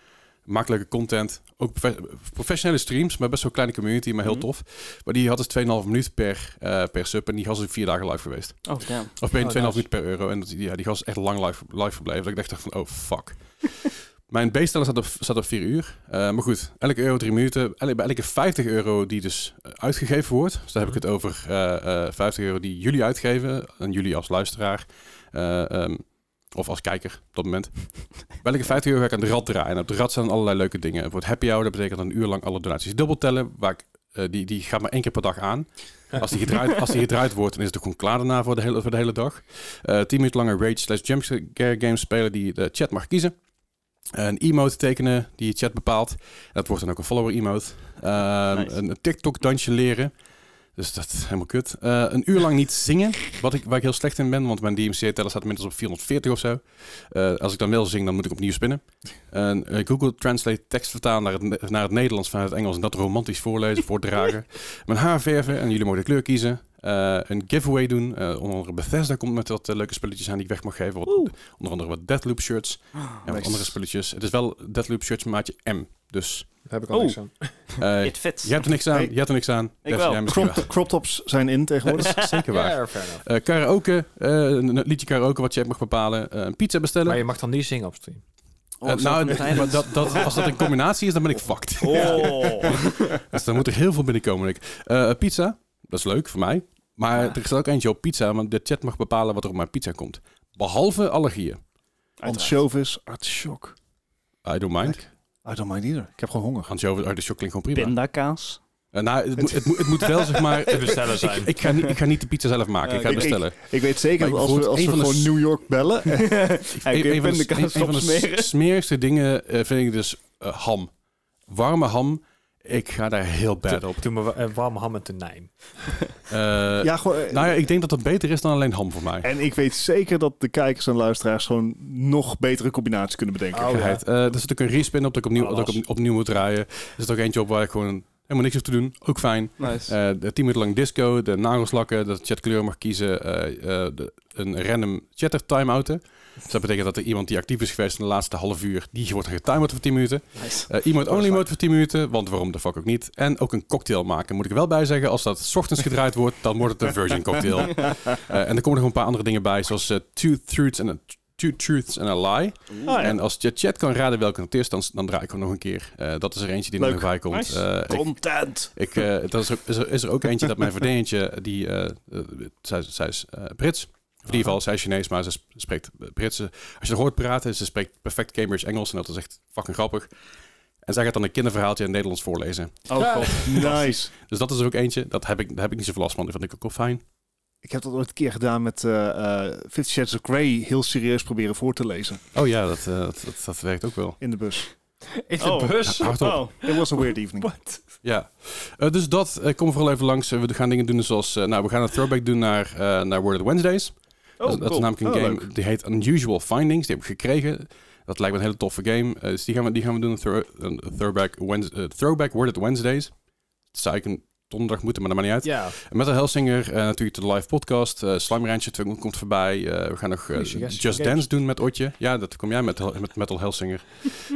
Maakt leuke content. Ook profe- professionele streams, maar best wel een kleine community, maar heel Mhm. tof. Maar die had dus twee komma vijf minuut per, uh, per sub. En die gast is vier dagen live geweest. Oh, damn. Of ben je Oh, twee komma vijf nice. minuut per euro. En dat, ja, die gast is echt lang live, live verbleven. Dat ik dacht van, oh fuck. Mijn B-steller staat op, staat op vier uur. Uh, maar goed, elke euro drie minuten. Elke, bij elke vijftig euro die dus uh, uitgegeven wordt. Dus daar heb ik het over uh, uh, vijftig euro die jullie uitgeven. En jullie als luisteraar. Uh, um, of als kijker op dat moment. Bij elke vijftig euro ga ik aan de rad draaien. En op de rad staan allerlei leuke dingen. Voor het happy hour, dat betekent een uur lang alle donaties dubbel tellen. Waar ik, uh, die, die gaat maar één keer per dag aan. Als die gedraaid, als die gedraaid wordt, dan is het ook gewoon klaar daarna voor de hele, voor de hele dag. Uh, tien minuten lange Rage slash Jumpscare games spelen die de chat mag kiezen. Een emote tekenen die je chat bepaalt. Dat wordt dan ook een follower emote. Uh, nice. Een TikTok dansje leren. Dus dat is helemaal kut. Uh, een uur lang niet zingen, wat ik, waar ik heel slecht in ben. Want mijn D M C-teller staat inmiddels op vierhonderdveertig of zo. Uh, als ik dan wel zing, dan moet ik opnieuw spinnen. Uh, Google Translate tekst vertalen naar het, naar het Nederlands vanuit het Engels. En dat romantisch voorlezen, voordragen. Mijn haar verven en jullie mogen de kleur kiezen. Uh, een giveaway doen. Uh, onder andere Bethesda komt met wat uh, leuke spulletjes aan die ik weg mag geven. Wat, onder andere wat Deathloop shirts. Oh, en wat nice. andere spulletjes. Het is wel Deathloop shirts maatje M. Dus... Daar heb ik al oh. niks aan. Uh, It fits. Je hebt er niks aan. Hey. Je hebt er niks aan. Ik wel. Ja, crop, crop tops zijn in tegenwoordig. Dat is zeker waar. Yeah, fair enough. Uh, karaoke. Uh, een liedje karaoke wat je mag bepalen. Uh, een pizza bestellen. Maar je mag dan niet zingen op stream. Oh, uh, nou, maar dat, dat, als dat een combinatie is, dan ben ik fucked. Oh. Dus dan moet er heel veel binnenkomen. Ik. Uh, pizza. Dat is leuk voor mij. Maar ja. er staat ook eentje op pizza. Want de chat mag bepalen wat er op mijn pizza komt. Behalve allergieën. Ansjovis, artichok. I don't mind. I don't mind either. Ik heb gewoon honger. Ansjovis, artichok klinkt gewoon prima. Pindakaas. Uh, nou, het, mo- het, mo- het moet wel, zeg maar... bestellen zijn. Ik, ik, ga niet, ik ga niet de pizza zelf maken. Uh, ik ga het bestellen. Ik, ik weet zeker dat als we, als we gewoon s- New York bellen... een, een, van de, een, een van de smerigste dingen uh, vind ik dus uh, ham. Warme ham. Ik ga daar heel bad to, op. Doe me een warme ham met tonijn. Uh, ja, gewoon, uh, nou ja, ik denk dat dat beter is dan alleen ham voor mij. En ik weet zeker dat de kijkers en luisteraars gewoon nog betere combinaties kunnen bedenken. Oh, ja. uh, er zit ook een respin op dat ik opnieuw, dat ik op, opnieuw moet draaien. Er zit ook eentje op waar ik gewoon helemaal niks hoef te doen. Ook fijn. Nice. Uh, de tien minuten lang disco, de nagelslakken, dat chatkleur mag kiezen, uh, uh, de, een random chatter time-outen. Dus dat betekent dat er iemand die actief is geweest in de laatste half uur, die wordt getimerd voor tien minuten. Nice. Uh, iemand only mode voor tien minuten, want waarom de fuck ook niet. En ook een cocktail maken. Moet ik er wel bij zeggen, als dat 's ochtends gedraaid wordt, dan wordt het een virgin cocktail. Uh, en er komen nog een paar andere dingen bij, zoals uh, two truths and a, two truths and a lie. Oh, ja. En als je chat kan raden welke het is, dan, dan draai ik gewoon nog een keer. Uh, dat is er eentje die er nog bij komt. Nice. Uh, Content! Ik, ik, uh, dat is, ook, is, er, is er ook eentje dat mijn vriendinnetje, die, uh, uh, zij, zij is uh, Brits. Of in ieder geval, zij is Chinees, maar ze spreekt Britse. Als je er hoort praten, ze spreekt perfect Cambridge Engels. En dat is echt fucking grappig. En zij gaat dan een kinderverhaaltje in het Nederlands voorlezen. Oh, God. Nice. Dus dat is er ook eentje. Dat heb ik, daar heb ik niet zoveel last van. Die vond ik ook wel fijn. Ik heb dat ooit een keer gedaan met uh, uh, Fifty Shades of Grey heel serieus proberen voor te lezen. Oh ja, dat, uh, dat, dat, dat werkt ook wel. In de bus. In de oh. bus? Hard op. Oh. It was a weird evening. What? Ja, uh, dus dat. Uh, kom vooral even langs. Uh, we gaan dingen doen zoals... Uh, nou, we gaan een throwback doen naar, uh, naar Word It Wednesdays. Oh, dat, cool. dat is namelijk een oh, game leuk. die heet Unusual Findings. Die heb ik gekregen. Dat lijkt me een hele toffe game. Uh, dus die gaan we, die gaan we doen. Een, throw, een throwback, Wednesday, uh, throwback Word It Wednesdays. Dat zou ik een donderdag moeten, maar dat maakt niet uit. Ja. En met de Helsinger, uh, natuurlijk de live podcast. Uh, Slime Rancher komt voorbij. Uh, we gaan nog uh, Yes, yes, Just yes. Dance doen met Otje. Ja, dat kom jij met, met Metal Helsinger.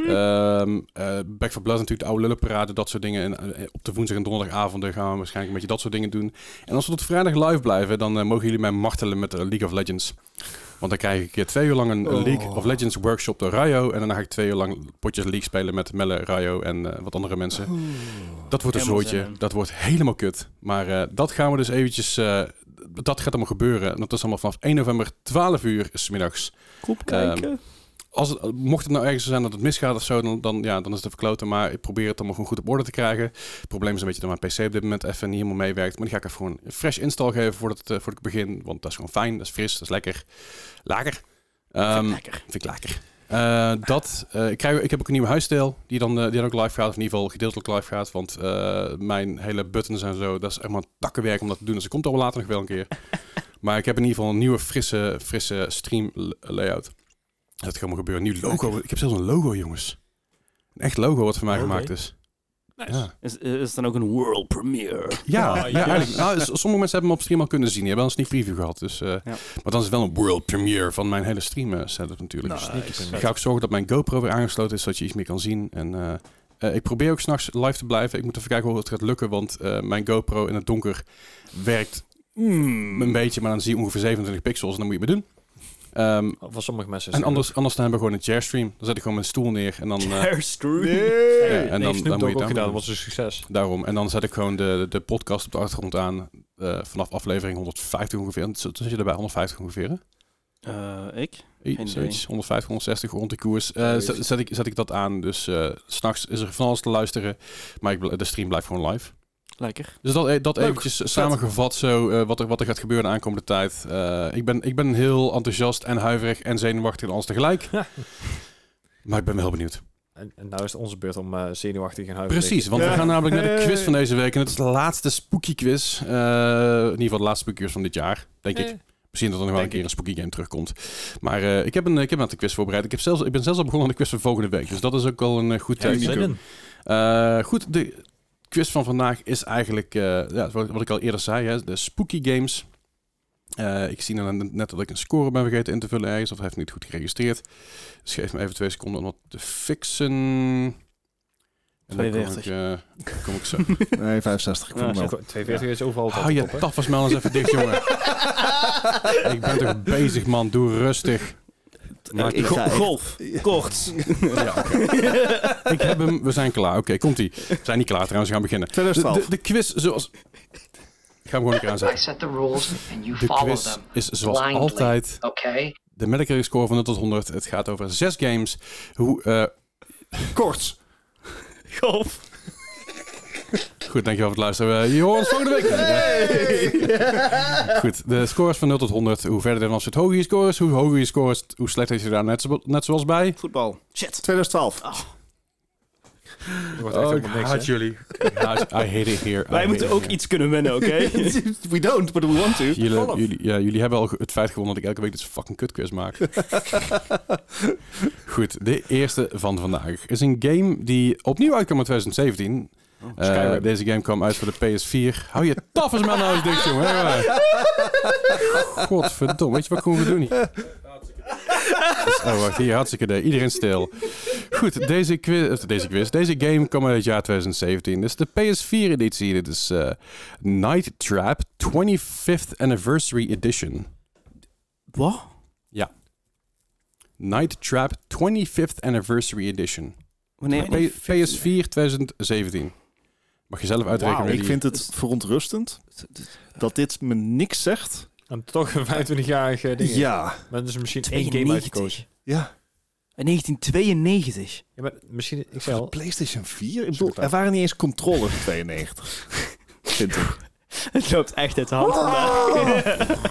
um, uh, Back for Blood natuurlijk, de oude lullenparade, dat soort dingen. En uh, op de woensdag en donderdagavonden gaan we waarschijnlijk een beetje dat soort dingen doen. En als we tot vrijdag live blijven, dan uh, mogen jullie mij martelen met uh, League of Legends. Want dan krijg ik uh, twee uur lang een Oh. League of Legends workshop door Rayo. En dan ga ik twee uur lang potjes League spelen met Melle, Rayo en uh, wat andere mensen. Oeh. Dat wordt een Helemaal zooitje. zin in. Dat wordt helemaal kut. Maar uh, dat gaan we dus eventjes... Uh, dat gaat allemaal gebeuren. En dat is allemaal vanaf één november, twaalf uur 's middags. Kom kijken. Um, als het, mocht het nou ergens zo zijn dat het misgaat of zo, dan, dan, ja, dan is het even kloten. Maar ik probeer het allemaal gewoon goed op orde te krijgen. Het probleem is een beetje dat mijn P C op dit moment even niet helemaal meewerkt. Maar die ga ik even gewoon een fresh install geven voordat, het, uh, voordat ik begin. Want dat is gewoon fijn, dat is fris, dat is lekker. Lekker. Um, lekker. Vind ik lekker. Uh, dat, uh, ik, krijg, ik heb ook een nieuwe huisstijl die dan, uh, die dan ook live gaat, of in ieder geval gedeeltelijk live gaat. Want uh, mijn hele buttons en zo, dat is echt maar takkenwerk om dat te doen. Dus dat komt er wel later nog wel een keer. Maar ik heb in ieder geval een nieuwe frisse, frisse stream layout. Dat gaat allemaal gebeuren. Een nieuw logo. Ik heb zelfs een logo, jongens. Een echt logo wat voor mij Okay. gemaakt is. Nice. Ja, Is, is het dan ook een world premiere? ja, Ah, ja, ja. eigenlijk. Nou, s- sommige mensen hebben hem op stream al kunnen zien. Die hebben al een sneak preview gehad. Dus, uh, Maar dan is het wel een world premiere van mijn hele stream uh, setup natuurlijk. Nice. Dus ik ga ook zorgen dat mijn GoPro weer aangesloten is, zodat je iets meer kan zien. En uh, uh, ik probeer ook s'nachts live te blijven. Ik moet even kijken hoe het gaat lukken, want uh, mijn GoPro in het donker werkt mm, een beetje, maar dan zie je ongeveer zevenentwintig pixels en dan moet je het maar doen. Um, Voor sommige mensen is en het anders, anders dan hebben we gewoon een chairstream. Dan zet ik gewoon mijn stoel neer en dan... Uh, Airstream. ja, en en dan, dan, dan moet je ook het gedaan, dat aan. was een succes. Daarom. En dan zet ik gewoon de, de podcast op de achtergrond aan. Uh, vanaf aflevering honderdvijftig ongeveer. Dan zit je erbij honderdvijftig ongeveer, hè? Uh, ik? Iets, zoiets, honderdvijftig, honderdzestig rond de koers. Uh, zet, zet, ik, zet ik dat aan. Dus uh, 's nachts is er van alles te luisteren. Maar ik, de stream blijft gewoon live. Lekker. Dus dat, dat Leuk. eventjes samengevat zo. Uh, wat, er, wat er gaat gebeuren de aankomende tijd. Uh, ik, ben, ik ben heel enthousiast en huiverig en zenuwachtig en alles tegelijk. Maar ik ben wel heel benieuwd. En, en nou is het onze beurt om uh, zenuwachtig en huiverig. Precies, want Ja. we gaan namelijk naar de Hey. quiz van deze week. En het is de laatste spooky quiz. Uh, in ieder geval de laatste spooky quiz van dit jaar, denk ik. Eh. Misschien dat er nog wel een Denk keer een spooky game terugkomt. Maar uh, ik heb een, ik heb een quiz voorbereid. Ik, heb zelfs, ik ben zelfs al begonnen aan de quiz van volgende week. Dus dat is ook al een uh, goed Ja, teken. zin in. Uh, goed, de quiz van vandaag is eigenlijk, uh, ja, wat, wat ik al eerder zei, hè, de spooky games. Uh, ik zie dan net dat ik een score ben vergeten in te vullen ergens, of hij heeft niet goed geregistreerd. Dus geef me even twee seconden om dat te fixen. En dan kom ik, uh, kom ik zo. Nee, vijfenzestig. Ik Ja, vond hem wel. tweeënveertig is overal. Hou je tafels maar eens even dicht, jongen. Ik ben toch bezig, man. Doe rustig. Uh, ik ga golf. Kort. Ja, okay. Ik heb hem. We zijn klaar. Oké, okay, komt-ie. We zijn niet klaar trouwens. We gaan beginnen. twintig twaalf. De, de, de quiz zoals... Ik ga hem gewoon een keer I aanzetten. set the rules and you De follow quiz them. is zoals blindly. altijd Okay? de Metacritic score van nul tot honderd. Het gaat over zes games. Hoe... Uh... Kort. Golf. Goed, dankjewel voor het luisteren. Uh, je hoort ons volgende week. Hey. Goed, de scores van nul tot honderd. Hoe verder dan als het hoger je score is, hoe hoger je score is, hoe slechter is je daar. Net, zo, net zoals bij... Voetbal. Shit. twintig twaalf. Oh, ik haat jullie. I hate it here. Wij I moeten hate ook it iets kunnen winnen, oké? We don't, but we want to. Jullie, jullie, ja, jullie hebben al het feit gewonnen dat ik elke week dit fucking kutquiz maak. Goed, de eerste van vandaag is een game die opnieuw uitkwam in twintig zeventien. Oh, uh, deze game kwam uit voor de P S vier. Hou je taffes maar nou eens dicht, jongen. Hey, godverdomme, weet je wat ik gewoon ga doen hier? Oh, wacht, hier, hartstikke idee. Iedereen stil. Goed, deze quiz, deze quiz, deze game kwam uit het jaar twintig zeventien. Dit is de P S vier editie. Dit is uh, Night Trap twenty-fifth Anniversary Edition. Wat? Ja. Night Trap twenty-fifth Anniversary Edition. Wanneer? P- P S vier twintig zeventien. Mag je zelf uitrekenen. Wauw, ik die- vind het verontrustend dat dit me niks zegt. En toch een vijfentwintigjarige ding. Ja. Maar er is misschien één game tweeënnegentig. uitgekozen. Ja. In negentien tweeënnegentig. Ja, maar misschien, ik zei al, PlayStation vier? Ik bedoel, er waren niet eens controllers in tweeënnegentig. Vind ik. Het loopt echt uit de hand vandaag.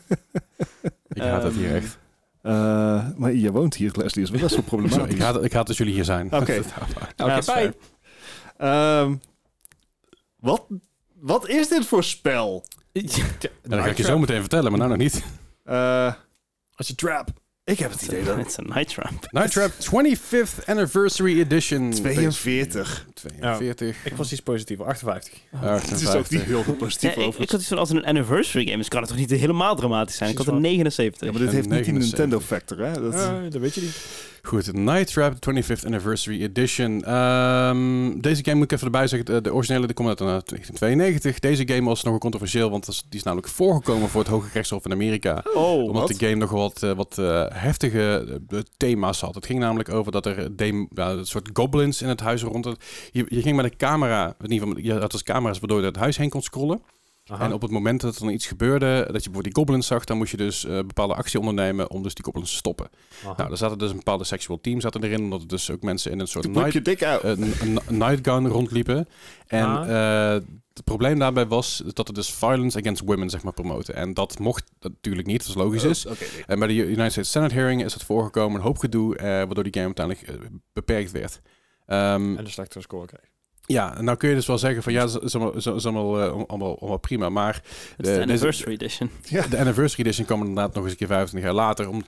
Ik haat het hier Ehm, echt. Uh, maar je woont hier, Leslie, is wel best wel Zo, problematisch. ik, haat, ik haat dat jullie hier zijn. Oké. Ja, oké, dat is bye. fair. Um, wat, wat is dit voor spel? En dan ga ik je zo meteen vertellen, maar nou nog niet. Uh, Als je trap. ik heb het idee dat... Het is een night trap. Night Trap twenty-fifth Anniversary Edition. tweeënveertig. tweeënveertig. Ik was iets positiever, achtenvijftig. Het is ook niet heel Ja, positief ik, over. ik had iets van als het een anniversary game is, kan het toch niet helemaal dramatisch zijn? Ik had een negenenzeventig. Ja, maar dit heeft niet die negenenzeventig. Nintendo Factor, hè? Dat, Uh, dat weet je niet. Goed, Night Trap twenty-fifth Anniversary Edition. Um, deze game moet ik even erbij zeggen. De, de originele die komt uit uh, negentien tweeënnegentig. Deze game was nogal controversieel, want dat is- die is namelijk voorgekomen voor het Hoge Rechtshof in Amerika. Oh, Omdat wat? de game nogal wat, uh, wat uh, heftige uh, thema's had. Het ging namelijk over dat er dem- ja, een soort goblins in het huis rond. Je, je ging met een camera, in ieder geval, je had als camera's waardoor je het huis heen kon scrollen. Aha. En op het moment dat er dan iets gebeurde, dat je bijvoorbeeld die goblins zag, dan moest je dus uh, bepaalde actie ondernemen om dus die goblins te stoppen. Aha. Nou, er zaten dus een bepaalde sexual team zaten erin, omdat er dus ook mensen in een soort Toen knip je night, dik uit. uh, een, een nightgown rondliepen. En Ah. uh, het probleem daarbij was dat er dus violence against women, zeg maar, promoten. En dat mocht natuurlijk niet, dat logisch is. Oh, Oké, nee. En bij de United States Senate hearing is het voorgekomen, een hoop gedoe, uh, waardoor die game uiteindelijk uh, beperkt werd. Um, En de slechtere score krijg. ja, en nou kun je dus wel zeggen van ja, ze is allemaal, uh, allemaal, allemaal prima, maar het is de de- anniversary edition. de Anniversary Edition kwam inderdaad nog eens een keer vijfentwintig jaar later, om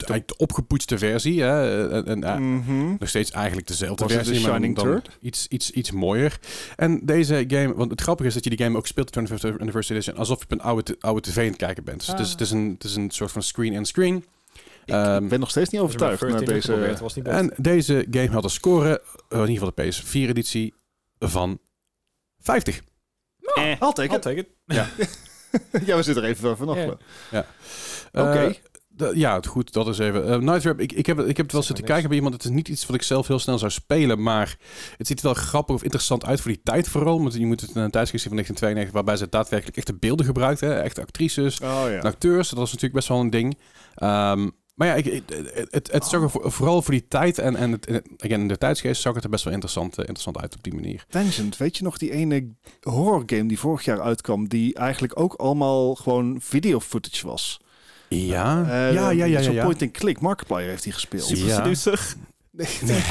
eigenlijk de opgepoetste versie. Hè? En, en, uh, Mhm. nog steeds eigenlijk dezelfde Was het versie, de maar dan, Shining dan Turd? iets, iets, iets mooier. En deze game, want het grappige is dat je die game ook speelt, de twenty-fifth Anniversary Edition, alsof je op een oude, oude tv aan het kijken bent. Dus Ah. het, is, het, is een, het is een soort van screen-in-screen. Ik, Um, ik ben nog steeds niet overtuigd naar deze... was niet best. en deze game had een score, uh, in ieder geval de P S vier editie, van vijftig. Eh. I'll take I'll it. take it. Ja, we zitten er even vanaf. Ja. Ja. Uh, Oké. de- ja, het goed, dat is even. Uh, Night Trap, ik, ik, heb, ik heb het wel Zeg zitten maar kijken bij iemand. Het is niet iets wat ik zelf heel snel zou spelen, maar het ziet er wel grappig of interessant uit voor die tijd vooral. Want je moet het in een tijdsgeest zien van negentien tweeënnegentig, waarbij ze daadwerkelijk echte beelden gebruikt, hè, echte actrices, Oh ja. en acteurs. Dat was natuurlijk best wel een ding. Um, maar ja, ik, ik- het, het, het zag er voor- vooral voor die tijd en, en het, en again, in de tijdsgeest zag het er best wel interessant, uh, interessant uit op die manier. Tangent, weet je nog die ene horror game die vorig jaar uitkwam, die eigenlijk ook allemaal gewoon video footage was? Ja, Eh, ja, ja, ja. ja, Zo'n ja. point-and-click, Markiplier heeft die gespeeld. Super Ja. seducer. Nee,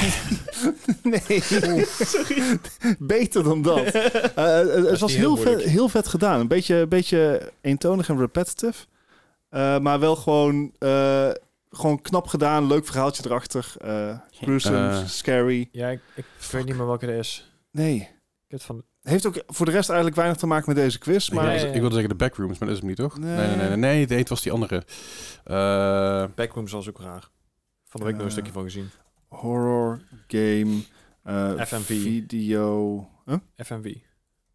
nee. nee. Sorry. Beter dan dat. Uh, het is was niet heel heel vet, moeilijk. heel vet gedaan. Een beetje, een beetje eentonig en repetitive. Uh, maar wel gewoon, uh, gewoon knap gedaan. Leuk verhaaltje erachter. Uh, gruesome, Uh. scary. Ja, ik, ik weet niet meer welke het is. Nee. Ik het van... Heeft ook voor de rest eigenlijk weinig te maken met deze quiz. Ik Maar wilde, Ja, ja, ja. ik wilde zeggen de backrooms, maar dat is hem niet, toch? Nee. Nee, nee, nee. Nee, nee nee, het was die andere. Uh, Backrooms was ook raar. Van de week nog een Uh, stukje van gezien. horror game. Uh, F M V. Video. Huh? F M V.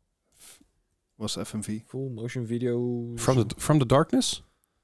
Was F M V? Full motion video. from, the, from the Darkness?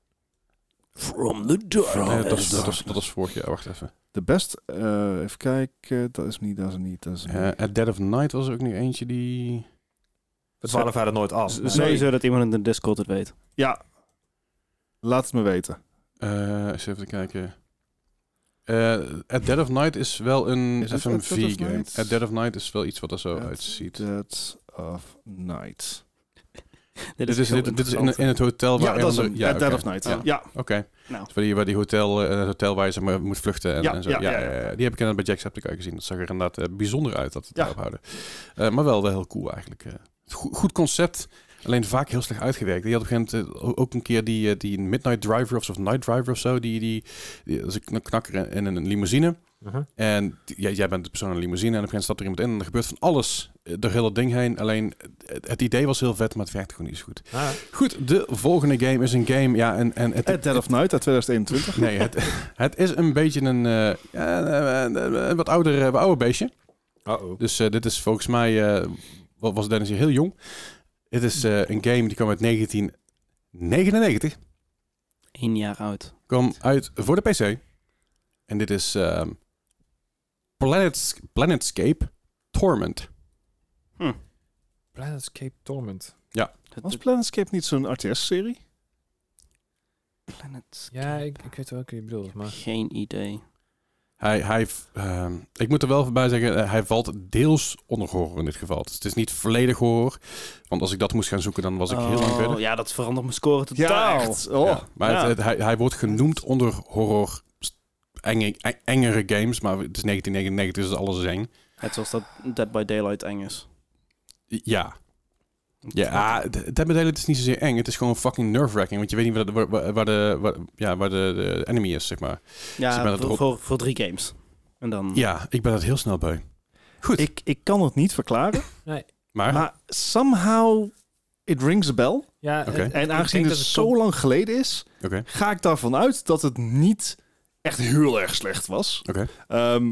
From the dark. Nee, dat, is, dat, is, dat is vorig jaar. Wacht even. De best. Uh, even kijken. Dat is niet. Dat is niet. Dat is niet. Uh, At Dead of Night was er ook nog eentje die... Het waren verder nooit af. Z- Nee. Sowieso dat iemand in de Discord het weet. Ja. Laat het me weten. Uh, eens even kijken. Uh, At Dead of Night is wel een Is het F M At Dead of V-game. Night? At Dead of Night is wel iets wat er zo At uitziet. Dead of Night. Dit Dit is, heel dit, dit is in, interessant. in het hotel waar... Ja, dat is een hem. ander- At Dead oké. of Night. Ja. Ja. Oké. Nou. Waar die, waar die hotel, uh, het hotel waar je zeg maar, moet vluchten en, Ja, en zo. ja, Ja, ja, ja, ja. ja. Die heb ik inderdaad bij Jacksepticeye gezien. Dat zag er inderdaad uh, bijzonder uit dat het Ja. daarop houden. Uh, maar wel, wel heel cool eigenlijk. Uh, goed, goed concept, alleen vaak heel slecht uitgewerkt. Die had op een gegeven moment uh, ook een keer die, uh, die Midnight Driver of, of Night Driver of zo. Die, die, die, dat is een knakker in, in een limousine. Uh-huh. En die- ja, jij bent de persoon in een limousine en op een gegeven moment stapt er iemand in en er gebeurt van alles uh, door heel het ding heen. Alleen het, het idee was heel vet, maar het werkte gewoon niet zo goed. Ah, Goed, de volgende game is een game. Ja, en, en het, At Dead of Night uit twintig eenentwintig. Nee, het, het is een beetje een, uh, ja, een, een, een wat ouder, uh, wat ouder beestje. uh-oh. Dus uh, dit is volgens mij, uh, wat was Dennis hier heel jong. Het is uh, een game die kwam uit negentien negenennegentig. Eén jaar oud. Kwam uit voor de P C. En dit is um, Planet, Planetscape Torment. Planetscape Torment. Was Planetscape niet zo'n R T S-serie? Planet. Ja, ik, ik weet welke je bedoelt, maar... Geen idee. Hij, hij, um, ik moet er wel bij zeggen, uh, hij valt deels onder horror in dit geval. Dus het is niet volledig horror. Want als ik dat moest gaan zoeken, dan was ik heel lang Oh, verder. ja, dat verandert mijn score totaal. echt. Oh. Ja, maar Ja. Het, het- hij, hij wordt genoemd onder horror, st- enge, eng- engere games. Maar het is negentien negenennegentig, dus alles is eng. Net zoals dat Dead by Daylight eng is. Ja. Ja, ah, Dead by Daylight is niet zozeer eng. Het is gewoon fucking nerve-wracking. Want je weet niet waar de, waar, waar- waar de, waar, ja, waar de, de enemy is, zeg maar. Ja, Ze hebben het voor, erop- voor, voor drie games. En dan... Ja, ik ben dat heel snel bij. Goed. Ik, ik kan het niet verklaren. Nee. maar, Maar somehow it rings a bell. Ja, Oké. eh, En ik aangezien denk het dat zo lang geleden is, oké. ga ik daarvan uit dat het niet echt heel erg slecht was. Oké. Ehm,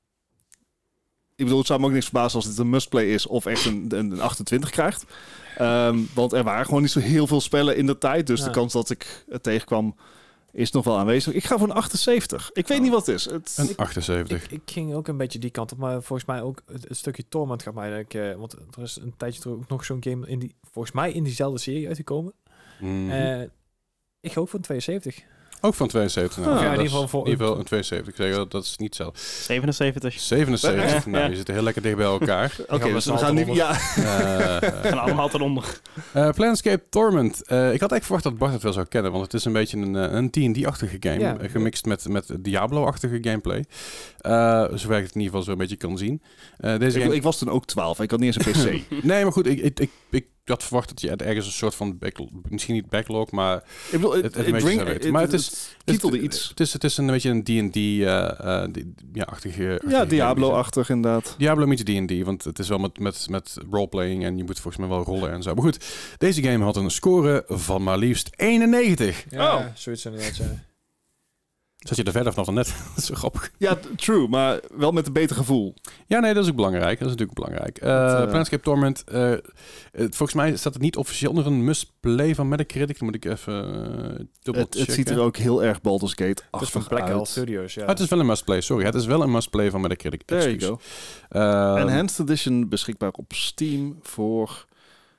ik bedoel, het zou me ook niks verbazen als dit een must-play is of echt een, een, een achtentwintig krijgt. Ehm, want er waren gewoon niet zo heel veel spellen in de tijd. Dus Ja. de kans dat ik het tegenkwam is nog wel aanwezig. Ik ga voor een achtenzeventig. Ik weet Oh. niet wat het is. Het, Een achtenzeventig. Ik, ik ging ook een beetje die kant op, maar volgens mij ook het, het stukje Torment gaat mij eigenlijk... eh, want er is een tijdje terug ook nog zo'n game in die, volgens mij in diezelfde serie uitgekomen. Mhm. Eh, ik ga ook voor een tweeënzeventig. Ook van tweeënzeventig. Nou, Ah, ja, in dat ieder geval is voor- in ieder geval een tweeënzeventig. Ik zeg, dat- dat is niet zo. zevenenzeventig. zevenenzeventig. Ja. nou, Ja. je zit heel lekker dicht bij elkaar. Oké, gaan we dus z'n we gaan allen nu... onder. Ja, Eh, Gaan allemaal ten onder. Uh, Planescape Torment. Uh, ik had eigenlijk verwacht dat Bart het wel zou kennen, want het is een beetje een, uh, een D en D-achtige game, Ja. uh, gemixt met, met Diablo-achtige gameplay. Uh, zo werkt het in ieder geval zo een beetje kan zien. Uh, deze ik, game... ik was toen ook twaalf. Ik had niet eens een P C. Nee, maar goed, ik, ik, ik, ik ik had verwacht dat je ergens een soort van backlog, misschien niet backlog, maar Ik bedoel, het, het, het, het, het, ring- het, het- maar het het- is titelde het, iets. Het is, het is een beetje een D en D uh, uh, ja, achtige. Ja, Diablo-achtig inderdaad. Diablo meets D en D, want het is wel met, met, met roleplaying en je moet volgens mij wel rollen en zo. Maar goed, deze game had een score van maar liefst eenennegentig. Ja, Oh. zoiets inderdaad, ja. Zat je er verder vanaf dan net? Dat is zo grappig. Ja, t- true, maar wel met een beter gevoel. Ja, nee, dat is ook belangrijk. Dat is natuurlijk belangrijk. Uh, Dat, uh, Planescape Torment, uh, het, volgens mij staat het niet officieel onder een must-play van Metacritic. Dan moet ik even uh, dubbel Het, het ziet er ook heel erg Baldur's Gate Het is van achtig Black Isle uit. Studios, ja. Ah, het is wel een must-play, sorry. Het is wel een must-play van Metacritic. There you Excuus. go. Uh, Enhanced Edition beschikbaar op Steam voor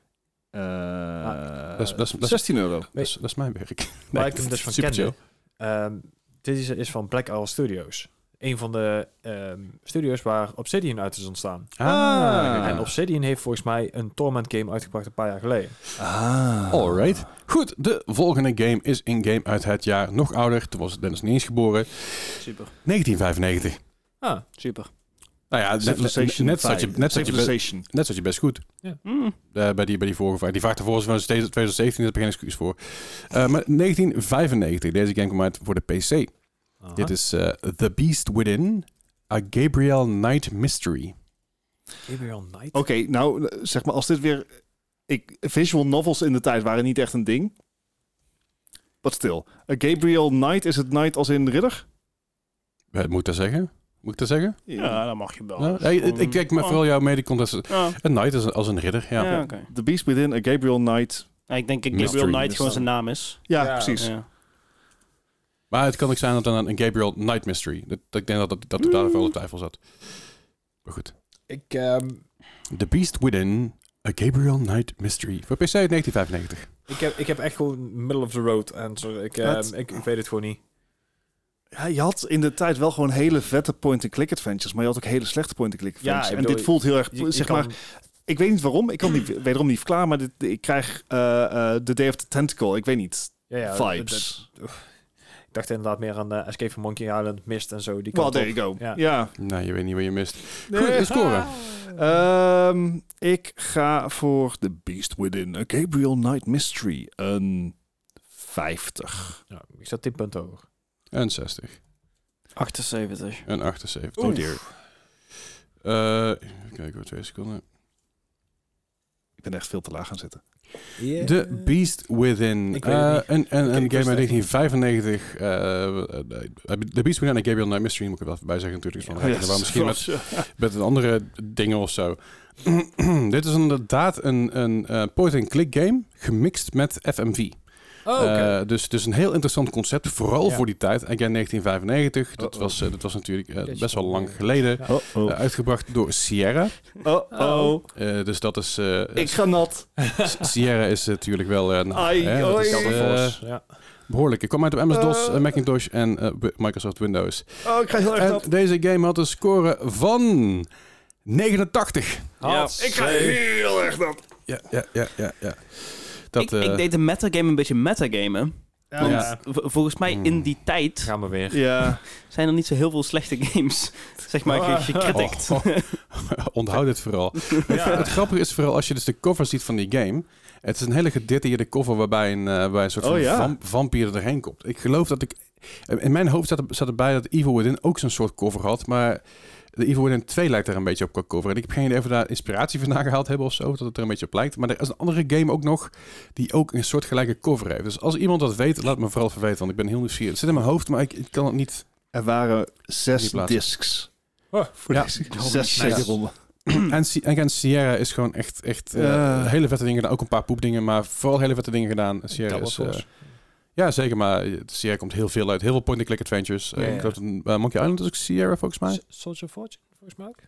Ah, uh, dat is- dat is- dat is- zestien euro. dat, is, dat is mijn werk. Waar ik hem dus van super kende. chill. Ehm, dit is, is van Black Isle Studios. Een van de ehm, studios waar Obsidian uit is ontstaan. Ah. En Obsidian heeft volgens mij een Torment game uitgebracht een paar jaar geleden. Ah. Alright. Goed, de volgende game is een game uit het jaar nog ouder. Toen was Dennis niet eens geboren. Super. negentien vijfennegentig. Ah, Super. Nou ja, net, net, Civilization net, zat je, net, zat je be- Civilization. net zat je best goed. Mm. Uh, bij, die, bij die vorige vraag. Die vraag ervoor was van twintig zeventien, daar heb ik geen excuus voor. Uh, maar negentien vijfennegentig, deze game kwam uit voor de P C. aha. Dit is uh, The Beast Within, A Gabriel Knight Mystery. Gabriel Knight. Oké, nou, zeg maar, als dit weer... Ik, visual novels in de tijd waren niet echt een ding. But still. A Gabriel Knight, is het Knight als in ridder? Uh, moet ik dat zeggen? Moet ik dat zeggen? Ja, dat mag je wel. Nou, hey, ik, ik kijk maar Oh. vooral jouw mede-contest. Ja, Een knight is een- als een ridder, ja. ja oké. The Beast Within, A Gabriel Knight. Ja, ik denk dat Mystery. Gabriel Knight gewoon Dus zijn naam is. Ja, Ja, precies. Ja. Maar het kan ook zijn dat dan een Gabriel Knight Mystery. Dat, dat, ik denk dat, dat, dat er daar wel op twijfel zat. Maar goed. Ik, ehm, The Beast Within, A Gabriel Knight Mystery. Voor P C uit negentien vijfennegentig. ik, heb, ik heb echt gewoon middle of the road answer. Ik, ehm, Wat? ik, ik weet het gewoon niet. Ja, je had in de tijd wel gewoon hele vette point-and-click adventures, maar je had ook hele slechte point-and-click Ja, adventures. ik en bedoel, dit voelt heel erg, Je- je zeg kan- maar, ik weet niet waarom, ik kan niet, wederom niet verklaren, maar dit, ik krijg eh eh The Day of the Tentacle, ik weet niet, ja, ja, vibes. dat- dat- ik dacht inderdaad meer aan uh, Escape from Monkey Island, Mist en zo. Die Well, kant there op. you go. Ja. Ja. Nou, je weet niet wat je mist. Nee. Goed, de score. Ehm, ik ga voor The Beast Within, A Gabriel Knight Mystery, een vijftig. Ja, ik zat tien punten hoger. Een zestig. achtenzeventig. Een achtenzeventig. Oh dear. Uh, even kijken, voor twee seconden. Ik ben echt veel te laag gaan zitten. The Beast Within. Ik weet Uh, het een een, Ik- een ik game uit wist het negentien vijfennegentig. Uh, uh, The Beast Within en Gabriel Knight Mystery moet ik er wel bij zeggen natuurlijk. Van, Ja, rekenen we yes. misschien met, met een andere dingen of zo. Dit is inderdaad een, een uh, point-and-click game gemixt met F M V. Oh, oké. Uh, dus, dus een heel interessant concept, vooral Ja. voor die tijd. Again, negentien vijfennegentig. Dat, Uh-oh. was, uh, dat was natuurlijk uh, Jeetje, best wel man. lang geleden. Ja. Oh, Uh, oh. uitgebracht door Sierra. Oh, oh. Uh, dus dat is... Uh, Ik ga nat. Sierra is natuurlijk wel... Uh, nou, Ai, hè, dat is, oei. uh, ja. behoorlijk. Ik kwam uit op M S-DOS, Uh. uh, Macintosh en uh, w- Microsoft Windows. Oh, ik ga heel erg En nat. deze game had een score van negenentachtig. Ja. Ik ga heel erg nat. Ja, ja, ja, ja. ja. Dat, ik, uh, ik deed de metagame een beetje metagamen. Ja, Want ja. v- volgens mij Hmm. in die tijd Gaan we weer. Ja. zijn er niet zo heel veel slechte games, zeg maar, ge- gecritict. Oh, onthoud dit vooral. Ja. Het grappige is vooral als je dus de cover ziet van die game. Het is een hele gedetailleerde cover waarbij een, uh, waarbij een soort van Oh, ja. vamp- vampier erheen komt. Ik geloof dat ik... In mijn hoofd zat, er, zat erbij dat Evil Within ook zo'n soort cover had, maar de Evil Within twee lijkt er een beetje op qua cover. En ik heb geen idee of we daar inspiratie vandaan gehaald hebben of zo, dat het er een beetje op lijkt. Maar er is een andere game ook nog die ook een soort gelijke cover heeft. Dus als iemand dat weet, laat me vooral even weten, want ik ben heel nieuwsgierig. Het zit in mijn hoofd, maar ik, ik kan het niet... Er waren zes Die plaatsen. discs. Oh, Voor ja. deze Holy zes shit. CD-ronden. en, Si- en again, Sierra is gewoon echt, echt uh, Ja. hele vette dingen gedaan. Ook een paar poepdingen, maar vooral hele vette dingen gedaan. Sierra Double is... Uh, Force. ja, zeker, maar uh, Sierra komt heel veel uit. Heel veel point-and-click adventures. Uh, Ja, ja. Ik geloof dat een, uh, Monkey Island is ook Sierra, volgens mij. S- Soldier of Fortune, volgens mij ook.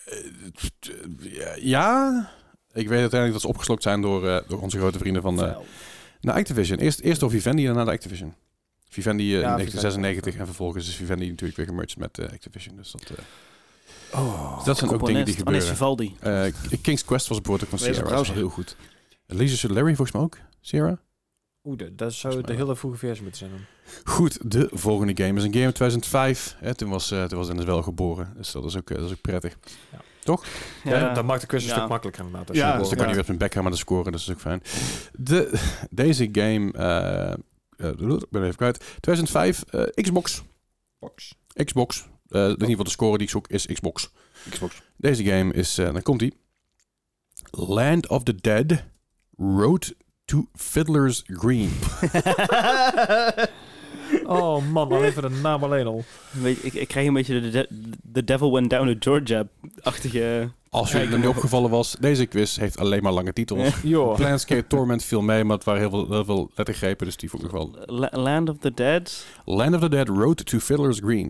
Ja, ja, ik weet uiteindelijk dat ze opgeslokt zijn door, uh, door onze grote vrienden van uh, nou, Activision. Eerst, eerst door Vivendi en daarna de Activision. Vivendi uh, in Ja, negentien zesennegentig Vivendi. en vervolgens is Vivendi natuurlijk weer gemerged met uh, Activision. Dus dat, uh, Oh. dus dat zijn ook dingen die Componist. Oh, nee, gebeuren. Vivaldi. Uh, King's Quest was bijvoorbeeld ook van Deze Sierra. Dat was browser. heel goed. Leisure Larry volgens mij ook. Sierra? Oeh, de- dat zou Volgens de mij hele vroege versie moeten zijn dan. Goed, de volgende game is een game uit tweeduizend vijf. Hè, toen was, uh, toen was Dennis wel geboren, dus dat is ook, uh, dat is ook prettig. Ja. Toch? Ja, Ja. dat maakt de quiz een Ja. stuk makkelijker inderdaad. als Ja, je Dus wil- dan kan ja. je weer met mijn bek gaan met de scoren, dat is ook fijn. De, deze game, uh, uh, ik ben even kwijt, tweeduizend vijf, uh, Xbox. Box. Xbox. Uh, in ieder geval de score die ik zoek is Xbox. Xbox. Deze game is, uh, dan komt ie. Land of the Dead, Road to Fiddler's Green. Oh man, alleen voor de naam alleen al. Weet je, ik, ik krijg een beetje de, de, The Devil Went Down to Georgia-achtige... Als je er niet opgevallen was, deze quiz heeft alleen maar lange titels. Joh. Planescape Torment viel mee, maar het waren heel veel, heel veel lettergrepen, dus die vond ik nog wel. La- Land of the Dead? Land of the Dead, Road to Fiddler's Green.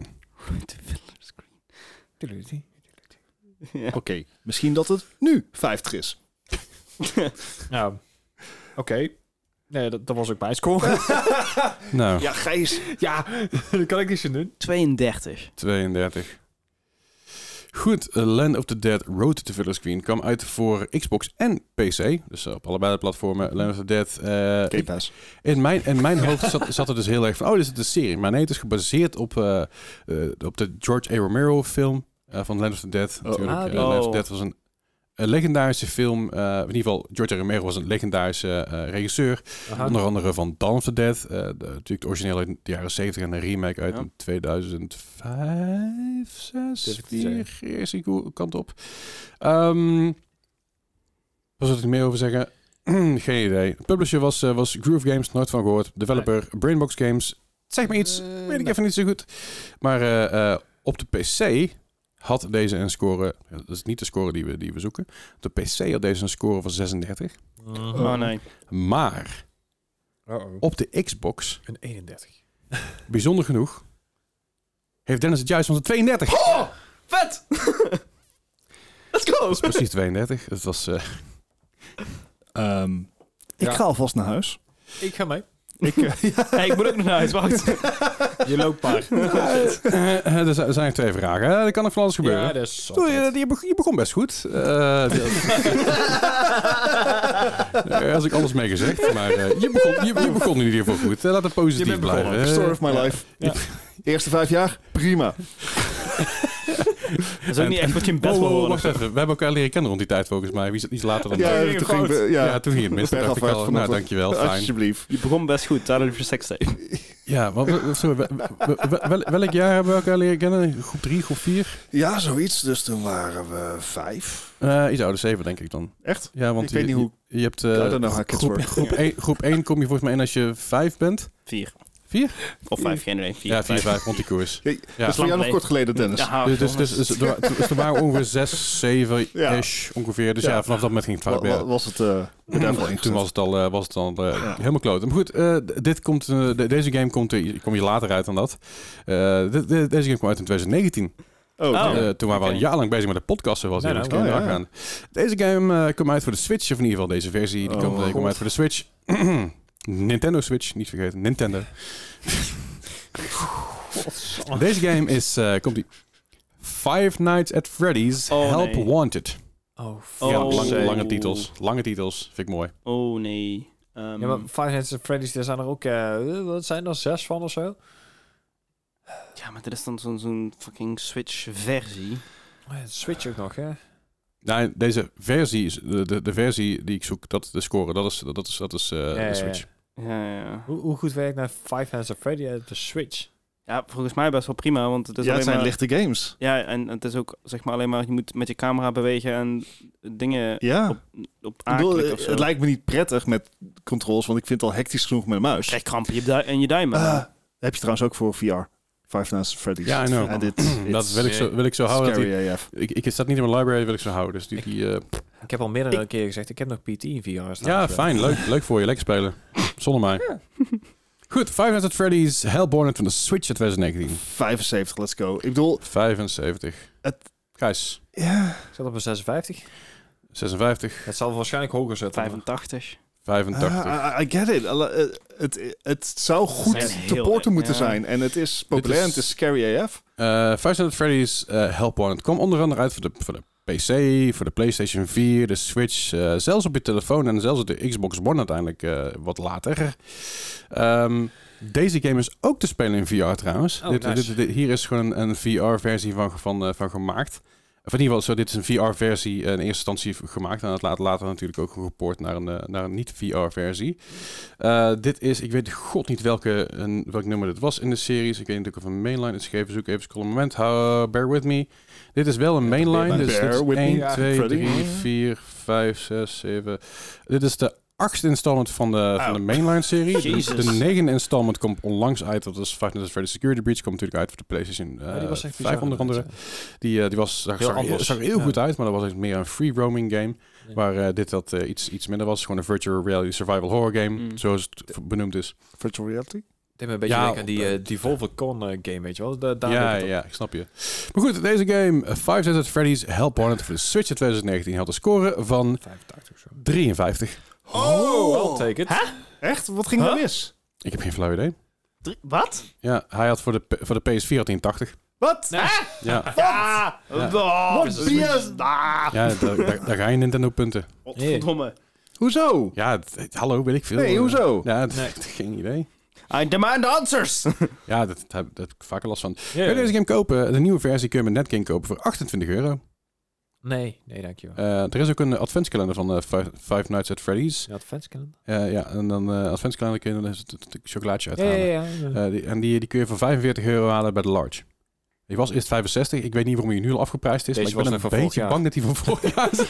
Ja. Oké, okay. Misschien dat het nu vijftig is. Nou, oké. Okay. Nee, dat, dat was ook mijn score. Nou, Ja, Gijs. Ja, dat kan ik niet zo doen. tweeëndertig. tweeëndertig. Goed, uh, Land of the Dead, Road to Fiddler's Green kwam uit voor Xbox en P C. Dus uh, op allebei de platformen. Land of the Dead. Uh, Game Pass. in, mijn, in mijn hoofd zat, zat er dus heel erg van, oh, dit is de serie. Maar nee, het is gebaseerd op, uh, uh, op de George A. Romero film uh, van Land of the Dead. Oh. Natuurlijk. Ah, Uh, die- Land of the Oh. Dead was een, een legendarische film. Uh, in ieder geval, George A. Romero was een legendarische uh, regisseur. Aha. Onder andere van Dawn of the Dead. Uh, de, natuurlijk de originele uit de jaren zeventig en een remake uit Ja. in tweeduizend vijf, zes, Durf ik te vier, is die go- kant op. Um, wat zou ik er meer over zeggen? Geen idee. Publisher was, uh, was Groove Games, nooit van gehoord. Developer Brainbox Games. Zeg maar iets, Eh, weet ik nee. even niet zo goed. Maar uh, uh, op de P C had deze een score, ja, dat is niet de score die we, die we zoeken. Op de P C had deze een score van zesendertig. Oh nee. Maar Uh-oh. op de Xbox, Een eenendertig. bijzonder genoeg, heeft Dennis het juist van de tweeëndertig. Oh, vet! Let's go! Dat is precies tweeëndertig. Dat was... Uh, Um, ik Ja. ga alvast naar huis. Ik ga mee. Ik, uh, Hey, ik moet ook nog naar huis, wacht. Je loopt maar. uh, er zijn er zijn twee vragen. Uh, er kan nog van alles gebeuren. Ja, dat is Doe, je, je, begon, je begon best goed. Uh, uh, als ik alles mee gezegd. Maar uh, je, begon, je, je begon in ieder geval goed. Uh, laat het positief Je bent begonnen. blijven. story of my life. ja. Eerste vijf jaar, prima. Dat is ook niet echt wat je in bed Oh, wil oh, horen. wacht even. We hebben elkaar leren kennen rond die tijd volgens mij. Wie is het iets later dan Ja, dat? toen fout. ging, ja, Ja, toen ging het mis. Toen dacht ik bergafwaarts al, vanaf nou, het- dankjewel. Fijn. Alsjeblieft. Je begon best goed, daardoor voor sekstape. Ja, maar, we- sorry, we- we- we- wel- welk jaar hebben we elkaar leren kennen? Groep drie, groep vier? Ja, zoiets. Dus toen waren we vijf. Uh, iets ouder, zeven denk ik dan. Echt? Ja, want Ik weet je, niet hoe- Je, je hebt I uh, don't know how kids groep, work. groep, één, groep één kom je volgens mij in als je vijf bent. Vier. Vier? Of vijf, geen idee. Vier, Ja, vier, vijf. vijf, rond die koers. Ja, Ja. dat is voor jou nog Lang kort geleden, Dennis. Ja, Dus, dus, dus, dus, er, dus er waren ongeveer zes, zeven-ish ongeveer. Dus ja. Ja. vanaf dat moment ging het Wa- vaak wa- weer. was het uh, bedrijf Toen was het al, uh, was het al uh, Ja. helemaal kloten. Maar goed, uh, d- dit komt, uh, de- deze game komt, uh, kom je later uit dan dat. Uh, de- de- deze game kwam uit in twintig negentien. Oh, Oh. ja. Uh, toen waren we al Oké. een jaar lang bezig met de podcasten. Was Nee, hier nou, dus kun je oh, ja, nagaan. Deze game uh, kwam uit voor de Switch. Of in ieder geval deze versie. Die Oh, komt, uh, God. kwam uit voor de Switch. Nintendo Switch, niet vergeten. Nintendo. Deze game is, uh, komt die Five Nights at Freddy's Oh, Help nee. Wanted. Oh, Oh. Ja, Oh. lang- lange titels. Lange titels, vind ik mooi. Oh nee. Um, Ja, maar Five Nights at Freddy's, daar zijn er ook, uh, wat zijn er, zes van of zo? ja, maar dit is dan zo'n zo'n fucking Switch-versie. Oh ja, Switch ook nog, hè? Nou, deze versie, is, de, de, de versie die ik zoek, dat de score, dat is, dat is, dat is uh, Ja, ja, de ja. Switch. Ja, ja, ja. Hoe, hoe goed werkt nou Five Nights at Freddy uit de Switch? Ja, volgens mij best wel prima, want het is ja, het alleen zijn maar... lichte games. Ja, en het is ook zeg maar alleen maar, je moet met je camera bewegen en dingen Ja. op, op Ik bedoel, aanklikken of zo. het lijkt me niet prettig met controls, want ik vind het al hectisch genoeg met een muis. Krijg krampen in je, du- in je duimen. Ah, heb je trouwens ook voor V R. Five Nights at Freddy's. Ja, I know. En dit, dat it's wil ik zo, wil ik zo houden. Dat scary die, A F. ik, ik staat niet in mijn library, wil ik zo houden. Dus die, die, uh, Ik heb al meerdere keren gezegd, ik heb nog P T in V R staan. ja, fijn. Leuk, leuk voor je. Lekker spelen. Zonder mij. Goed, Five Nights at Freddy's Hellborn van de Switch uit twintig negentien. vijfenzeventig, let's go. Ik bedoel, vijfenzeventig. Het- Gijs, ja, Ik zat op een zesenvijftig. zesenvijftig. Het zal waarschijnlijk hoger zitten. vijfentachtig. vijfentachtig. Ah, I I get it. Alle- eh, Het, het zou goed zijn te heel- porten moeten ja. zijn. En het is populair en is- het is scary A F. Uh, Five Nights at Freddy's uh, Hellborn. Het kwam onder andere uit voor de, voor de P C, voor de PlayStation vier, de Switch, uh, zelfs op je telefoon en zelfs op de Xbox One uiteindelijk uh, wat later. Um, deze game is ook te spelen in V R trouwens. Oh, dit, nice. dit, dit- hier is gewoon een, een V R-versie van, van, uh, van gemaakt. Of in ieder geval, zo, dit is een V R-versie in eerste instantie gemaakt. En het later, later natuurlijk ook gepoord naar een, uh, naar een niet-V R-versie. Uh, dit is, ik weet god niet welke, een, welk nummer dit was in de series. Ik weet niet of een mainline is gegeven. Zoek even scrollen een moment. How, bear with me. Dit is wel een mainline. Dus dit is één, twee, drie, vier, vijf, zes, zeven. Dit is de achtste installment van de, oh. van de mainline-serie. De, de negende installment komt onlangs uit. Dat is Five Nights at Freddy's Security Breach. Komt natuurlijk uit voor de PlayStation uh, ja, die vijf onder andere. Die, uh, die was, zag, heel, zag, zag er heel ja. goed uit, maar dat was echt meer een free roaming game. Ja. Waar uh, dit dat uh, iets, iets minder was. Gewoon een virtual reality survival horror game. Mm. Zoals het benoemd is. Virtual reality? Ik denk een beetje ja, aan die uh, Devolver Con uh, game, weet je wel. Da daar ja, ja, ik snap je. Maar goed, deze game, uh, Five Nights at Freddy's Help Wanted voor de Switch in twintig negentien had een score van vijfentachtig zo. drieënvijftig. Oh, I'll take it. Huh? Echt? Wat ging huh? er mis? Ik heb geen flauw idee. Drie, wat? Ja, hij had voor de, voor de P S vier had hij een tachtig. Wat? Nee. Ja. Wat? Ja. Ja. Wat? B S? Ja, daar, daar, daar ga je Nintendo punten. Godverdomme. Hoezo? Ja, het, het, hallo, weet ik veel. Nee, hoezo? Ja, het, nee. Geen idee. I demand answers! Ja, dat, dat, dat heb ik vaker last van. Yeah. Kun je deze game kopen? De nieuwe versie kun je met Netgame kopen voor achtentwintig euro. Nee, nee, dankjewel. Uh, er is ook een adventskalender van uh, Five, Five Nights at Freddy's. Een adventskalender? Uh, ja, en dan uh, adventskalender kun je dan het, het, het chocolaatje uithalen. Ja, ja, ja. Uh, die, en die, die kun je voor vijfenveertig euro halen bij de Large. Die was eerst vijfenzestig. Ik weet niet waarom hij nu al afgeprijsd is. Deze maar ik ben een beetje bang dat hij van vorig jaar is.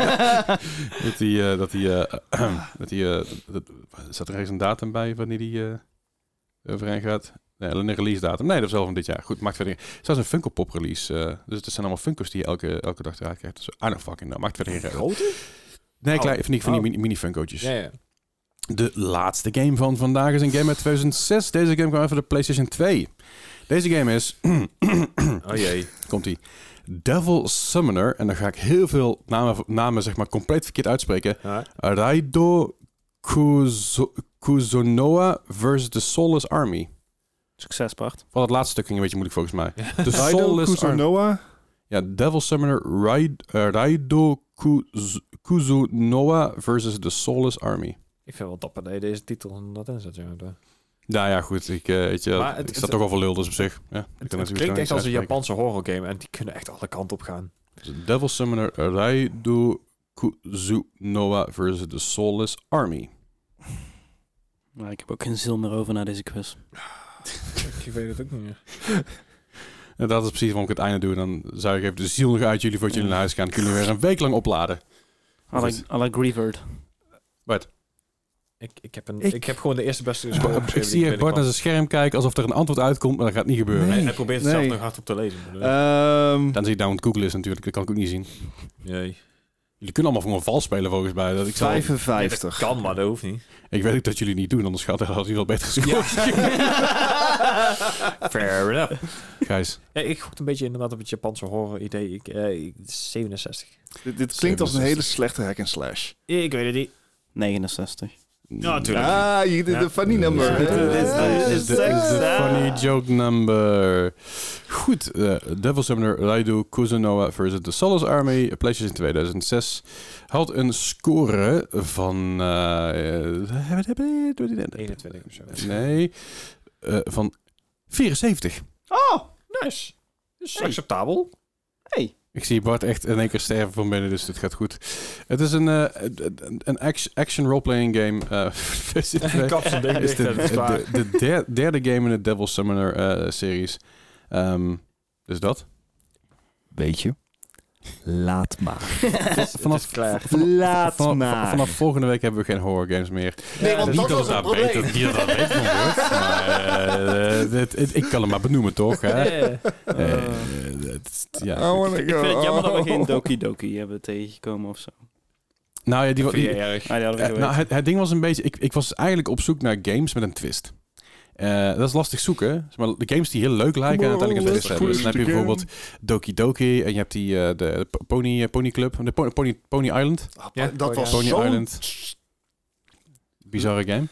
dat hij... Uh, dat hij... Uh, dat hij uh, dat, zat er ergens een datum bij wanneer die uh, overheen gaat? Nee, een release datum. Nee, dat is wel van dit jaar. Goed, maakt verder. Het is een Funko Pop release. Uh, dus het zijn allemaal Funkos die je elke, elke dag eruit krijgt. Dus I don't fucking know. Maakt verder geen reden. Grote? Nee, oh. klein, van die, van die oh. mini, mini Funkootjes. Ja, ja. De laatste game van vandaag is een game uit tweeduizend zes. Deze game kwam uit voor de PlayStation twee. Deze game is... oh jee. Komt-ie. Devil Summoner. En dan ga ik heel veel namen, namen zeg maar compleet verkeerd uitspreken. Ja. Raido Kuzo, Kuzonoa versus the Soulless Army. Succes, Bart. Van het laatste stuk ging een beetje moeilijk volgens mij. Ja. De Soulless Kuzonoa? Ja, Devil Summoner Raid, uh, Raido Kuz, Kuzonoa versus the Soulless Army. Ik vind wel dapper dat je deze titel dat in zet. Ja. Nou ja, goed. Ik, uh, weet je, maar het, ik sta het, toch al voor lul, dus op zich. Ja, het, het klinkt echt als een Japanse horror game en die kunnen echt alle kanten op gaan. Dus Devil Summoner Raido Kuzunoa versus the Soulless Army. Nou, ik heb ook geen ziel meer over na deze quiz. Ik weet het ook niet meer. En dat is precies waarom ik het einde doe. Dan zou ik even de ziel nog uit jullie voordat jullie naar huis gaan. Kunnen jullie weer een week lang opladen. I like, I like Grieverd. Wat? Ik, ik, heb een, ik, ik heb gewoon de eerste beste... Dus ik, ik zie Bart naar zijn scherm kijken alsof er een antwoord uitkomt, maar dat gaat niet gebeuren. Nee, hij probeert het nee. zelf nog hard op te lezen. Um, Dan zie je nou het Google is natuurlijk, dat kan ik ook niet zien. Nee. Jullie kunnen allemaal gewoon vals spelen volgens mij. Dat ik vijfenvijftig. Nee, dat kan, maar dat hoeft niet. Ik weet ook dat jullie niet doen, anders gaat hij wel beter gescoord. Ja. Fair enough. Gijs. Ja, ik gokt een beetje inderdaad op het Japanse horror idee. Ik, uh, zevenenzestig. Dit, dit klinkt als een hele slechte hack and slash. Ik weet het niet. negenenzestig. Ja, natuurlijk. Ah, je de, ja. de funny number. Dit is de funny joke number. Goed. Uh, Devil Summoner Raido Kuzunoa versus the Soulless Army. PlayStation tweeduizend zes. Had een score van... Uh, eenentwintig of zo. Nee. Uh, van vierenzeventig. Oh, nice. Dus hey. acceptabel. Hey. Ik zie Bart echt in één keer sterven van binnen, dus dit gaat goed. Het is een, uh, een action roleplaying game. Uh, Kapsel ding is de, de, de der, derde game in de Devil Summoner uh, series. Um, dus dat. Weet je? Laat maar. Vanaf, klaar. Vanaf, Laat vanaf, maar. vanaf volgende week hebben we geen horror games meer. Nee, want niet dat dat was het het daar probleem. beter, niet dat het beter van wordt. Maar, uh, het, het, ik kan hem maar benoemen, toch? Hè? Yeah. Uh, uh, het, ja. Ik vind het jammer dat we geen Doki Doki hebben tegengekomen of zo. Nou ja, die, die, die, Ah, die hadden we uh, nou, het, het ding was een beetje... Ik, ik was eigenlijk op zoek naar games met een twist. Uh, dat is lastig zoeken. Maar de games die heel leuk lijken en uiteindelijk een twist hebben. Dus dan heb je bijvoorbeeld Doki Doki en je hebt die uh, de, de Pony, Pony Club, de Pony, Pony, Pony Island. Ja, dat was Pony zo... Island. Bizarre game.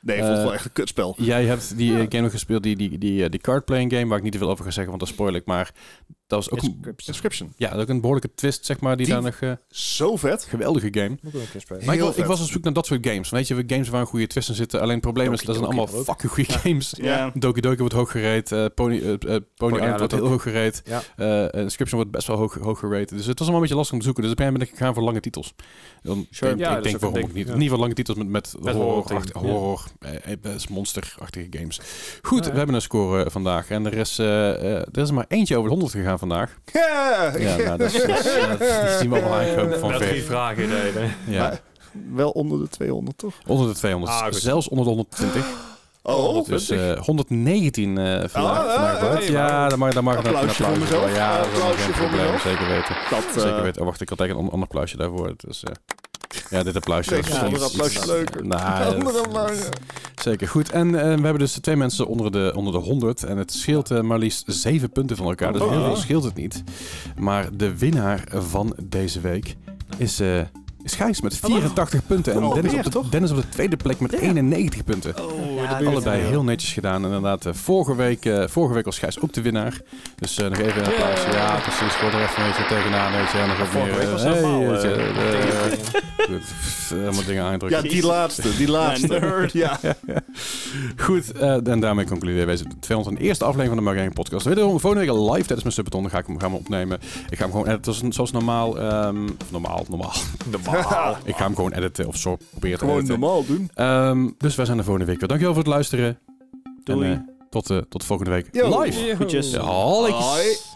Nee, ik vond het wel echt een kutspel. Jij hebt die uh, game nog gespeeld, die, die, die, uh, die card-playing game, waar ik niet te veel over ga zeggen, want dat spoil ik. Maar dat was ook een, Inscription. ja, ook een behoorlijke twist, zeg maar, die, die daar nog... Uh, zo vet. Geweldige game. Maar ik, was, ik was op zoek naar dat soort games. Weet je, games waar een goede twist in zitten. Alleen het probleem is, dat zijn allemaal fucking goede games. Ja. Ja. Doki Doki wordt hoog gerate. Uh, Pony, uh, uh, Pony, Pony Island wordt heel hoog gerate. Ja. Uh, Inscription wordt best wel hoog, hoog gerate. Dus het was allemaal een beetje lastig om te zoeken. Dus op een gegeven moment ben ik gegaan voor lange titels. Dan, Sure. ik, Ja, ik denk waarom ook niet. Ja. In ieder geval lange titels met, met, met horror, horror, horror, horror ja. uh, monsterachtige games. Goed, Ja, ja. we hebben een score uh, vandaag. En er is, uh, uh, er is maar eentje over de honderd gegaan vandaag. Ja, Ja, nou, dat, is, dat, is, uh, dat zien we allemaal aankomen van Met ver. drie vragen deden. Ja. Maar wel onder de tweehonderd, toch? Onder de tweehonderd. Ah, goed. Zelfs onder de honderdtwintig. Oh, Dus uh, honderdnegentien uh, vandaag. Ah, vandaag ah, wordt. hey, ja, dan mag, dan mag er een applausje applausje voor voor. mezelf. Ja, dat is Applausje geen voor probleem. mezelf. Zeker weten. Dat, uh, Zeker weten. Oh, wacht, ik had eigenlijk een ander applausje daarvoor. Dus, uh, ja, dit applausje. Nee, was ik vond het applausje iets- leuker. Nou, Andere dat- applausje. zeker. Goed. En uh, we hebben dus twee mensen onder de, onder de honderd. En het scheelt uh, maar liefst zeven punten van elkaar. Dus Oh. heel veel scheelt het niet. Maar de winnaar van deze week is... Uh, is Gijs met vierentachtig punten. En Oh, Dennis, weer, op de, toch? Dennis op de tweede plek met eenennegentig punten. Oh, Ja, de dat- Allebei Ja. heel netjes gedaan. En inderdaad, uh, vorige, week, uh, vorige week was Gijs ook de winnaar. Dus uh, nog even een applaus. Yeah. Ja, precies. Gooi er even een beetje tegenaan. Weet je, en nog even Vorige meer... week uh, was hey, het normaal, weet je, uh, uh, goed, pff, Helemaal dingen Ja, aandrukken. die laatste. Die laatste. Nerd. Ja. Goed, uh, en daarmee concluderen we deze tweehonderdéérste aflevering van de Marketing Podcast. Wederom volgende week live tijdens mijn Subbaton. Dan ga ik hem gaan we opnemen. Ik ga hem gewoon editen zoals, zoals normaal. Um, normaal, normaal. Normaal. Ik ga hem gewoon editen of zo proberen te Gewoon editen. normaal doen. Um, dus wij zijn de volgende week weer. Dankjewel voor het luisteren. Doei. En, uh, tot, uh, tot volgende week Yo. live. Groetjes. Ja, hoi. Hoi.